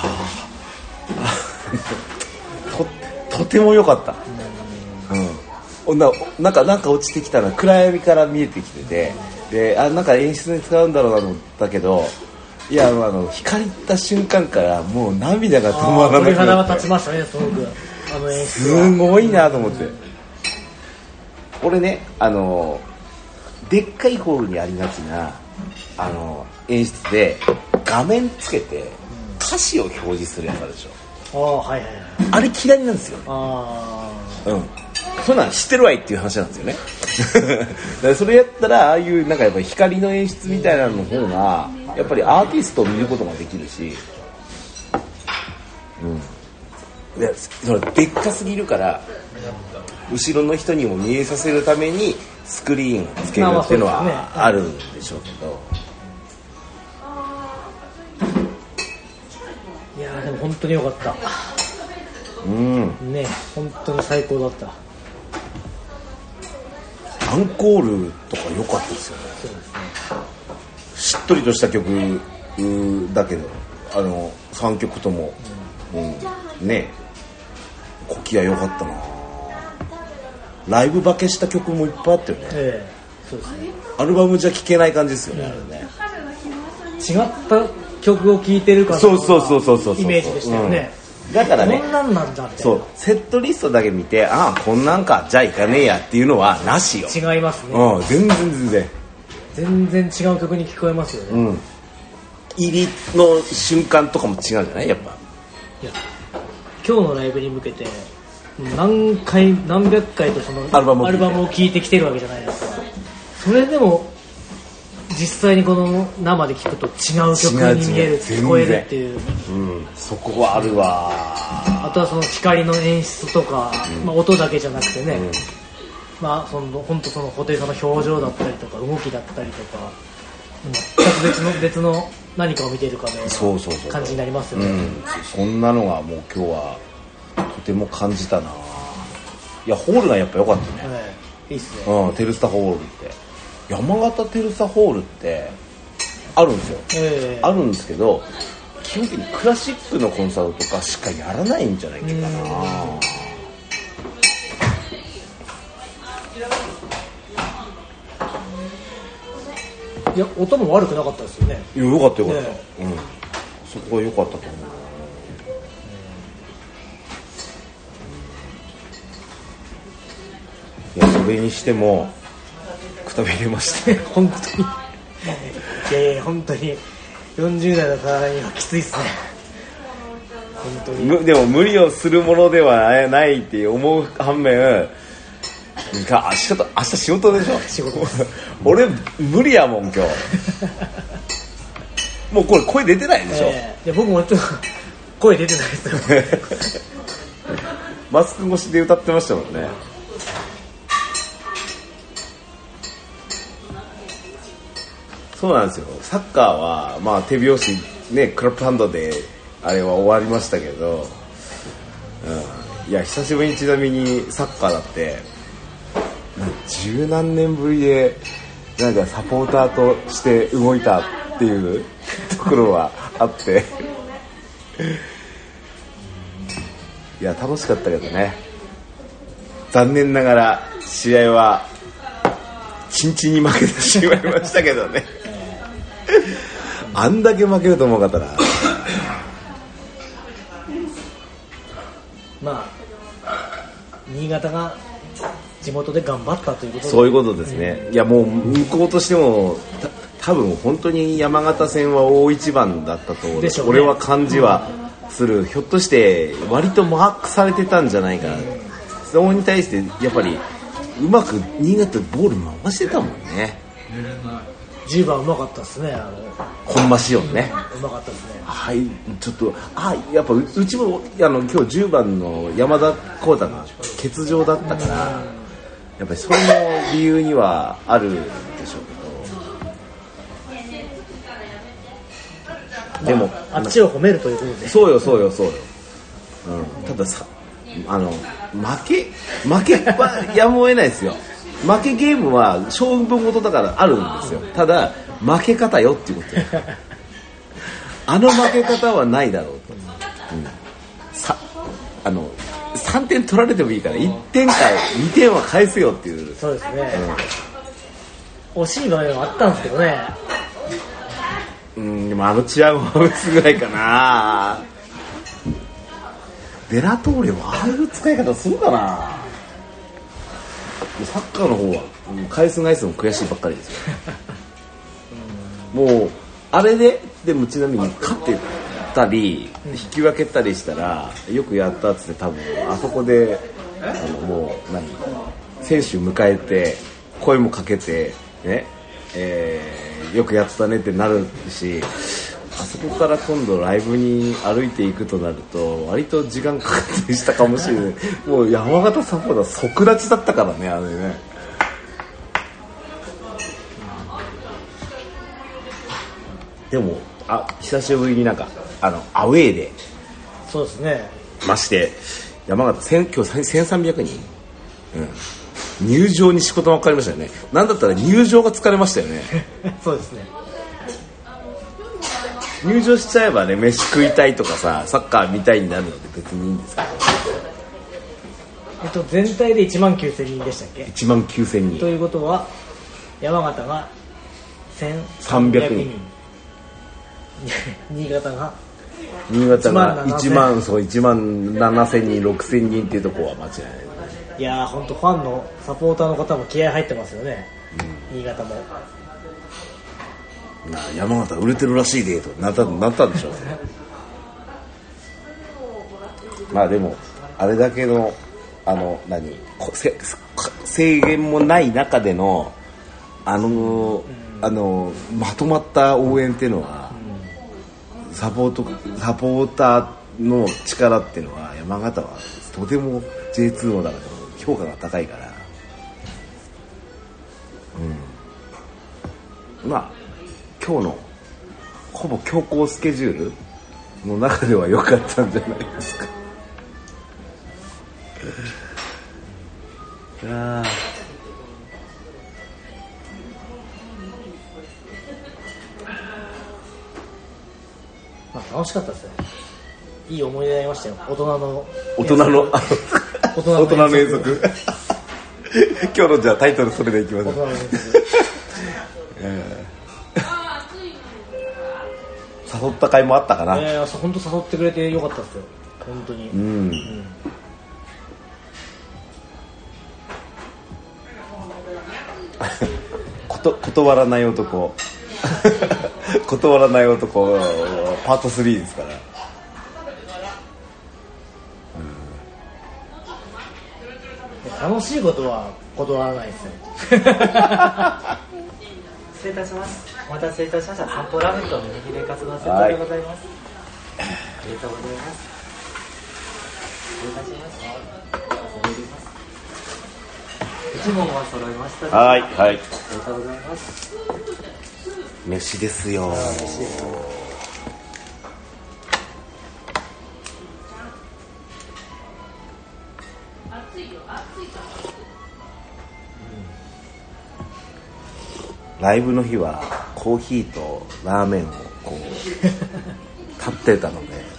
G: ー と, とても良かった。うんな, なんかなんか落ちてきたら暗闇から見えてきてて、であなんか演出に使うんだろうなと思ったけど、いやあの光った瞬間からもう涙が止まらなくなって、鳥
C: 肌が立ちましたね。すごくあの演出
G: すごいなと思って、俺ねあのでっかいホールにありがちなあの演出で画面つけて歌詞を表示するやつあるでしょ。
C: あ、はいはいはい、
G: あれ嫌いなんですよ。
C: あ、
G: うん、そんなん知ってるわいっていう話なんですよね。だからそれやったらああいうなんかやっぱ光の演出みたいなの方がやっぱりアーティストを見ることができるし、うん、でそれでっかすぎるから後ろの人にも見えさせるためにスクリーンをつけるっていうのはあるんでしょうけど、
C: いやーでも本当に良かった。
G: うん
C: ね、本当に最高だった。
G: アンコールとか良かったですよね。
C: そうですね。
G: しっとりとした曲だけど、あのさんきょくとも、うんうん、ね、コキア良かったな。ライブ化けした曲もいっぱいあったよね。
C: ええ、そうですね。
G: アルバムじゃ聴けない感じですよね、うん、あれね。
C: 違った曲を聴いてるから
G: そうそうそうそうそう
C: イメージでしたよね。
G: うん、だからね、
C: こんなんなんだって。
G: そうセットリストだけ見て、ああこんなんかじゃあいかねえやっていうのはなしよ。
C: 違いますね。
G: うん、全然全然
C: 全然違う曲に聞こえますよね。
G: うん、入りの瞬間とかも違うじゃないやっぱ。
C: いや今日のライブに向けて何回何百回とそのアルバムを聴いてきてるわけじゃないですか。それでも実際にこの生で聴くと違う曲に見える、聞こえるっていう、
G: うん、そこはあるわ。
C: あとはその光の演出とか、うん、まあ、音だけじゃなくてね、うん、まあその本当その布袋さんの表情だったりとか動きだったりとか、全く別の別の何かを見ているかのような感じになりますよね。
G: うん、そんなのがもう今日はとても感じたな。いやホールがやっぱ良かったね。
C: はい、いいっすね。
G: うん、テルスタホールって山形テルスタホールってあるんですよ。
C: えー、
G: あるんですけど基本的にクラシックのコンサートとかしかやらないんじゃないかな。
C: いや音も悪くなかったですよね。
G: いや良かった良かった、ね、うん、そこは良かったと思う。いやそれにしてもくたびれましたね。
C: 本当にいやいや本当によんじゅう代の体にはきついっすね。本当に
G: でも無理をするものではないって思う反面、明日と明日仕事でしょ。
C: 仕事
G: 俺無理やもん今日。もうこれ声出てないでしょ。
C: えー、いや僕もちょっと声出てないですよ。
G: マスク越しで歌ってましたもんね。 そうなんですよ。サッカーは、まあ手拍子、ね、クラップハンドで、あれは終わりましたけど、うん。いや、久しぶりにちなみにサッカーだって、十何年ぶりで、なんかサポーターとして動いたっていうところはあって、いや、楽しかったけどね。残念ながら試合はチンチンに負けてしまいましたけどね。あんだけ負けると思うかったな。
C: まあ新潟が地元で頑張ったということで、
G: そういうことですね、うん、いやもう向こうとしてもた多分本当に山形戦は大一番だったと、ね、俺は感じはする、うん、ひょっとして割とマークされてたんじゃないかな、うん、そこに対してやっぱりうまく新潟ボール回してたもんね、
C: うん、じゅうばんうまかったですね、あの
G: 本間シオンね、
C: うまかったですね。
G: はい、ちょっとあやっぱ う, うちもあの今日じゅうばんの山田浩太が欠場だったから、やっぱりそれも理由にはあるでしょうけど、でも、
C: まあ、あっちを褒めるということで、
G: そうよそうよそうよ、うん、たださあの負け負けはやむを得ないですよ。負けゲームは勝負事だからあるんですよ。ただ負け方よっていうことよ。あの負け方はないだろうと、うん、さあのさんてん取られてもいいからいってんかにてんは返せよっていう。
C: そうですね、うん、惜しい場面はあったんですけどね。
G: うん、でもあのチアゴハウスぐらいかな。デラトーレはああいう使い方するかな。サッカーの方は返す返すの悔しいばっかりですよ。もうあれででもちなみに勝ってたり引き分けたりしたらよくやったっつって、多分あそこであのもう何選手迎えて声もかけてね、えー、よくやったねってなるし、あそこから今度ライブに歩いていくとなると割と時間かかったりしたかもしれない。もう山形サポーター即立ちだったからね、あれね。でもあ久しぶりになんかあのアウェーで、
C: そうですね、
G: まして山形今日せんさんびゃくにん、うん、入場に仕事が分かりましたよね。なんだったら入場が疲れましたよね。
C: そうですね、
G: 入場しちゃえばね、飯食いたいとかさサッカー見たいになるので別にいいんですけど、
C: えっと、全体でいちまんきゅうせんにんでしたっけ。
G: いちまんきゅうせんにん
C: ということは山形がせんさんびゃくにん、新潟が
G: 新潟がいちまん、そういちまんななせんにんろくせんにんっていうところは間違いない。
C: いやー本当ファンのサポーターの方も気合入ってますよね、うん、新潟も
G: な。山形売れてるらしいでとなったなったんでしょうね。まあでもあれだけのあの何制限もない中でのあの、うん、あのまとまった応援っていうのは、うん、サポートサポーターの力っていうのは山形はとても ジェイツー の中でも評価が高いから、うん、まあ今日のほぼ強行スケジュールの中では良かったんじゃないですか。あ
C: まあ、楽しかったですね。いい思い出になりましたよ。大人の
G: 大人の大人の遠足。今日のじゃあタイトルそれでいきます。大人の遠足。誘った回もあったかな。
C: いやいや本当誘ってくれてよかったですよ。本当に。うん。うん
G: こと断らない男断らない男パートスリーですから、
C: うん、楽しいことは断らないですよ。
I: 失礼いたします。お待たせいたしました。散歩ラメットの握りカツのセットでございます。ありがとうございます。失礼いたします。一問は揃いました。
G: はいはい。あり
I: がとうございます。
E: 飯ですよ。ライブの日はコーヒーとラーメンをこう立ってたので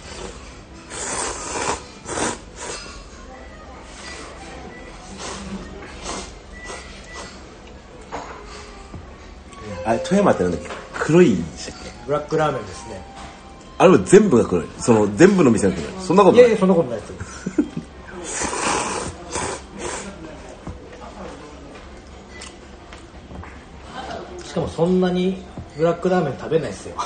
E: あれ富山ってなんだっけ、黒いでしたっけ。
C: ブラックラーメンですね。
E: あれは全部が黒い、その全部の店が黒い。そんなことない。
C: いやいやそんなことないですしかもそんなにブラックラーメン食べないですよ。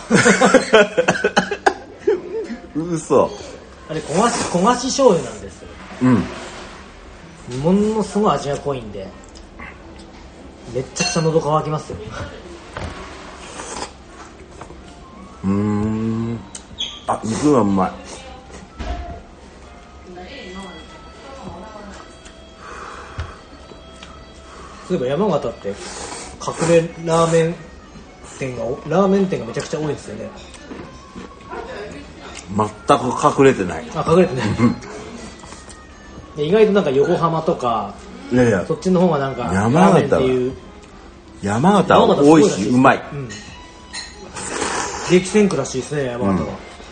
E: 嘘。
C: あれ焦がし焦がし醤油なんですよ。
E: うん。
C: ものすごい味が濃いんでめっちゃくちゃ喉乾きますよ。
E: うーん。あ、肉がうまい。
C: そういえば山形って隠れラーメン店がラーメン店がめちゃくちゃ多いですよね。
E: 全く隠れてない。
C: あ、隠れてない。で意外となんか横浜とか
E: いやいや、
C: そっちの方がなんか
E: 山形は
C: ラーメンっていう
E: 山形は多いしうまい。
C: うん、激戦区らしいですね山形は。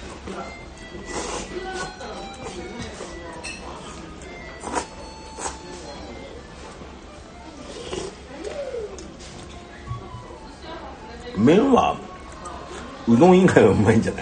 E: うん、麺はうどん以外はうまいんじゃない？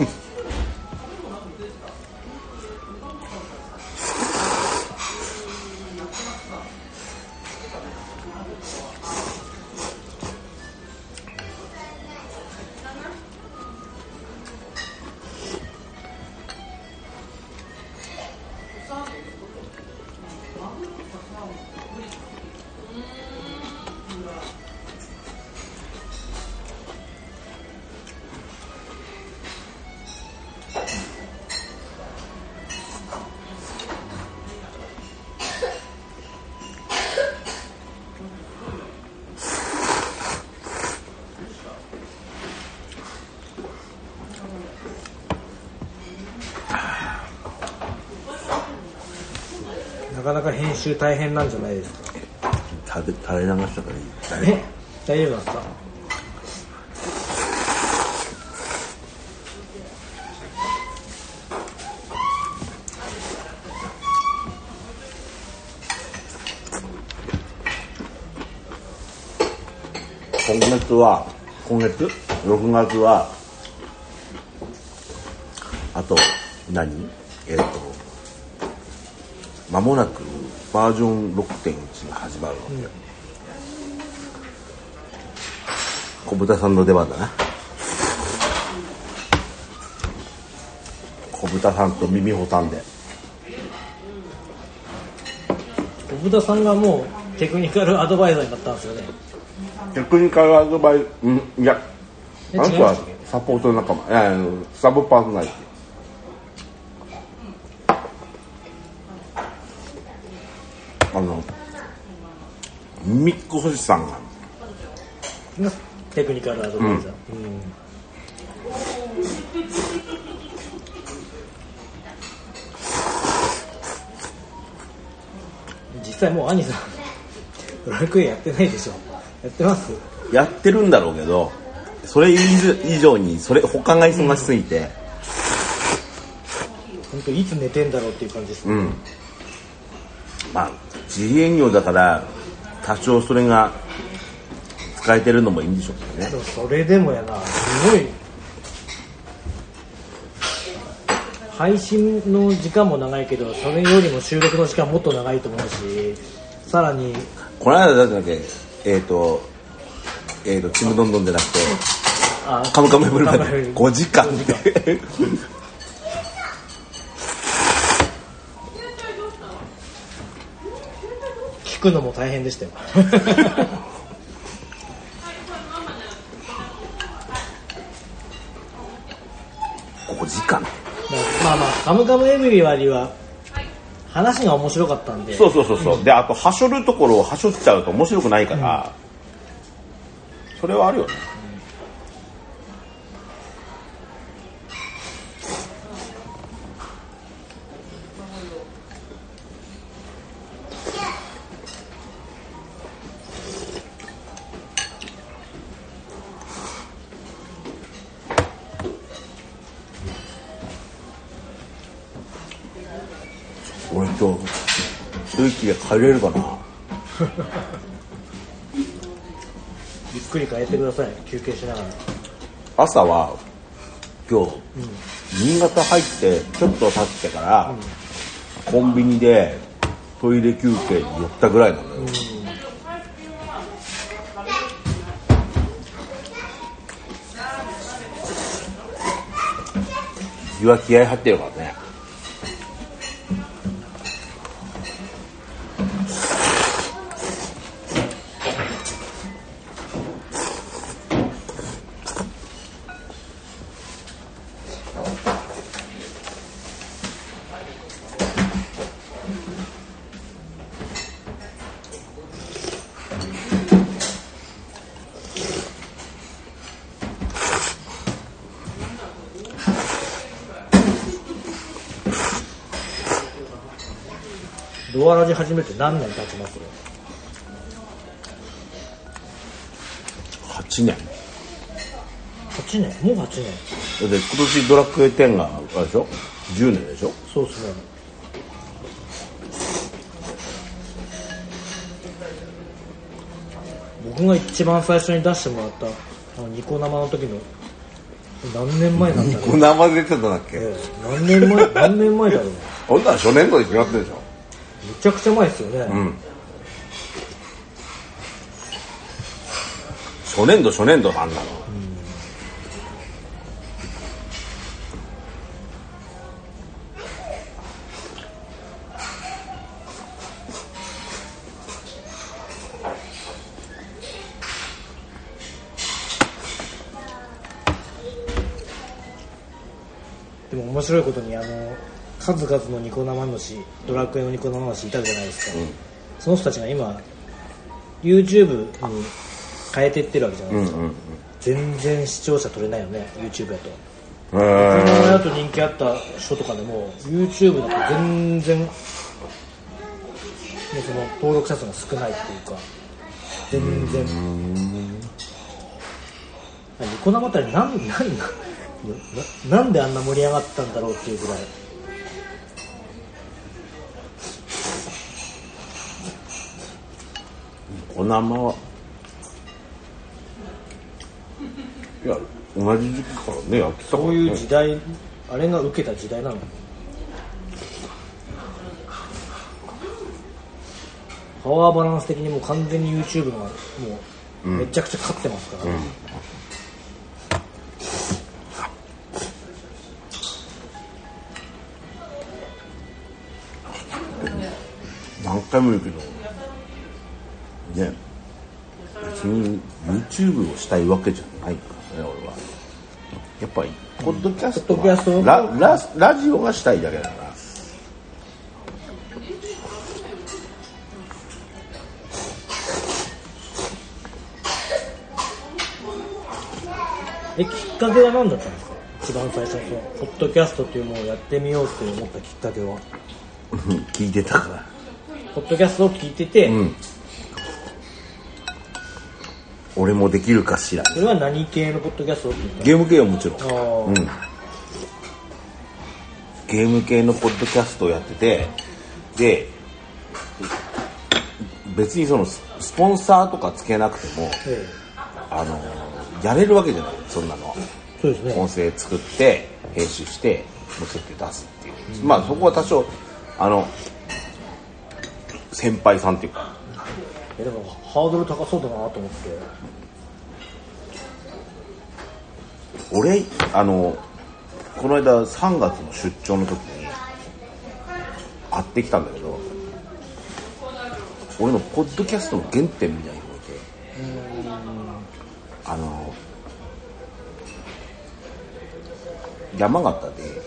C: なかなか編集大変なんじゃないですか。
E: 垂れ垂れ流したからいい。
C: え、大丈夫なんですか。
E: 今月は今月ろくがつはあと何えっ、ー、と間もなくバージョン ろくてんいち が始まるわけよ、うん、小豚さんの出番だな。小豚さんと耳ほたんで。
C: 小豚さんがもうテクニカルアドバイザーになったんですよね。
E: テクニカルアドバイザー、うん、いやあの人はサポート仲間、いやサブパーソナリティ。あのミック星さんが
C: テクニカルアドバイザー、うんうん、実際もう兄さんドラクエやってないでしょ。やってます？
E: やってるんだろうけどそれ以上にそれ他が忙しすぎて、うん、
C: 本当いつ寝てんだろうっていう感じですね、うん、
E: まあ自営業だから多少それが使えてるのもいいんでしょうけどね。
C: でもそれでもやな、すごい配信の時間も長いけどそれよりも収録の時間もっと長いと思うし、さらに
E: この間だってえっ、ー、とえっ、ー、とちむどんどんじゃなくてカムカムエブリバディごじかんで
C: 聞くのも大変でしたよ
E: ごじかん。
C: まあまあカムカムエブリバディは話が面白かったんで。
E: そうそうそうそう、うん、であとはしょるところをはしょっちゃうと面白くないから、うん、それはあるよね、
G: 俺今日一息で帰れるかな。
C: ゆっくり帰ってください、休憩しながら。
G: 朝は今日、うん、新潟入ってちょっと経ってから、うん、コンビニでトイレ休憩に寄ったぐらいなのよ、うん、湯は気合入ってるからね。
C: ドアラジ始めて何年経ちます？
G: はちねん。は
C: ちねん？もうはちねん。
G: だって今年ドラクエテンがあれでしょじゅうねんでしょ。
C: そうですね。僕が一番最初に出してもらったあのニコ生の時の何年前なんだろう。
G: ニコ生で出てたんだっけ、
C: ええ、何年前何年前だろうね。
G: ほんなら初年度で決まってるでしょ。
C: めちゃくちゃ前ですよね、うん、
G: 初年度初年度なんだろう、
C: うん、でも面白いことにあの数々のニコ生主、ドラクエのニコ生主いたじゃないですか、うん、その人たちが今 YouTube に変えていってるわけじゃないですか、うんうんうん、全然視聴者取れないよね YouTube だと。ニコ生だと人気あった人とかでも YouTube だと全然もうその登録者数が少ないっていうか全然ニコ生って何何ななんであんな盛り上がったんだろうっていうぐらい。
G: ニコ生はいや同じ時期からねやってたからね。
C: そういう時代、あれが受けた時代なの。パワーバランス的にもう完全に YouTube がもうめちゃくちゃ勝ってますから、うんうん、
G: 何回も言うけどね、別に YouTube をしたいわけじゃないからね。俺はやっぱりポッドキャストは、うん、ラ, ラ, ラジオがしたいだけだから。
C: え、きっかけは何だったんですか？一番最初のポッドキャストっていうものをやってみようって思ったきっかけは。
G: 聞いてたから
C: ポッドキャストを聞いてて、うん、
G: 俺もできるかしら。
C: それは何系のポッドキャストを聞いた？
G: ゲーム系はもちろん、うん、ゲーム系のポッドキャストをやってて、で別にそのスポンサーとかつけなくても、ええ、あのやれるわけじゃない、そんなのは。
C: そうですね。
G: 音声作って編集して載せて出すっていう、うん、まあそこは多少あの先輩さんっていうか、
C: えでもハードル高そうだなと思って。
G: 俺あのこの間さんがつの出張の時に会ってきたんだけど、俺のポッドキャストの原点みたいに置いて、あの山形で、うん、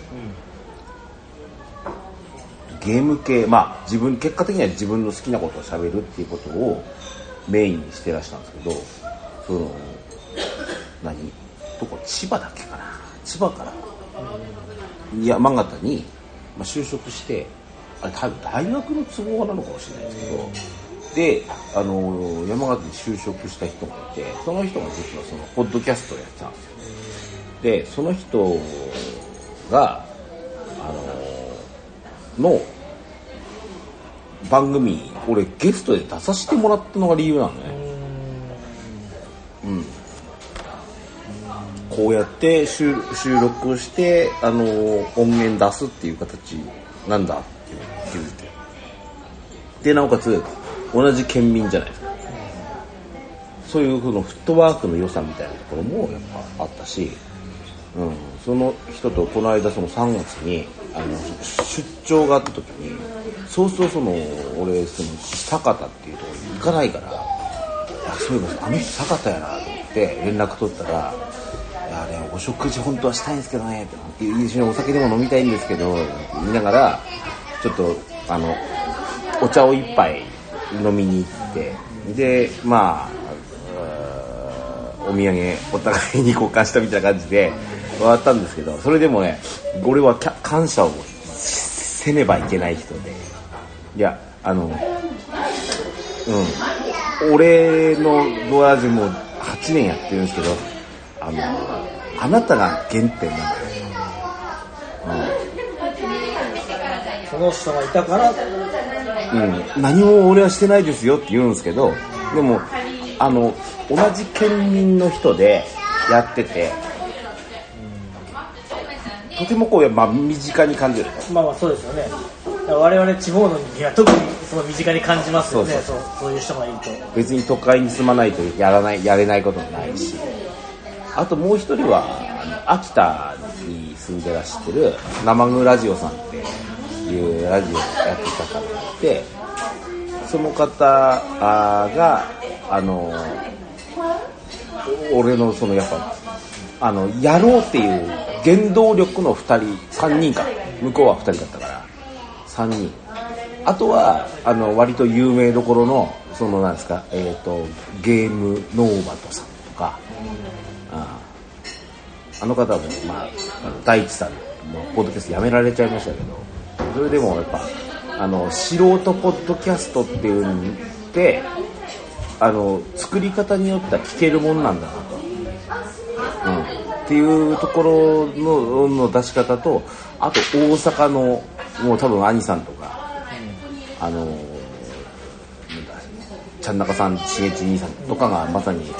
G: ゲーム系、まあ自分結果的には自分の好きなことを喋るっていうことをメインにしてらしたんですけど、その何どこ千葉だっけかな、千葉から、うん、山形に、まあ、就職して、あれ多分大学の都合なのかもしれないですけど、うん、であの山形に就職した人がいて、その人が実はそのポッドキャストをやってたんですよ。でその人があのの番組俺ゲストで出させてもらったのが理由なのね。うん。こうやって収録をしてあの音源出すっていう形なんだって気づいて、でなおかつ同じ県民じゃないですか。そういうそのフットワークの良さみたいなところもやっぱあったし、うん、その人とこの間そのさんがつにあの出張があった時に、そうするとその俺その酒田っていうところに行かないから、あそういえばあの人酒田やなと思って連絡取ったら、いやねお食事本当はしたいんですけどねって一緒にお酒でも飲みたいんですけどって言いながら、ちょっとあのお茶を一杯飲みに行って、でまあお土産お互いに交換したみたいな感じで終わったんですけど、それでもね俺は感謝をせねばいけない人で、いやあのうん俺のドアラジもはちねんやってるんですけど、あのあなたが原点なんだよ、
C: うん、その人がいたから、
G: うん、何も俺はしてないですよって言うんですけど、でもあの同じ県民の人でやってて、うん、とてもこう、まあ、身近に感じる。
C: まあまあそうですよね。我々地方の人間は特にその身近に感じますよね。そうそう、そう、そういう人がいると。
G: 別に都会に住まないとやらないやれないこともないし、あともう一人はあの秋田に住んでらっしゃる生具ラジオさんっていうラジオをやってた方がいて、その方があの俺のそのやっぱあのやろうっていう原動力のふたりさんにんか、向こうはふたりだったからさんにん、あとはあの割と有名どころのそのなんですか、えーとゲームノーバトさんとか、あ, あの方もまあ大地さんのポッドキャストやめられちゃいましたけど、それでもやっぱあの素人ポッドキャストっていうのってあの作り方によっては聞けるもんなんだなと、うん、っていうところ の, の出し方と、あと大阪のもう多分兄さんとか、うん、あのなんだちゃんなかさん、しげち兄さんとかがまさに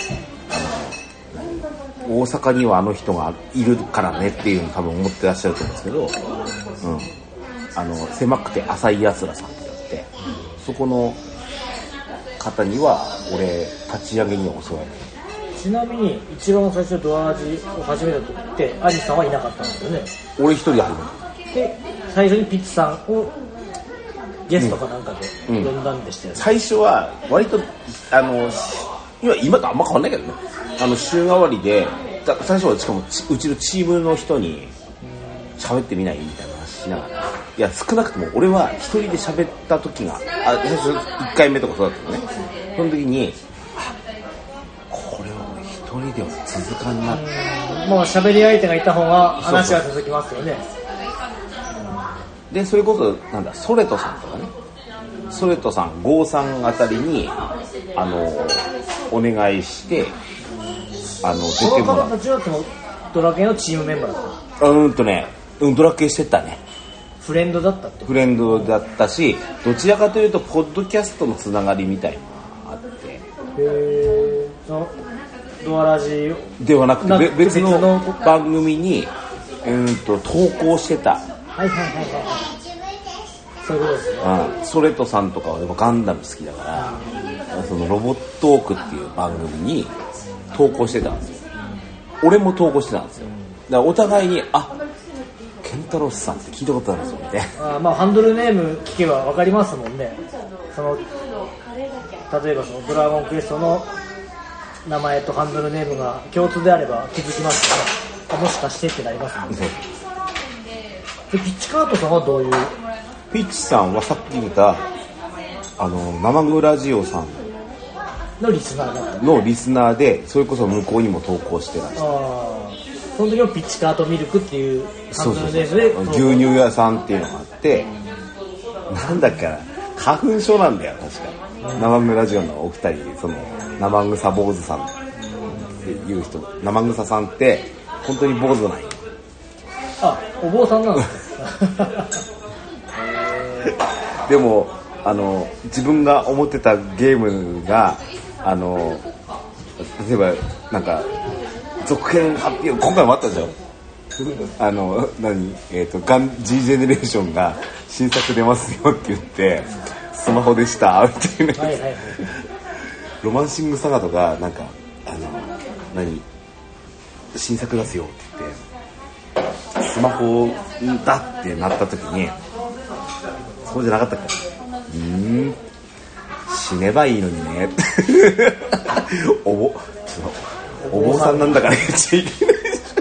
G: あの大阪にはあの人がいるからねっていうのを多分思ってらっしゃると思うんですけど、うん、あの狭くて浅いやつらさんってやって、そこの方には俺立ち上げには教わる。
C: ちなみに一番最初ドアラジを始めた時ってアリさんはいなかったんですよね。
G: 俺一人で始めた。
C: で最初にピッチさんをゲストかなんかで呼んだんでしたよね、
G: うんうん、最初は割とあの今今とあんま変わんないけどね、あの週替わりで最初はしかもうちのチームの人に喋ってみないみたいな話しながら、いや少なくとも俺は一人で喋った時があ最初いっかいめとかそうだったのね。その時にあこれは俺一人では続かんなって、
C: もう喋り相手がいた方が話は続きますよね。
G: でそれこそなんだソレトさんとかね、ソレトさんゴーさんあたりにあのお願いしてあの出てもらう。
C: その方たちはそのドラケンのチームメンバーだった。
G: うんとね、うん、ドラケンしてたね。
C: フレンドだったって。
G: フレンドだったし、どちらかというとポッドキャストのつながりみたいなのがあって。へ
C: え。そのドアラジ
G: ではなくて別の番組にうんと投稿してた。
C: はいはいはいはい。そういうことですね。
G: うん、ソレトさんとかはやっぱガンダム好きだから、そのロボットークっていう番組に投稿してたんですよ。俺も投稿してたんですよ。だからお互いにあケンタロスさんって聞いたことあるんですよみたいな。
C: あまあハンドルネーム聞けばわかりますもんね。その例えばそのドラゴンクエストの名前とハンドルネームが共通であれば気づきますから、もしかしてってなりますもんね。でピッチカートさんはどういう？
G: ピッチさんはさっき見たあの生グラジオさん
C: のリスナー
G: のリスナーで、それこそ向こうにも投稿してらっしゃる。
C: あその時はピッチカートミルクっていうハンドルネームで
G: そうそうそう牛乳屋さんっていうのがあって、なんだっけな花粉症なんだよ確か、うん、生グラジオのお二人、その生草坊主さんっていう人、生草さんって本当に坊主なんよ。
C: あお坊さんなんですね
G: でもあの自分が思ってたゲームがあの例えばなんか続編発表今回もあったじゃん。あの何えっ、ー、とガン G ジェネレーションが新作出ますよって言ってスマホでしたみたいな、はいはいはい、ロマンシングサガとかなんかあの何新作出すよって言ってスマホだってなった時にそうじゃなかったっけ。うーん死ねばいいのにねおぼお坊さんなんだから言っちゃいけない。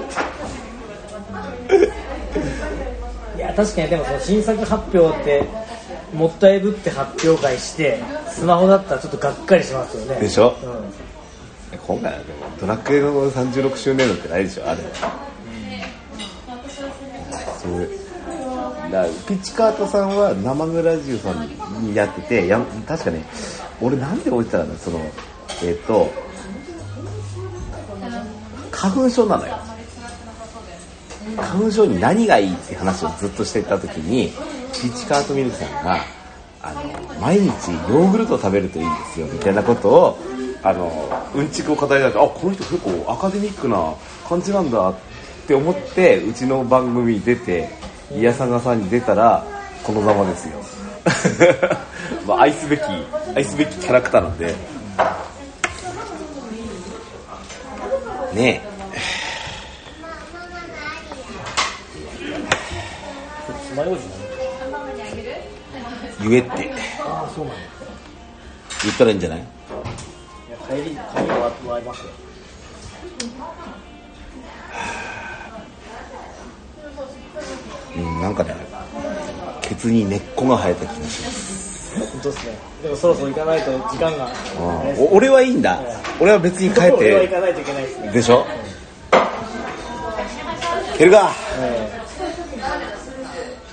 C: いや確かにでもその新作発表ってもったいぶって発表会してスマホだったらちょっとがっかりしますよね。
G: でしょ、うん、今回はでもドラクエのさんじゅうろくしゅうねんなんてないでしょあれ、うん、そうだピッチカートさんは生グラジオさんにやっててや確かね俺なんで置いてたかなそのえっ、ー、と花粉症なのよ。花粉症に何がいいって話をずっとしていた時にピッチカートミルクさんがあの毎日ヨーグルトを食べるといいんですよみたいなことをあのうんちくを語りながらあこの人結構アカデミックな感じなんだって思ってうちの番組に出てイヤサガさんに出たらこのざまですよ。まあ愛すべき愛すべきキャラクターなんでねえ言えって
C: ああそうなんだ
G: 言ったらいいんじゃない。いや
C: 帰り帰りは終わりますよ。
G: うんなんかねケツに根っこが生えた気がします。
C: 本当ですね。でもそろそろ行かないと時間が、
G: ね、お俺はいいんだ、はい、俺は別に帰って
C: 俺は行かないといけないですね。
G: でしょ、うん、蹴るか、はい